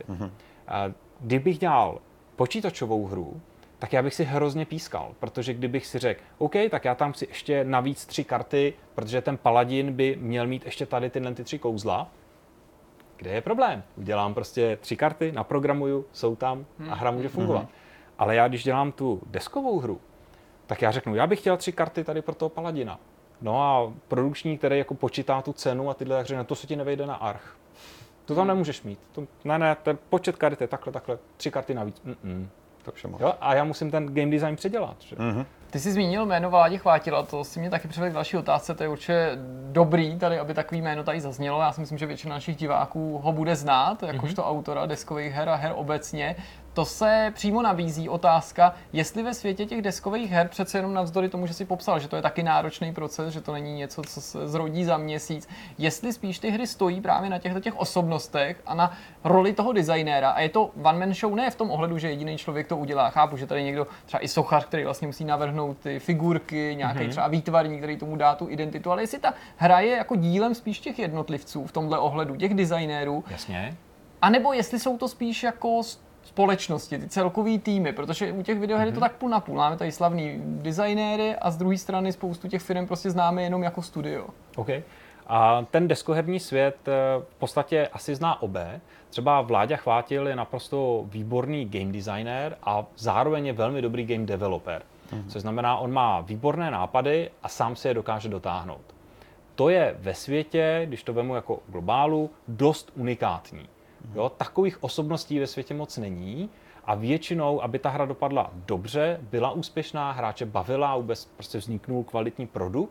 S4: Kdybych dělal počítačovou hru, tak já bych si hrozně pískal, protože kdybych si řekl, OK, tak já tam chci ještě navíc 3 karty, protože ten paladin by měl mít ještě tady tyhle 3 kouzla, kde je problém? Udělám prostě 3 karty, naprogramuju, jsou tam a hra může fungovat. Ale já, když dělám tu deskovou hru, tak já řeknu, já bych chtěl 3 karty tady pro toho paladina. No a produkční, který jako počítá tu cenu a tyhle, tak řekne, to se ti nevejde na arch. To tam nemůžeš mít. Ne, ten počet karet je takhle, 3 karty navíc. Jo, a já musím ten game design předělat. Že?
S2: Ty jsi zmínil jméno Vládi Chvátila, to si mě taky přivedl k další otázce, to je určitě dobrý tady, aby takový jméno tady zaznělo. Já si myslím, že většina našich diváků ho bude znát, jakožto autora deskových her a her obecně. To se přímo nabízí otázka, jestli ve světě těch deskových her přece jenom navzdory tomu, že si popsal, že to je taky náročný proces, že to není něco, co se zrodí za měsíc, jestli spíš ty hry stojí právě na těchto těch osobnostech a na roli toho designéra. A je to one man show ne v tom ohledu, že jediný člověk to udělá. Chápu, že tady někdo, třeba i sochař, který vlastně musí navrhnout ty figurky, nějaký třeba výtvarník, který tomu dá tu identitu, ale jestli ta hra je jako dílem spíš těch jednotlivců v tomhle ohledu, těch designérů.
S4: Jasně.
S2: A nebo jestli jsou to spíš jako společnosti, ty celkový týmy, protože u těch videoher je to tak půl na půl. Máme tady slavný designéry a z druhé strany spoustu těch firm prostě známe jenom jako studio.
S4: Okay. A ten deskoherní svět v podstatě asi zná obé. Třeba Vláďa Chvátil je naprosto výborný game designer a zároveň je velmi dobrý game developer. Což znamená, on má výborné nápady a sám se je dokáže dotáhnout. To je ve světě, když to vemu jako globálu, dost unikátní. Jo, takových osobností ve světě moc není a většinou, aby ta hra dopadla dobře, byla úspěšná, hráče bavila a vůbec prostě vzniknul kvalitní produkt,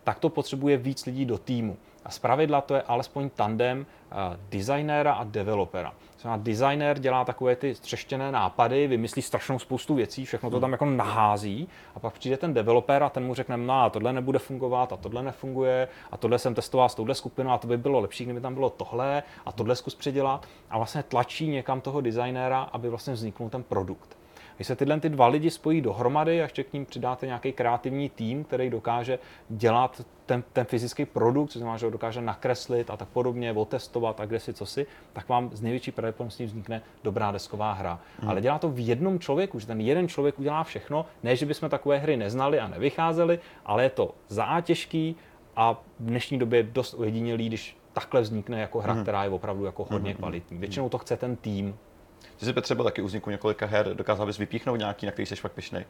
S4: tak to potřebuje víc lidí do týmu. A zpravidla to je alespoň tandem designéra a developera. Designér dělá takové ty střeštěné nápady, vymyslí strašnou spoustu věcí, všechno to tam jako nahází a pak přijde ten developer a ten mu řekne, no tohle nebude fungovat a tohle nefunguje a tohle jsem testoval s touhle skupinou a to by bylo lepší, kdyby tam bylo tohle a tohle zkus předělat a vlastně tlačí někam toho designéra, aby vlastně vzniknul ten produkt. Když se tyhle dva lidi spojí dohromady a ještě k ním přidáte nějaký kreativní tým, který dokáže dělat ten fyzický produkt, co znamená, že ho dokáže nakreslit a tak podobně, otestovat a kde si cosi, tak vám z největší pravděpodobností vznikne dobrá desková hra. Ale dělá to v jednom člověku, že ten jeden člověk udělá všechno, ne, že bychom takové hry neznali a nevycházeli, ale je to zátěžký a v dnešní době je dost ojedinělý, když takhle vznikne jako hra, která je opravdu jako hodně kvalitní. Většinou to chce ten tým.
S3: Ty jsi, Petře, byl taky u vzniku několika her, dokázal bys vypíchnout nějaký, na který jsi fakt pyšnej?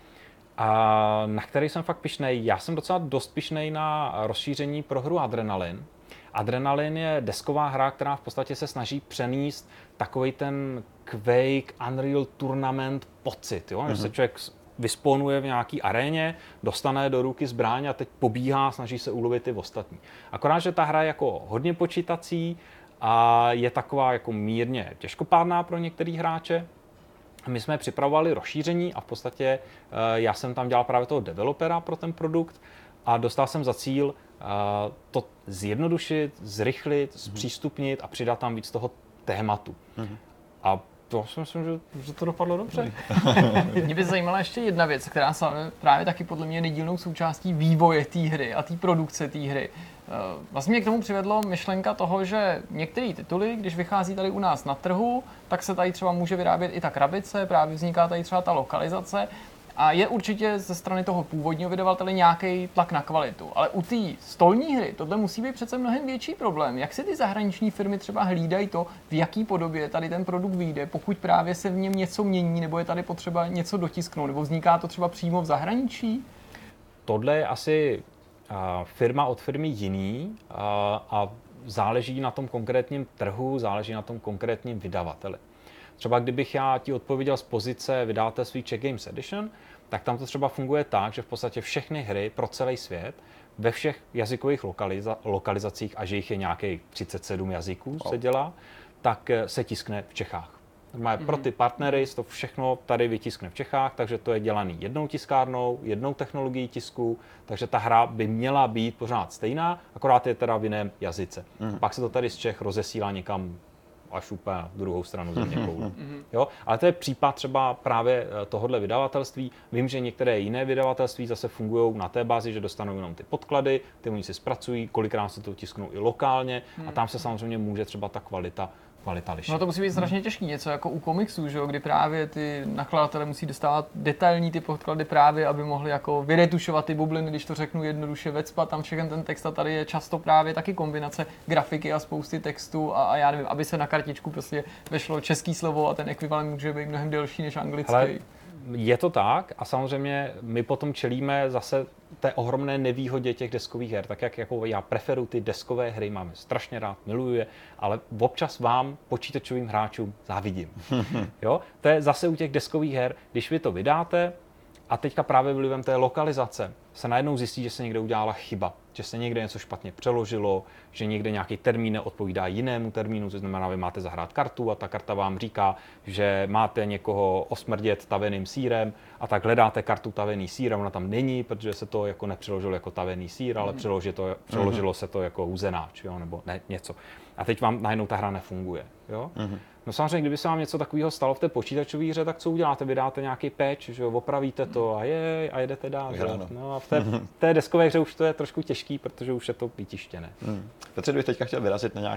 S4: A na který jsem fakt pyšnej? Já jsem docela dost pyšnej na rozšíření pro hru Adrenalin. Adrenalin je desková hra, která v podstatě se snaží přenést takovej ten Quake, Unreal Tournament pocit, jo? Že se člověk vysponuje v nějaký aréně, dostane do ruky zbraň a teď pobíhá, snaží se ulovit ty ostatní. Akorát, že ta hra je jako hodně počítací, a je taková jako mírně těžkopádná pro některý hráče. My jsme připravovali rozšíření a v podstatě já jsem tam dělal právě toho developera pro ten produkt a dostal jsem za cíl to zjednodušit, zrychlit, zpřístupnit a přidat tam víc toho tématu. A to si myslím, že to dopadlo dobře.
S2: Mě by zajímala ještě jedna věc, která právě taky podle mě je nedílnou součástí vývoje té hry a té produkce té hry. Vlastně mě k tomu přivedlo myšlenka toho, že některé tituly, když vychází tady u nás na trhu, tak se tady třeba může vyrábět i ta krabice, právě vzniká tady třeba ta lokalizace a je určitě ze strany toho původního vydavatele nějaký tlak na kvalitu. Ale u té stolní hry tohle musí být přece mnohem větší problém. Jak si ty zahraniční firmy třeba hlídají to, v jaký podobě tady ten produkt vyjde, pokud právě se v něm něco mění, nebo je tady potřeba něco dotisknout, nebo vzniká to třeba přímo v zahraničí?
S4: Tohle je asi firma od firmy jiný a záleží na tom konkrétním trhu, záleží na tom konkrétním vydavateli. Třeba kdybych já ti odpověděl z pozice vydavatelství Czech Games Edition, tak tam to třeba funguje tak, že v podstatě všechny hry pro celý svět ve všech jazykových lokalizacích, a že jich je nějakých 37 jazyků se dělá, tak se tiskne v Čechách. Pro ty partnery to všechno tady vytiskne v Čechách, takže to je dělaný jednou tiskárnou, jednou technologií tisku, takže ta hra by měla být pořád stejná, akorát je teda v jiném jazyce. Pak se to tady z Čech rozesílá někam až úplně na druhou stranu země koule. Jo? Ale to je případ třeba právě tohohle vydavatelství. Vím, že některé jiné vydavatelství zase fungují na té bázi, že dostanou jenom ty podklady, ty oni si zpracují, kolikrát se to tisknou i lokálně a tam se samozřejmě může třeba ta kvalita lišit.
S2: No to musí být strašně těžký, něco jako u komiksů, že jo, kdy právě ty nakladatelé musí dostávat detailní ty podklady právě, aby mohli jako vyretušovat ty bubliny, když to řeknu jednoduše, vecpat tam všechny ten text a tady je často právě taky kombinace grafiky a spousty textu a já nevím, aby se na kartičku prostě vešlo český slovo a ten ekvivalent může být mnohem delší než anglický.
S4: Hele, je to tak a samozřejmě my potom čelíme zase té ohromné nevýhodě těch deskových her, tak jak jako já preferuji ty deskové hry, mám je strašně rád, miluju je, ale občas vám, počítačovým hráčům, závidím. Jo? To je zase u těch deskových her, když vy to vydáte a teďka právě vlivem té lokalizace se najednou zjistí, že se někde udělala chyba, že se někde něco špatně přeložilo, že někde nějaký termín neodpovídá jinému termínu, to znamená, vy máte zahrát kartu a ta karta vám říká, že máte někoho osmrdět taveným sýrem a tak hledáte kartu tavený sýr a ona tam není, protože se to jako nepřeložilo jako tavený sýr, ale přeložilo se to jako huzenáč, jo, nebo ne, něco. A teď vám najednou ta hra nefunguje. Jo? No samozřejmě, kdyby se vám něco takového stalo v té počítačové hře, tak co uděláte? Vydáte nějaký patch, že jo, opravíte to a jedete dál. No a v té deskové hře už to je trošku těžký, protože už je to vytištěné.
S3: Petře, kdybych teďka chtěl vyrazit na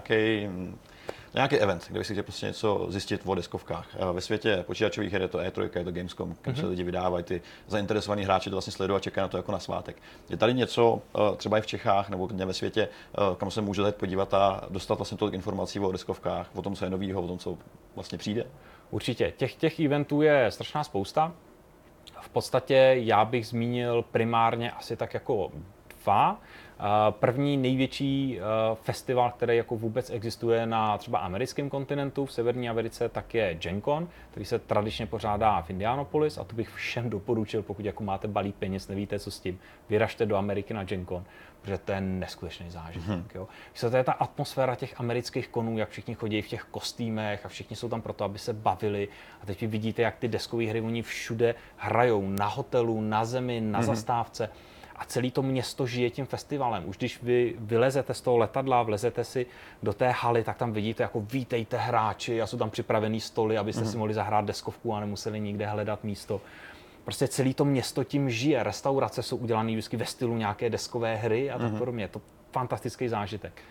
S3: nějaký event, kde bych si chtěl prostě něco zjistit o deskovkách. Ve světě počítačových her je to E3, je to Gamescom, kam se lidi vydávají, ty zainteresovaní hráči to vlastně sledují a čekají na to jako na svátek. Je tady něco, třeba i v Čechách nebo ve světě, kam se může podívat a dostat vlastně tolik informací o deskovkách, o tom, co je novýho, o tom, co vlastně přijde?
S4: Určitě. Těch eventů je strašná spousta. V podstatě já bych zmínil primárně asi tak jako FA, první největší festival, který jako vůbec existuje na třeba americkém kontinentu, v Severní Americe, tak je Gen Con, který se tradičně pořádá v Indianapolis a to bych všem doporučil, pokud jako máte balík peněz, nevíte co s tím, vyražte do Ameriky na Gen Con, protože to je neskutečný zážitek. Jo. To je ta atmosféra těch amerických konů, jak všichni chodí v těch kostýmech a všichni jsou tam proto, aby se bavili. A teď vy vidíte, jak ty deskové hry oni všude hrajou, na hotelu, na zemi, na zastávce. A celé to město žije tím festivalem. Už když vy vylezete z toho letadla, vlezete si do té haly, tak tam vidíte, jako vítejte hráči a jsou tam připravený stoly, abyste si mohli zahrát deskovku a nemuseli nikde hledat místo. Prostě celé to město tím žije. Restaurace jsou udělané vždycky ve stylu nějaké deskové hry a tak podobně. Je to fantastický zážitek.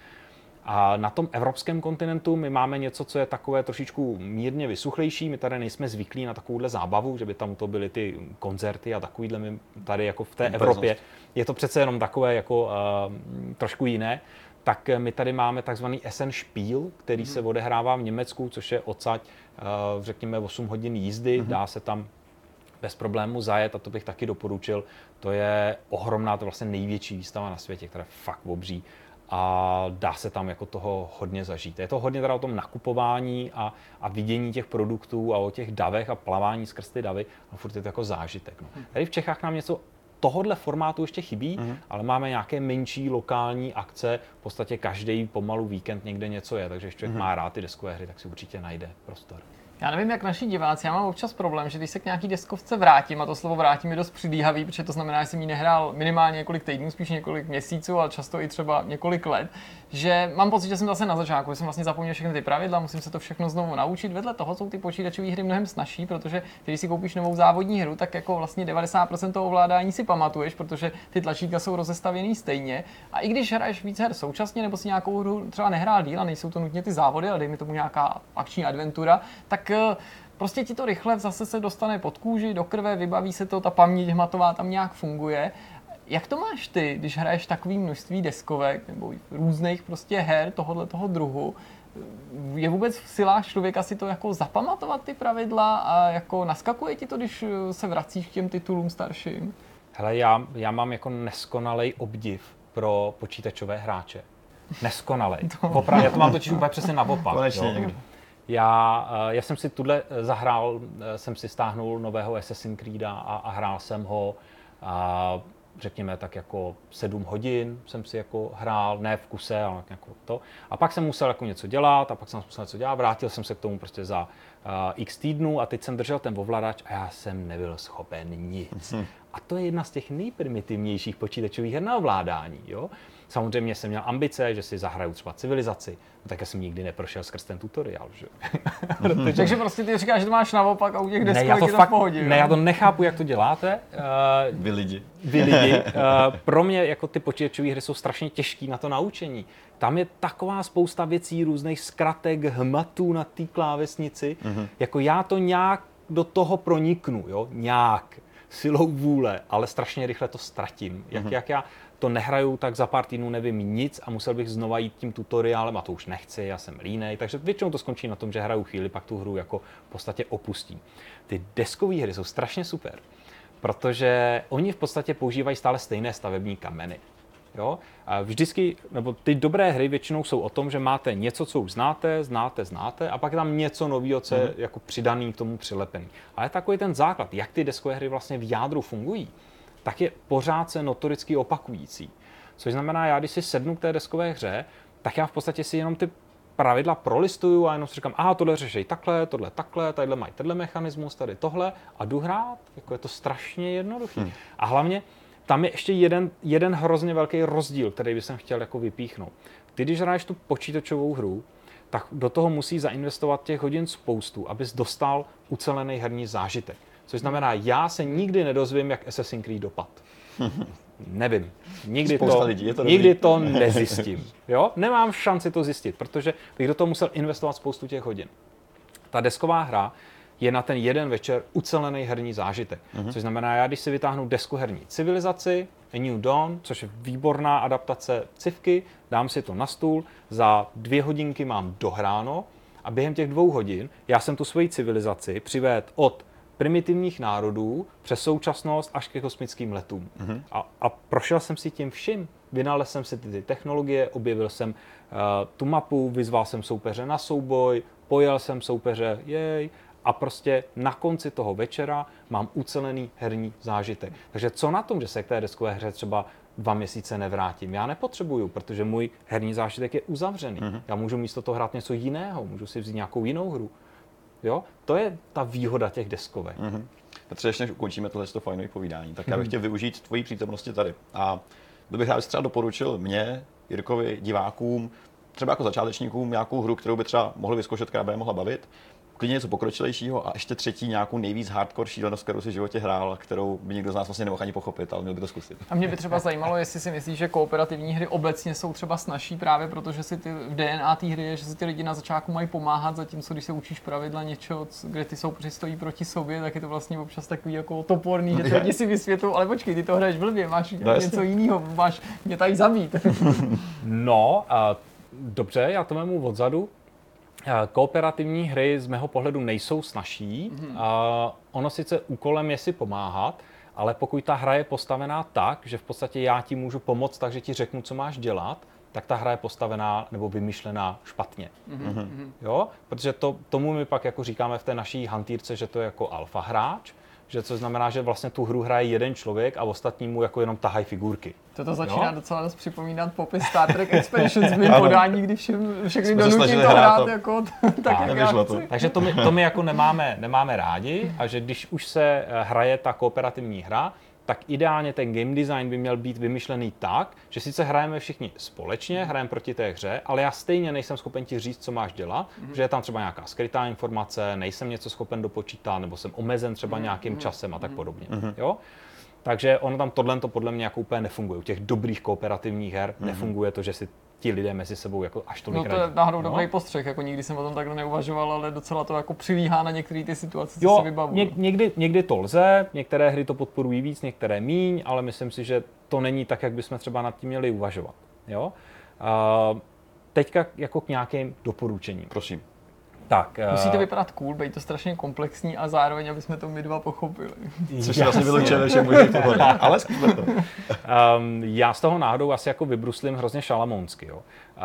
S4: A na tom evropském kontinentu my máme něco, co je takové trošičku mírně vysuchlejší. My tady nejsme zvyklí na takovouhle zábavu, že by tam to byly ty koncerty a takovýhle. My tady jako v té Evropě je to přece jenom takové jako trošku jiné. Tak my tady máme takzvaný Essenspiel, který se odehrává v Německu, což je odsaď, řekněme, 8 hodin jízdy. Dá se tam bez problému zajet a to bych taky doporučil. To je ohromná, to vlastně největší výstava na světě, která je fakt obří. A dá se tam jako toho hodně zažít. Je to hodně teda o tom nakupování a vidění těch produktů a o těch davech a plavání skrz ty davy. A furt je to jako zážitek. No. Tady v Čechách nám něco tohodle formátu ještě chybí, ale máme nějaké menší lokální akce. V podstatě každý pomalu víkend někde něco je, takže když člověk má rád ty deskové hry, tak si určitě najde prostor.
S2: Já nevím, jak naši diváci, já mám občas problém, že když se k nějaký deskovce vrátím, a to slovo vrátím je dost přidýhavý, protože to znamená, že jsem ji nehrál minimálně několik týdnů, spíš několik měsíců, ale často i třeba několik let, že mám pocit, že jsem zase na začátku, že jsem vlastně zapomněl všechny ty pravidla, musím se to všechno znovu naučit. Vedle toho jsou ty počítačové hry mnohem snazší, protože když si koupíš novou závodní hru, tak jako vlastně 90% toho ovládání si pamatuješ, protože ty tlačítka jsou rozestavěný stejně. A i když hraješ víc her současně, nebo si nějakou hru třeba nehrál díl a nejsou to nutně ty závody, ale dej mi tomu nějaká akční adventura, tak prostě ti to rychle zase se dostane pod kůži, do krve, vybaví se to, ta paměť hmatová tam nějak funguje. Jak to máš ty, když hraješ takové množství deskovek nebo různých prostě her toho druhu? Je vůbec v silách člověka si to jako zapamatovat ty pravidla a jako naskakuje ti to, když se vracíš k těm titulům starším?
S4: Hele, já mám jako neskonalej obdiv pro počítačové hráče. Neskonalej. Popravdě, já to mám totiž úplně přesně naopak.
S3: Konečně někdo.
S4: Já jsem si zahrál, jsem si stáhnul nového Assassin's Creeda a hrál jsem ho, řekněme tak jako 7 hodin jsem si jako hrál, ne v kuse, ale jako to. A pak jsem musel jako něco dělat vrátil jsem se k tomu prostě za x týdnů a teď jsem držel ten ovladač a já jsem nebyl schopen nic. A to je jedna z těch nejprimitivnějších počítačových her na ovládání, jo. Samozřejmě jsem měl ambice, že si zahraju třeba civilizaci, no tak já jsem nikdy neprošel skrz ten tutoriál, že?
S2: Takže prostě ty říkáš, že to máš naopak a u těch deskovek je to v pohodě.
S4: Ne, já to nechápu, jak to děláte.
S3: Vy lidi.
S4: Pro mě jako ty počítačové hry jsou strašně těžký na to naučení. Tam je taková spousta věcí, různých zkratek, hmatů na té klávesnici. Jako já to nějak do toho proniknu, jo, nějak silou vůle, ale strašně rychle to ztratím. Jak já to nehraju, tak za pár týdnů nevím nic a musel bych znova jít tím tutoriálem a to už nechci, já jsem línej, takže většinou to skončí na tom, že hraju chvíli, pak tu hru jako v podstatě opustím. Ty deskové hry jsou strašně super, protože oni v podstatě používají stále stejné stavební kameny. Jo? A vždycky, nebo ty dobré hry většinou jsou o tom, že máte něco, co už znáte a pak je tam něco nového, co je jako přidaný k tomu přilepený. Ale takový ten základ, jak ty deskové hry vlastně v jádru fungují, tak je pořád se notoricky opakující. Což znamená, já když si sednu k té deskové hře, tak já v podstatě si jenom ty pravidla prolistuju a jenom si říkám, tohle řešej takhle, tohle takhle, tadyhle mají tenhle mechanismus, tady tohle a jdu hrát. Jako je to strašně jednoduchý. A hlavně tam je ještě jeden hrozně velký rozdíl, který bych chtěl jako vypíchnout. Ty, když hraješ tu počítačovou hru, tak do toho musí zainvestovat těch hodin spoustu, abys dostal ucelený herní zážitek. Což znamená, já se nikdy nedozvím, jak Assassin's Creed dopad. Nevím. Nikdy to nezjistím. Jo? Nemám šanci to zjistit, protože bych do toho musel investovat spoustu těch hodin. Ta desková hra je na ten jeden večer ucelený herní zážitek. Což znamená, já když si vytáhnu desku herní civilizaci, A New Dawn, což je výborná adaptace civky, dám si to na stůl, za 2 hodinky mám dohráno a během těch 2 hodin já jsem tu svoji civilizaci přivedl od primitivních národů přes současnost až ke kosmickým letům. A prošel jsem si tím vším. Vynalezl jsem si ty technologie, objevil jsem tu mapu, vyzval jsem soupeře na souboj, pojel jsem soupeře, a prostě na konci toho večera mám ucelený herní zážitek. Takže co na tom, že se k té deskové hře třeba 2 měsíce nevrátím? Já nepotřebuju, protože můj herní zážitek je uzavřený. Já můžu místo toho hrát něco jiného, můžu si vzít nějakou jinou hru. Jo? To je ta výhoda těch deskovek.
S3: Petře, ještě než ukončíme tohle fajné povídání, tak já bych chtěl využít tvojí přítomnosti tady. A byl bych rád, třeba doporučil mě, Jirkovi, divákům, třeba jako začátečníkům nějakou hru, kterou by třeba mohli vyzkoušet, která by je mohla bavit. Klidně něco pokročilejšího a ještě třetí nějakou nejvíc hardcore šílenost, kterou si v životě hrál, kterou by nikdo z nás vlastně nemohl ani pochopit, ale měl by to zkusit.
S2: A mě by třeba zajímalo, jestli si myslíš, že kooperativní hry obecně jsou třeba snazší právě protože si ty v DNA té hry je, že si ty lidi na začátku mají pomáhat, zatímco když se učíš pravidla něčeho, kde ty soupeři stojí proti sobě, tak je to vlastně občas takový jako toporný, že ty lidi si vysvětlují, ale počkej, ty to hraješ blbě, máš něco jiného, máš mě tady zabít.
S4: No, dobře, já to vemu odzadu. Kooperativní hry z mého pohledu nejsou snazší. Ono sice úkolem je si pomáhat, ale pokud ta hra je postavená tak, že v podstatě já ti můžu pomoct, takže ti řeknu, co máš dělat, tak ta hra je postavená nebo vymyšlená špatně. Jo? Protože tomu my pak jako říkáme v té naší hantýrce, že to je jako alfa hráč, že co znamená, že vlastně tu hru hraje jeden člověk a ostatní mu jako jenom tahají figurky.
S2: To začíná docela dost připomínat popis Star Trek Expeditions v mým podání, když všechny donutím to hrát jako tak, jak já chci.
S4: Takže to my jako nemáme rádi a že když už se hraje ta kooperativní hra, tak ideálně ten game design by měl být vymyšlený tak, že sice hrajeme všichni společně, hrajeme proti té hře, ale já stejně nejsem schopen ti říct, co máš dělat, že je tam třeba nějaká skrytá informace, nejsem něco schopen dopočítat, nebo jsem omezen třeba nějakým časem a tak podobně. Jo? Takže ono tam tohle podle mě jako úplně nefunguje. U těch dobrých kooperativních her nefunguje to, že si ti lidé mezi sebou jako až tolik radí.
S2: No to je náhodou dobrý postřeh, jako nikdy jsem o tom takhle neuvažoval, ale docela to jako přilíhá na některé ty situace, co si vybavuju.
S4: Někdy to lze, některé hry to podporují víc, některé míň, ale myslím si, že to není tak, jak bychom třeba nad tím měli uvažovat. Jo? Teďka jako k nějakým doporučením.
S3: Prosím.
S4: Tak,
S2: musíte vypadat cool, být to strašně komplexní a zároveň, aby jsme to my dva pochopili.
S3: Což vlastně vyloučuje všem možných pohledů, ale zkusme to.
S4: Já z toho náhodou asi jako vybruslím hrozně šalamounsky. Jo.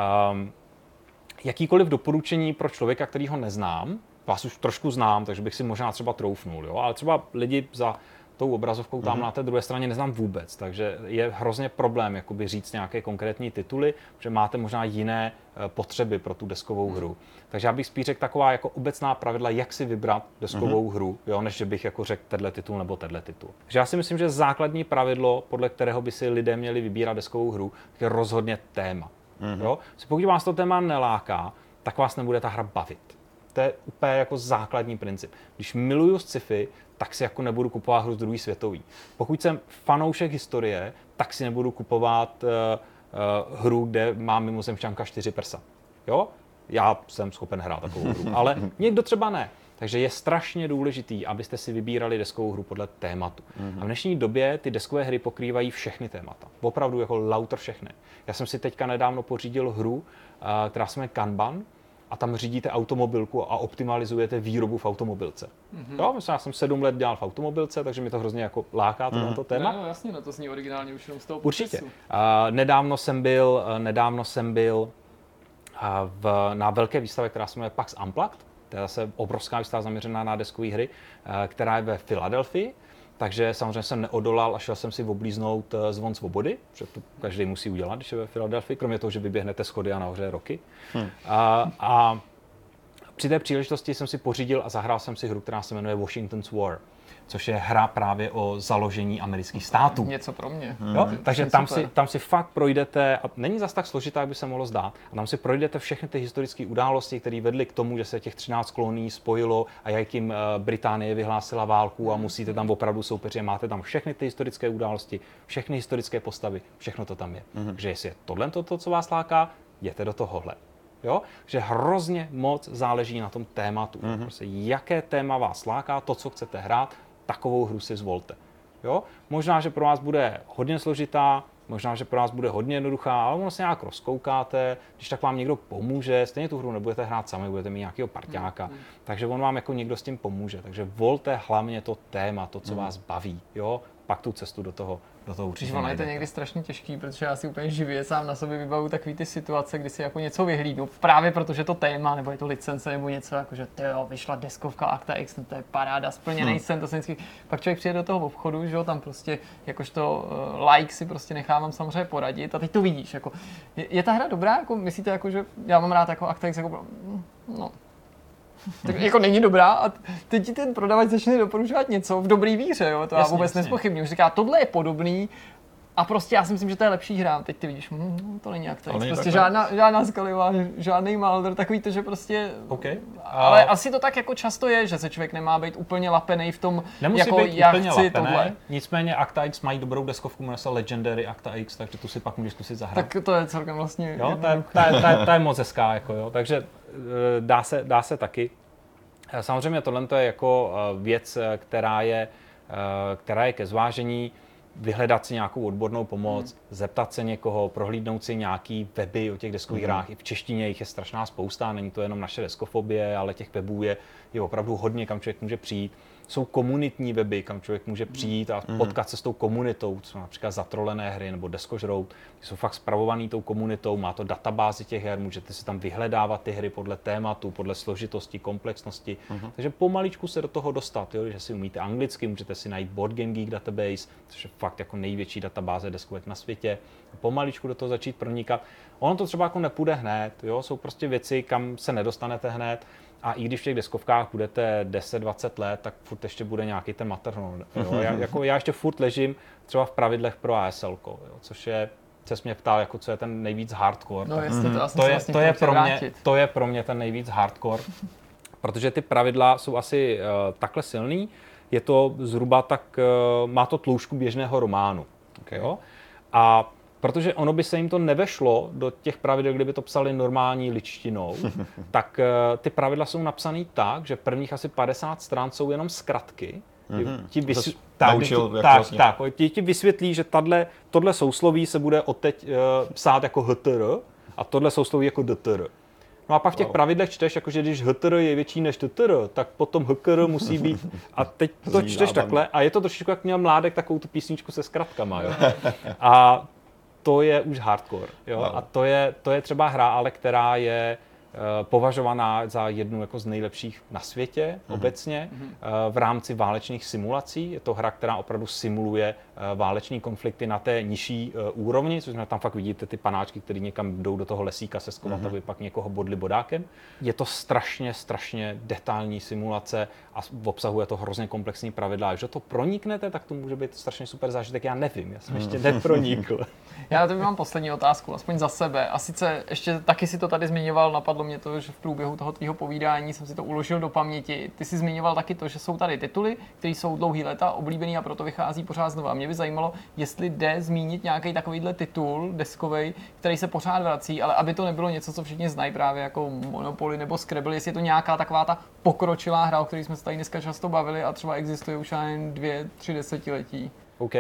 S4: Jakýkoliv doporučení pro člověka, který ho neznám, vás už trošku znám, takže bych si možná třeba troufnul, jo, ale třeba lidi za tou obrazovkou tam na té druhé straně neznám vůbec, takže je hrozně problém jakoby říct nějaké konkrétní tituly, že máte možná jiné potřeby pro tu deskovou hru. Takže já bych spíš řekl taková jako obecná pravidla, jak si vybrat deskovou hru, jo, než že bych jako řekl tenhle titul nebo tenhle titul. Takže já si myslím, že základní pravidlo, podle kterého by si lidé měli vybírat deskovou hru, je rozhodně téma. Jo? Pokud vás to téma neláká, tak vás nebude ta hra bavit. To je úplně jako základní princip. Když miluju sci-fi, tak si jako nebudu kupovat hru z druhé světové. Pokud jsem fanoušek historie, tak si nebudu kupovat hru, kde má mimozemšťanka 4 prsa. Jo? Já jsem schopen hrát takovou hru, ale někdo třeba ne. Takže je strašně důležitý, abyste si vybírali deskovou hru podle tématu. A v dnešní době ty deskové hry pokrývají všechny témata. Opravdu jako lauter všechny. Já jsem si teďka nedávno pořídil hru, která se jmenuje Kanban, a tam řídíte automobilku a optimalizujete výrobu v automobilce. Jo, myslím, já jsem 7 let dělal v automobilce, takže mi to hrozně jako láká to téma.
S2: No, jasně, no to zní originálně už jenom z toho
S4: popisu.
S2: Určitě.
S4: Nedávno jsem byl na velké výstavě, která se jmenuje PAX Unplugged. To je zase obrovská výstava zaměřená na deskové hry, která je ve Filadelfii. Takže samozřejmě jsem neodolal a šel jsem si oblíznout Zvon svobody, že to každý musí udělat, když je ve Filadelfii, kromě toho, že vyběhnete schody a nahoře roky. A při té příležitosti jsem si pořídil a zahrál jsem si hru, která se jmenuje Washington's War, což je hra právě o založení amerických států.
S2: Něco pro mě.
S4: Jo? Takže tam si fakt projdete, a není zas tak složitá, jak by se mohlo zdát, a tam si projdete všechny ty historické události, které vedly k tomu, že se těch 13 kolonií spojilo a jak jim Británie vyhlásila válku a musíte tam opravdu soupeřit. Máte tam všechny ty historické události, všechny historické postavy, všechno to tam je. Takže jestli je tohle to, co vás láká, jděte do tohohle. Jo? Že hrozně moc záleží na tom tématu. Prostě jaké téma vás láká, to, co chcete hrát, takovou hru si zvolte. Jo? Možná, že pro vás bude hodně složitá, možná, že pro nás bude hodně jednoduchá, ale ono se nějak rozkoukáte, když tak vám někdo pomůže, stejně tu hru nebudete hrát sami, budete mít nějakého parťáka, takže on vám jako někdo s tím pomůže. Takže volte hlavně to téma, to, co vás baví, jo, pak tu cestu do toho určitě
S2: ono je to někdy strašně těžký, protože já si úplně živě sám na sobě vybavu takový ty situace, kdy si jako něco vyhlídnu, právě protože to téma, nebo je to licence, nebo něco jako, že tyjo, vyšla deskovka Akta X, no to je paráda, splněnej sen, to jsem vždycky, pak člověk přijde do toho obchodu, že jo, tam prostě jakožto like si prostě nechávám samozřejmě poradit a teď to vidíš, jako, je ta hra dobrá, jako myslíte, jako, že já mám rád jako Akta X, jako, no. Tak jako není dobrá a teď ti ten prodavač začne doporučovat něco v dobrý víře, jo? To já vůbec nespochybnuju. Říká, tohle je podobný a prostě já si myslím, že to je lepší hra. Teď ty vidíš, to není jak to. Prostě žádná skalivá, žádný Malder, takový to, že prostě...
S4: Okay.
S2: Ale asi to tak jako často je, že se člověk nemá být úplně lapenej v tom,
S4: nemusí
S2: jako
S4: být
S2: já
S4: úplně
S2: chci
S4: lapenej,
S2: tohle.
S4: Nicméně Akta X mají dobrou deskovku, jmenuje se Legendary Akta X, takže tu si pak můžeš zkusit zahrát.
S2: Tak to je celkem vlastně...
S4: Jo, to je moc hezká, jako jo. Takže dá se taky. Samozřejmě tohle je jako věc, která je ke zvážení, vyhledat si nějakou odbornou pomoc, zeptat se někoho, prohlídnout si nějaký weby o těch deskových hrách. I v češtině jich je strašná spousta, není to jenom naše deskofobie, ale těch webů je opravdu hodně, kam člověk může přijít. Jsou komunitní weby, kam člověk může přijít a potkat se s tou komunitou, co například Zatrolené hry nebo Deskožrout, ty jsou fakt spravovaný tou komunitou, má to databázi těch her, můžete si tam vyhledávat ty hry podle tématu, podle složitosti, komplexnosti. Takže pomaličku se do toho dostat, jo? Že si umíte anglicky, můžete si najít Board Game Geek database, což je fakt jako největší databáze deskovek na světě. Pomaličku do toho začít pronikat. Ono to třeba jako nepůjde hned, jo? Jsou prostě věci, kam se nedostanete hned. A i když v těch deskovkách budete 10-20 let, tak furt ještě bude nějaký ten maternal. Já ještě furt ležím třeba v pravidlech pro ASL, což je, se mě ptal, jako co je ten nejvíc hardcore.
S2: No jestli
S4: to je pro mě ten nejvíc hardcore, protože ty pravidla jsou asi takhle silný. Je to zhruba tak, má to tloušku běžného románu. Okay. Jo? A protože ono by se jim to nevešlo do těch pravidel, kdyby to psali normální ličtinou, tak ty pravidla jsou napsané tak, že prvních asi 50 stran jsou jenom zkratky. Ti vysvětlí, že tohle sousloví se bude odteď psát jako htr a tohle sousloví jako dtr. No a pak v těch pravidlech čteš, jakože když htr je větší než ttr, tak potom hkr musí být. A teď to čteš takhle a je to trošičku, jak měl Mládek takovou tu písničku se zkratkama. Jo? A to je už hardcore. Jo? A to je třeba hra, ale která je považovaná za jednu jako z nejlepších na světě obecně v rámci válečných simulací. Je to hra, která opravdu simuluje váleční konflikty na té nižší úrovni, což znamená, tam fakt vidíte ty panáčky, které někam jdou do toho lesíka se skovat, aby pak někoho bodli bodákem. Je to strašně detailní simulace a obsahuje to hrozně komplexní pravidla. Když do toho proniknete, tak to může být strašně super zážitek. Já nevím, já jsem ještě nepronikl.
S2: Já to mám poslední otázku, aspoň za sebe. A sice ještě taky si to tady zmiňoval, napadlo mě to, že v průběhu toho tvýho povídání jsem si to uložil do paměti. Ty jsi zmiňoval taky to, že jsou tady tituly, které jsou dlouhý léta oblíbený a proto vychází pořád znova. Mě by zajímalo, jestli jde zmínit nějaký takovýhle titul deskovej, který se pořád vrací, ale aby to nebylo něco, co všichni znají právě jako Monopoly nebo Scrabble, jestli je to nějaká taková ta pokročilá hra, o které jsme se tady dneska často bavili a třeba existuje už jen 2-3 desetiletí.
S4: OK.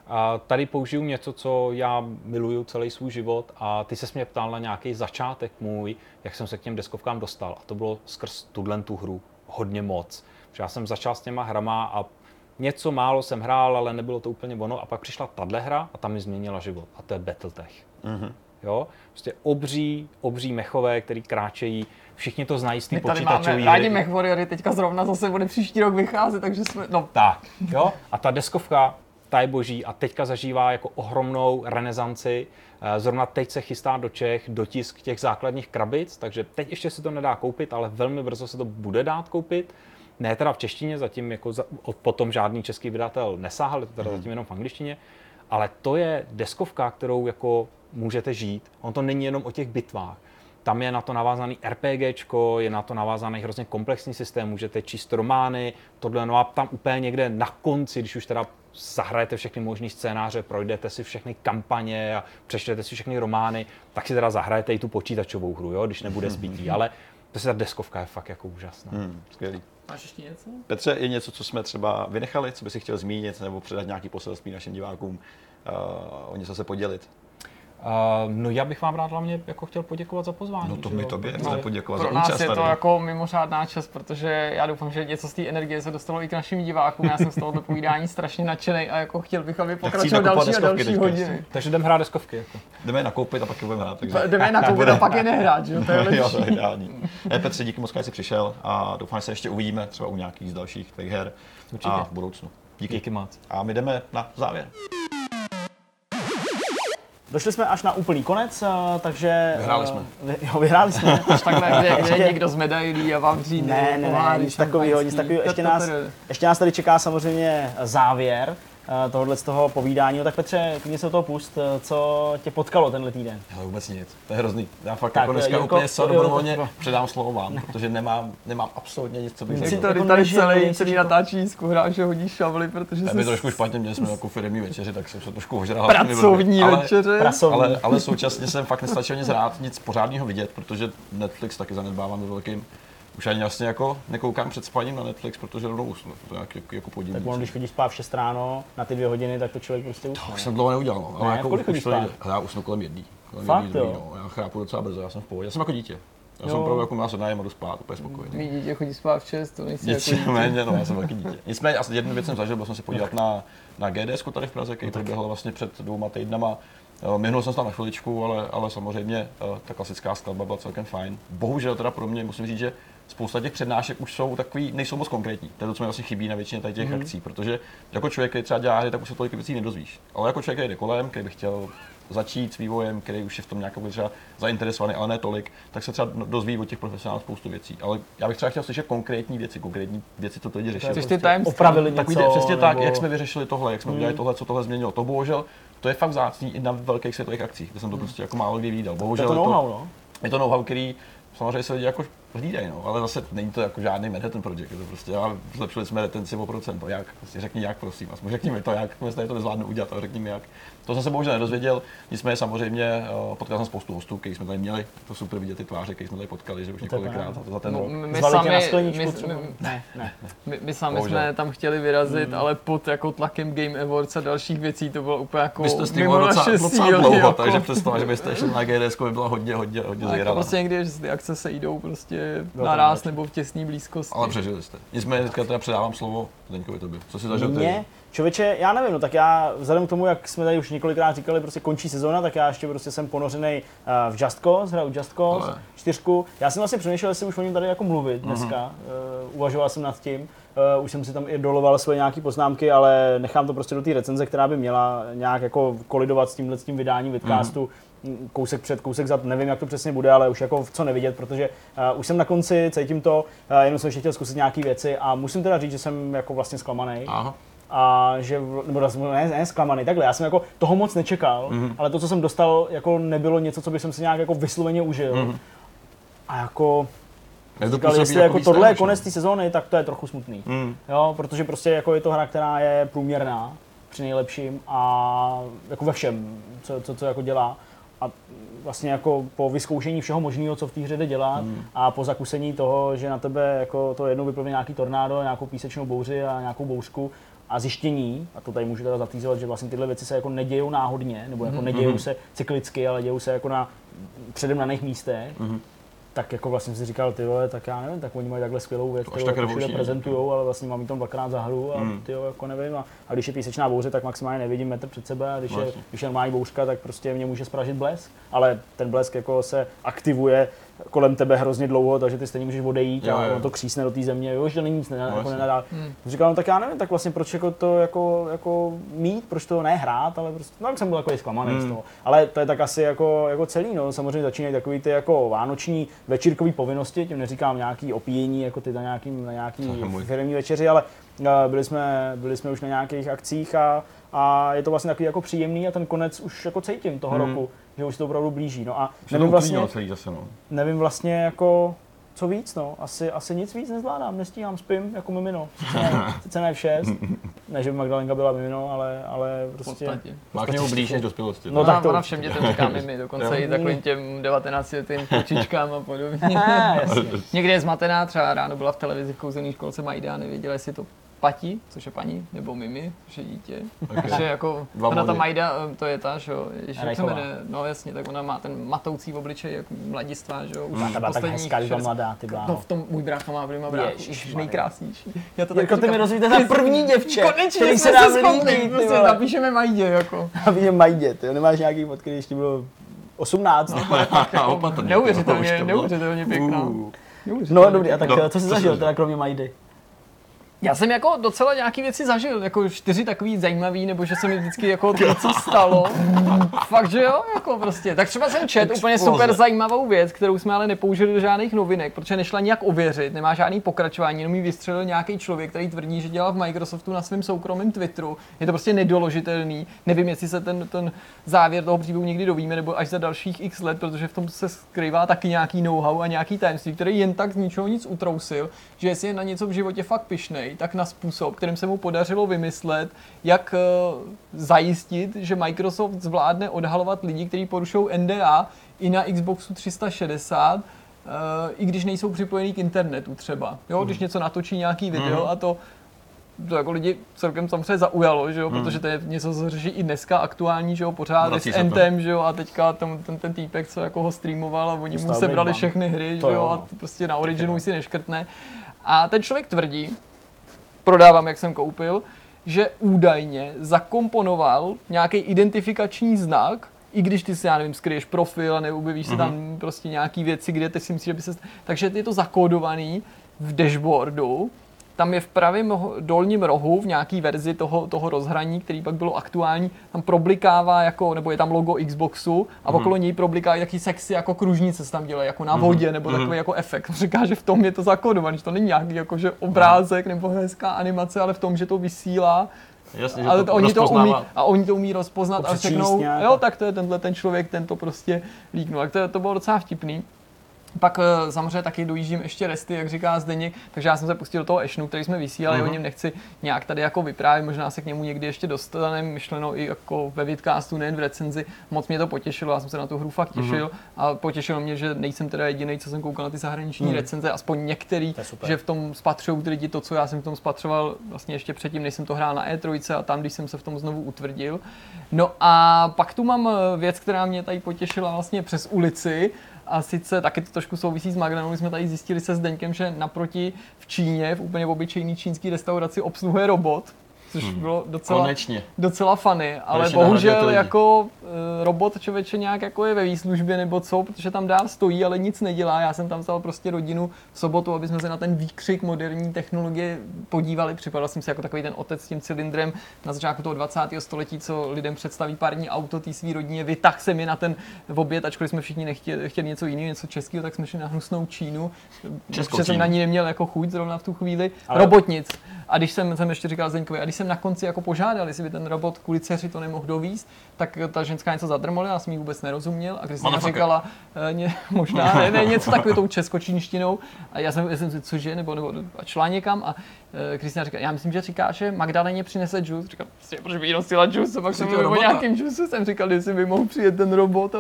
S4: A tady použiju něco, co já miluju celý svůj život a ty ses mě ptal na nějaký začátek můj, jak jsem se k těm deskovkám dostal. A to bylo skrz tu hru hodně moc. Protože já jsem začal s těma hrama a něco málo jsem hrál, ale nebylo to úplně ono. A pak přišla tahle hra a ta mi změnila život. A to je Battletech. Jo? Prostě obří mechové, který kráčejí. Všichni to znají z té počítačové hry.
S2: Rádi Mech Warriory, teďka zrovna zase bude příští rok vycházet, takže jsme... No.
S4: Tak, jo? A ta deskovka, ta je boží a teďka zažívá jako ohromnou renesanci. Zrovna teď se chystá do Čech dotisk těch základních krabic, takže teď ještě se to nedá koupit, ale velmi brzo se to bude dát koupit. Ne teda v češtině, zatím jako potom žádný český vydatel nesáhl, je to teda zatím jenom v angličtině, ale to je deskovka, kterou jako můžete žít. On to není jenom o těch bitvách. Tam je na to navázaný RPGčko, je na to navázaný hrozně komplexní systém, můžete číst romány, tohle, no a tam úplně někde na konci, když už teda zahrajete všechny možný scénáře, projdete si všechny kampaně a přečtete si všechny romány, tak si teda zahrajete i tu počítačovou hru, jo, když nebude zbytí, ale ta deskovka je fakt jako úžasná.
S3: Skvělý.
S2: Máš ještě něco?
S3: Petře, je něco, co jsme třeba vynechali, co by si chtěl zmínit, nebo předat nějaký poselství našim divákům, o něco se podělit?
S4: No já bych vám rád hlavně jako chtěl poděkovat za pozvání.
S3: No to my tobě chceme poděkovat za
S2: účast. Pro nás je to
S3: tady.
S2: jako mimořádná čest, protože já doufám, že něco z té energie se dostalo i k našim divákům. Já jsem z tohoto povídání strašně nadšený a jako chtěl bych, aby pokračoval další a další hodiny.
S4: Takže jdeme hrát deskovky. Jako.
S3: Jdeme je nakoupit a pak je budeme hrát. Takže...
S2: Jdeme je nakoupit a pak je nehrát, že jo? To je lepší.
S3: Jo, to je ideální. Petře, díky moc, že jsi přišel a doufám, že se ještě uvidíme třeba u nějakých z dalších těch her a v budoucnu.
S4: Díky moc.
S3: A my jdeme na závěr.
S1: Došli jsme až na úplný konec, takže...
S3: Vyhráli jsme.
S1: Vyhráli jsme.
S2: Až takhle, kde je někdo z medailí a vám přijde.
S1: Ne, nic takového. Ještě nás tady čeká samozřejmě závěr tohohle z toho povídání. No tak Petře, klidně se do toho pust, co tě potkalo tenhle týden.
S3: Ale vůbec nic, to je hrozný. Já fakt tak, jako dneska úplně dobrovolně předám slovo vám, protože nemám absolutně nic, co bych řekl.
S2: Si tady celý natáčíčku hrál, že hodíš šavly, protože
S3: jsi... trošku špatně, měli jsme jako firemní večeři, tak jsem se trošku ožral.
S2: Pracovní večeře.
S3: Ale současně jsem fakt nestačil nic rád, nic pořádného vidět, protože Netflix taky zanedbávám ve velkým. Už ani vlastně jako nekoukám před spaním na Netflix, protože rovnou usnu. To je jako podivný.
S1: Tak když chodíš spát v 6 ráno na ty 2 hodiny, tak to člověk prostě usne.
S3: To už jsem dlouho neudělal, no.
S1: Ale jako
S3: kolik
S1: chodíš spát?
S3: Já usnu kolem 1.
S1: Fakt jo?
S3: No. Já chrápu docela brzo, já jsem v pohodě. Já jsem jako dítě. Já jsem opravdu jako má sodnájem a jdu spát, úplně spokojený.
S2: Mí dítě chodí spát v 6, to nejsi
S3: jako dítě. Méně, no, já jsem taky dítě. Nicméně, asi jednu věc jsem zažil, byl jsem se podívat na GDS tady v Praze, který proběhl vlastně před 2 týdnama. Minul jsem se tam na chviličku, ale samozřejmě ta klasická skladba byla celkem fajn. Bohužel teda pro mě musím říct, že spousta těch přednášek už jsou takový, nejsou moc konkrétní. To je to, co mi vlastně chybí na většině tady těch akcí, protože jako člověk, který třeba dělá hry, tak už se tolik věcí nedozvíš. Ale jako člověk, který jde kolem, který by chtěl začít s vývojem, který už je v tom nějak třeba zainteresovaný, ale ne tolik, tak se třeba dozví od těch profesionálů spoustu věcí. Ale já bych třeba chtěl slyšet konkrétní věci, co to lidi řeší.
S1: Opravili
S3: něco, přesně nebo... tak, jak jsme vyřešili tohle, jak jsme udělali tohle, co tohle změnilo. To bohužel, to je fakt vzácný i na velkých světových akcích, kde jsem to prostě jako málo kdy viděl. Bohužel je to know-how, který samozřejmě se lidi jako hlídají, no, ale zase není to jako žádný Manhattan Project, je to prostě, zlepšili jsme retenci o procento, jak, prostě řekni jak prosím, aspoň řekni mi to, jak, my to nezvládnu udělat, ale řekni mi jak. To jsem se bohužel nedozvěděl, nicméně samozřejmě potkal jsem spoustu hostů, kteří jsme tady měli, to super vidět ty tváře, které jsme tady potkali, že už několikrát za ten rok.
S2: My sami jsme tam chtěli vyrazit, ale pod jako tlakem Game Awards a dalších věcí to bylo úplně jako
S3: mimo naše síly. Dlouho, takže představa, že byste šli na GDS, by byla hodně zvěrala.
S2: Prostě někdy, že ty akce se jdou prostě naráz nebo v těsné blízkosti.
S3: Ale přežili jste. Nicméně teďka teda předávám slovo Zdeňkovi tobě. Co si zažil ty?
S1: Člověče, já nevím, no tak já vzhledem k tomu, jak jsme tady už několikrát říkali, prostě končí sezóna, tak já ještě prostě jsem ponořený v Just Cause, hraju Just Cause 4. Já jsem vlastně přemýšlel, jestli už o něm tady jako mluvit dneska. Uvažoval jsem nad tím. Už jsem si tam i doloval svoje nějaké poznámky, ale nechám to prostě do té recenze, která by měla nějak jako kolidovat s tím vydáním vidcastu. Kousek před, kousek za, nevím, jak to přesně bude, ale už jako co nevidět, protože už jsem na konci, cítím to, jenom jsem ještě chtěl zkusit nějaké věci a musím teda říct, že jsem jako vlastně zklamaný. A že, nebo ne zklamaný, takhle, já jsem jako toho moc nečekal, ale to, co jsem dostal, jako nebylo něco, co bych jsem si nějak jako vysloveně užil. A jako říkal, jestli jako tohle je konec té sezóny, tak to je trochu smutný. Jo, protože prostě jako je to hra, která je průměrná při nejlepším a jako ve všem, co jako dělá. A vlastně jako po vyzkoušení všeho možného, co v té hře jde dělat a po zakusení toho, že na tebe jako to jednou vyplivne nějaký tornádo, nějakou písečnou bouři a nějakou bouřku a zjištění, a to tady můžu teda zatýzovat, že vlastně tyhle věci se jako nedějou náhodně, nebo jako nedějou se cyklicky, ale dějou se jako na předem daných místech. Tak jako vlastně si říkal, ty vole, tak já nevím, tak oni mají takhle skvělou věc, kterou jako všude prezentujou, ale vlastně mám jí tam 2krát za hru a ty jako nevím. A když je písečná bouře, tak maximálně nevidím metr před sebe a když je normální bouřka, tak prostě mě může spražit blesk. Ale ten blesk jako se aktivuje kolem tebe hrozně dlouho, takže ty stejně můžeš odejít a on to křísne do té země, jo, že to není nic jako nenadá. Říkal, no tak já nevím, tak vlastně proč jako to jako mít, proč to nehrát, ale prostě, no, jsem byl takový zklamaný z toho. Ale to je tak asi jako celý, no, samozřejmě začínají takový ty jako vánoční večírkový povinnosti, tím neříkám nějaký opíjení, jako ty na nějaký firemní večeři, ale byli jsme už na nějakých akcích a je to vlastně takový jako příjemný a ten konec už jako cítím toho roku, že už se to opravdu blíží. No a nevím vlastně jako, co víc, no. Asi nic víc nezvládám, nestíhám, spím jako mimino. Sice ne v 6, ne, že by Magdalenka byla mimino, ale prostě...
S3: Má k němu blíž než dospělosti.
S1: No, tak to
S2: ona všem dětem říká mimi, dokonce i takovým těm 19 letým kočičkám a podobně. Někdy je zmatená, třeba ráno byla v televizi v kouzelné školce Majda a nevěděla, jestli to Pati, což je paní, nebo Mimi, což je dítě. Takže jako, ona ta Majda, to je ta, že jo, jak se jmenuje, no jasně, tak ona má ten matoucí obličej, jako mladistvá, že jo, už
S1: tak hezká, když mladá, ty bláho.
S2: No v tom můj brácha má prima bráchu, už nejkrásnější.
S1: Já to Jirko, ty mi rozvíte za první děvče, který se nám líbí,
S2: prostě napíšeme Majdě, jako.
S1: Napíšeme Majdě, ty nemáš nějaký fotky, když ti bylo 18.
S2: Neuvěřitelně pěkná.
S1: No dobrý, a tak co jsi zažil teda kromě Majdy?
S2: Já jsem jako docela nějaký věci zažil, jako 4 takový zajímavý, nebo že se mi vždycky jako něco stalo. Fakt, že jo, jako prostě. Tak třeba jsem četl úplně super zajímavou věc, kterou jsme ale nepoužili do žádných novinek, protože nešla nijak ověřit, nemá žádný pokračování, jenom ji vystřelil nějaký člověk, který tvrdí, že dělal v Microsoftu na svém soukromém Twitteru. Je to prostě nedoložitelný. Nevím, jestli se ten závěr toho příběhu někdy dovíme, nebo až za dalších x let, protože v tom se skrývá taky nějaký know-how a nějaký tajemství, který jen tak z ničeho nic utrousil, že jestli je na něco v životě fakt pyšnej, tak na způsob, kterým se mu podařilo vymyslet, jak zajistit, že Microsoft zvládne odhalovat lidi, kteří porušují NDA i na Xboxu 360, i když nejsou připojení k internetu třeba. Jo, když něco natočí nějaký video a to jako lidi celkem samozřejmě zaujalo, že jo, protože to je něco, co řeší i dneska aktuální, že jo, pořád s Anthem, že jo, a teďka ten týpek, co jako ho streamoval a oni mu sebrali všechny hry, že jo, a prostě na Originu už si neškrtne. A ten člověk tvrdí, prodávám, jak jsem koupil, že údajně zakomponoval nějaký identifikační znak, i když ty si, já nevím, skryješ profil a neobjevíš si tam prostě nějaký věci, kde ty si myslíš, že by se... Takže je to zakódovaný v dashboardu, tam je v pravém dolním rohu v nějaký verzi toho rozhraní, který pak bylo aktuální, tam problikává jako, nebo je tam logo Xboxu a okolo něj problikávají taky sexy jako kružnice se tam dělají, jako na vodě, nebo takový jako efekt. Říká, že v tom je to zakódovaný, že to není nějaký jako, že obrázek nebo hezká animace, ale v to, že to vysílá.
S3: Jasně, že
S2: ale
S3: to
S2: oni to umí rozpoznat a řeknou, jo, tak to je ten člověk, ten to prostě líknul. Tak to bylo docela vtipný. Pak samozřejmě taky dojíždím ještě resty, jak říká Zdeněk, takže já jsem se pustil do toho Ashnu, který jsme vysílali, o něm nechci nějak tady jako vyprávět, možná se k němu někdy ještě dostaneme, myšleno i jako ve vidcastu, nejen v recenzi, moc mě to potěšilo, já jsem se na tu hru fakt těšil a potěšilo mě, že nejsem teda jediný, co jsem koukal na ty zahraniční recenze, aspoň některý, že v tom spatřují ty lidi to, co já jsem v tom spatřoval vlastně ještě předtím, než jsem to hrál na E3 a tam, když jsem se v tom znovu utvrdil. No a pak tu mám věc, která mě tady potěšila vlastně přes ulici. A sice taky to trošku souvisí s Magdanou, jsme tady zjistili se Zdeňkem, že naproti v Číně, v úplně obyčejný čínský restauraci obsluhuje robot, což bylo docela funny, ale bohužel jako robot člověče nějak jako je ve výslužbě nebo co, protože tam dál stojí, ale nic nedělá. Já jsem tam vzal prostě rodinu v sobotu, aby jsme se na ten výkřik moderní technologie podívali. Připadal jsem si jako takový ten otec s tím cylindrem na začátku toho 20. století, co lidem představí pární auto té svý rodině. Vytáhl jsem je na ten oběd, ačkoliv jsme všichni chtěli něco jiného, něco českého, tak jsme šli na hnusnou Čínu. Protože jsem na ní neměl jako chuť zrovna v tu chvíli. Ale... Robotnic. A když jsem ještě říkal Zdeňkovi, a když jsem na konci jako požádal, jestli by ten robot kvůli dceři to nemohl dovízt, tak ta ženská něco zadrmolila, já jsem jí vůbec nerozuměl a Kristina říkala, možná, ne, něco takovou tou českočínštinou a já jsem si, cože, nebo šla někam a Kristina říká, já myslím, že říká, že Magdaleně přinese džus. Říkal, proč by jí nosila džus, a pak jsem mluvil o nějakým džusu, jsem říkal, jestli by mohl přijet ten robot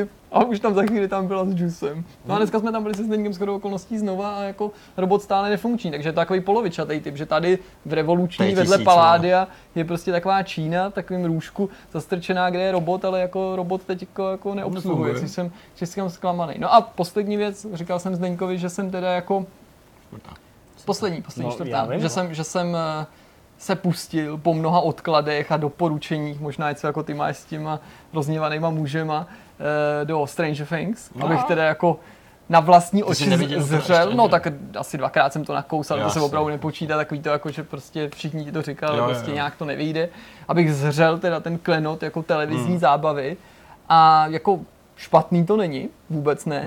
S2: a už tam za chvíli tam byla s džusem. No a dneska jsme tam byli se Zdeňkem shodou okolností znova a jako robot stále nefunkční, takže je to takový polovičatý typ, že tady v revoluční vedle Palladia je prostě taková Čína v takovém růžku zastrčená, kde je robot, ale jako robot teď jako neobsluhuje, což jsem zklamaný. No a poslední věc, říkal jsem Zdeňkovi, že jsem teda jako poslední čtvrtá, že jsem se pustil po mnoha odkladech a doporučeních, možná něco jako ty máš s těma rozněvanýma mužema, do Stranger Things, abych teda jako na vlastní oči zřel, no tak asi 2krát jsem to nakousal, to se opravdu nepočítá, takový to jako, že prostě všichni ti to říkali, ale prostě nějak to nevyjde, abych zřel teda ten klenot jako televizní zábavy a jako špatný to není, vůbec ne,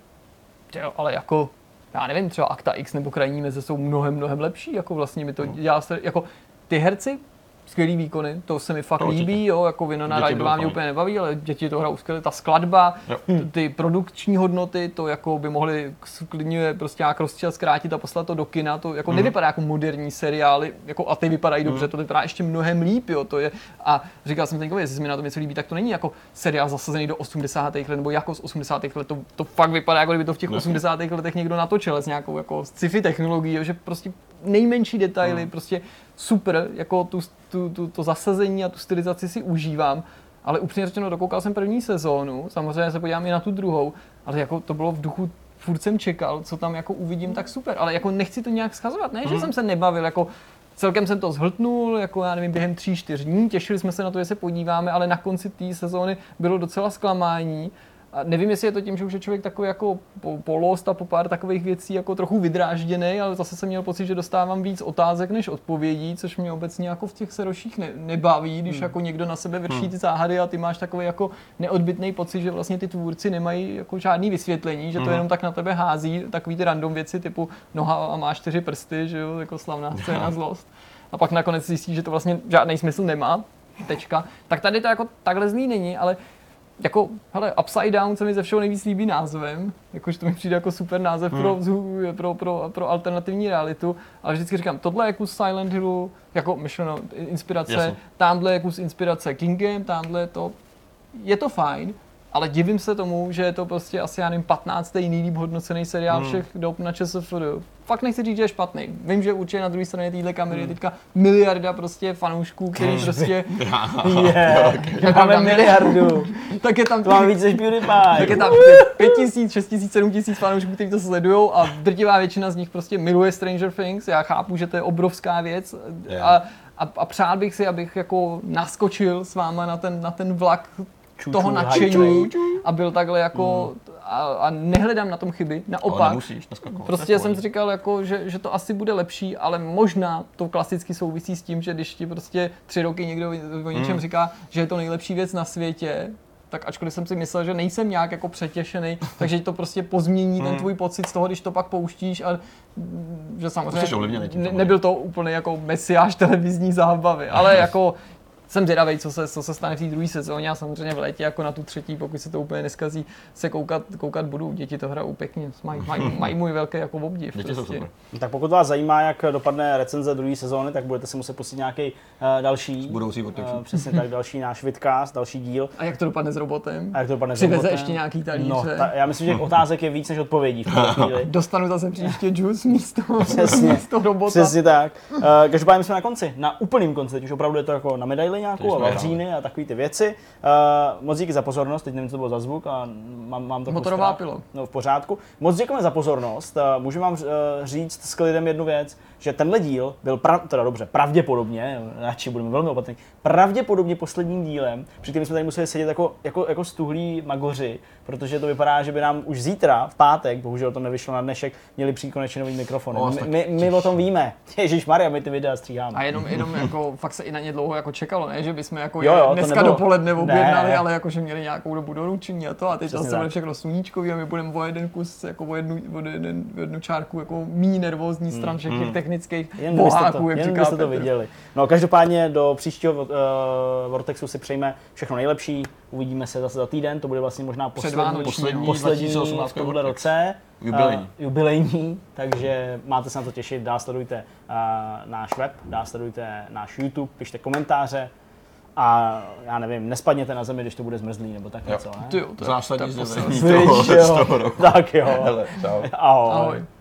S2: ale jako já nevím, třeba Akta X nebo Krajní meze jsou mnohem lepší, jako vlastně mi to dělá se, jako ty herci skvělý výkony, to se mi fakt líbí, jo, jako Winona Ryderová mě úplně nebaví, ale děti to hrajou skvěle, ta skladba, ty produkční hodnoty, to jako by mohli klidně prostě nějak rozstřelit, zkrátit a poslat to do kina, to jako nevypadá jako moderní seriály, jako a ty vypadají dobře, to vypadá ještě mnohem líp, jo, to je, a říkal jsem tenkovi, jestli mi na tom něco líbí, tak to není jako seriál zasazený do 80. let, nebo jako z 80. let, to fakt vypadá, jako kdyby to v těch 80. letech někdo natočil s nějakou jako sci-fi technologií, jo, že prostě nejmenší detaily, prostě super, jako to zasazení a tu stylizaci si užívám, ale upřímně řečeno, dokoukal jsem první sezónu, samozřejmě se podívám i na tu druhou, ale jako to bylo v duchu, furt jsem čekal, co tam jako uvidím, tak super, ale jako nechci to nějak schazovat, ne, že jsem se nebavil, jako celkem jsem to zhltnul, jako já nevím, během 3-4 dní, těšili jsme se na to, že se podíváme, ale na konci té sezóny bylo docela zklamání. A nevím, jestli je to tím, že už je člověk takový jako po Lost a po pár takových věcí jako trochu vydrážděný, ale zase jsem měl pocit, že dostávám víc otázek než odpovědí, což mě obecně jako v těch seroších nebaví, když jako někdo na sebe vrší ty záhady a ty máš takový jako neodbytný pocit, že vlastně ty tvůrci nemají jako žádný vysvětlení, že to jenom tak na tebe hází, takový ty random věci typu noha a má 4 prsty, že jo, jako slavná scéna z Lost. A pak nakonec zjistí, že to vlastně žádný smysl nemá, tečka. Tak tady to jako takhle zlý není, ale jako, hele, Upside Down se mi ze všeho nejvíc líbí názvem, jakože to mi přijde jako super název pro alternativní realitu, ale vždycky říkám, tohle je kus Silent Hillu, jako myšleno inspirace, tamhle je kus inspirace Kingem, tamhle to, je to fajn, ale divím se tomu, že je to prostě asi, já nevím, 15. nejlíp hodnocený seriál všech dob na ČSFD. Fakt nechci říct, že je špatný. Vím, že určitě na druhé straně téhle kamery je teďka miliarda prostě fanoušků, který prostě...
S1: Máme miliardu.
S2: Tak je tam...
S1: To máme víc než PewDiePie.
S2: Tak je tam 5 000, 6 000, 7 000 fanoušků, kteří to sledujou a drtivá většina z nich prostě miluje Stranger Things. Já chápu, že to je obrovská věc a přál bych si, abych jako naskočil s váma na ten vlak toho nadšení a byl takhle jako a nehledám na tom chyby, naopak. Prostě jsem si říkal, jako, že to asi bude lepší, ale možná to klasicky souvisí s tím, že když ti prostě 3 roky někdo o něčem říká, že je to nejlepší věc na světě, tak ačkoliv jsem si myslel, že nejsem nějak jako přetěšený, takže to prostě pozmění ten tvůj pocit z toho, když to pak pouštíš a že samozřejmě nebyl to úplně jako mesiáš televizní zábavy, ale jako jsem zvědavej, co se stane v té druhé sezóně a samozřejmě v létě jako na tu třetí, pokud se to úplně neskazí, se koukat budu. Děti to hrajou pěkně, mají můj velký jako obdiv. Prostě.
S1: Tak pokud vás zajímá, jak dopadne recenze druhé sezóny, tak budete si muset pustit nějaký další,
S3: budoucí
S1: přesně tak, další náš vidcast, další díl.
S2: A jak to dopadne s robotem?
S1: Přiveze
S2: ještě nějaký talíře?
S1: No, já myslím, že otázek je víc než odpovědí.
S2: Dostanu zase příště juice místo robota.
S1: Přesně tak. Každopádně jsme na konci, na úplným konci, teď už opravdu je to jako na medaili nějakou a vavříny a takové ty věci. Moc díky za pozornost, teď nevím, co to bylo za zvuk a mám to
S2: motorová pilo.
S1: No, v pořádku. Moc děkujeme za pozornost. Můžu vám říct s klidem jednu věc, že tenhle díl byl pravděpodobně, radši budeme velmi opatrní, pravděpodobně posledním dílem, při kterém jsme tady museli sedět jako stuhlí magoři, protože to vypadá, že by nám už zítra, v pátek, bohužel to nevyšlo na dnešek, měli přijít konečně nový mikrofony. My o tom víme. Ježišmarja, my ty videa stříháme.
S2: A jenom jako fakt se i na ně dlouho jako čekalo, ne, že bychom jako dneska dopoledne objednali, ale jako že měli nějakou dobu doručení a to a teď zase bude všechno sluníčkový a my budeme o jeden kus, jako o jednu čárku jako méně nervózní stran všech těch technických boháků, jak říká
S1: Petr. To viděli. No každopádně do příštího Vortexu si přejme všechno nejlepší. Uvidíme se zase za týden, to bude vlastně možná poslední v tomhle roce. Jubilejní, takže máte se na to těšit, dál sledujte náš web, dál sledujte náš YouTube, pište komentáře a já nevím, nespadněte na zemi, když to bude zmrzlý nebo tak něco, ne?
S3: Zásadní
S1: z toho roku. Tak jo.
S3: Hele,
S1: Ahoj.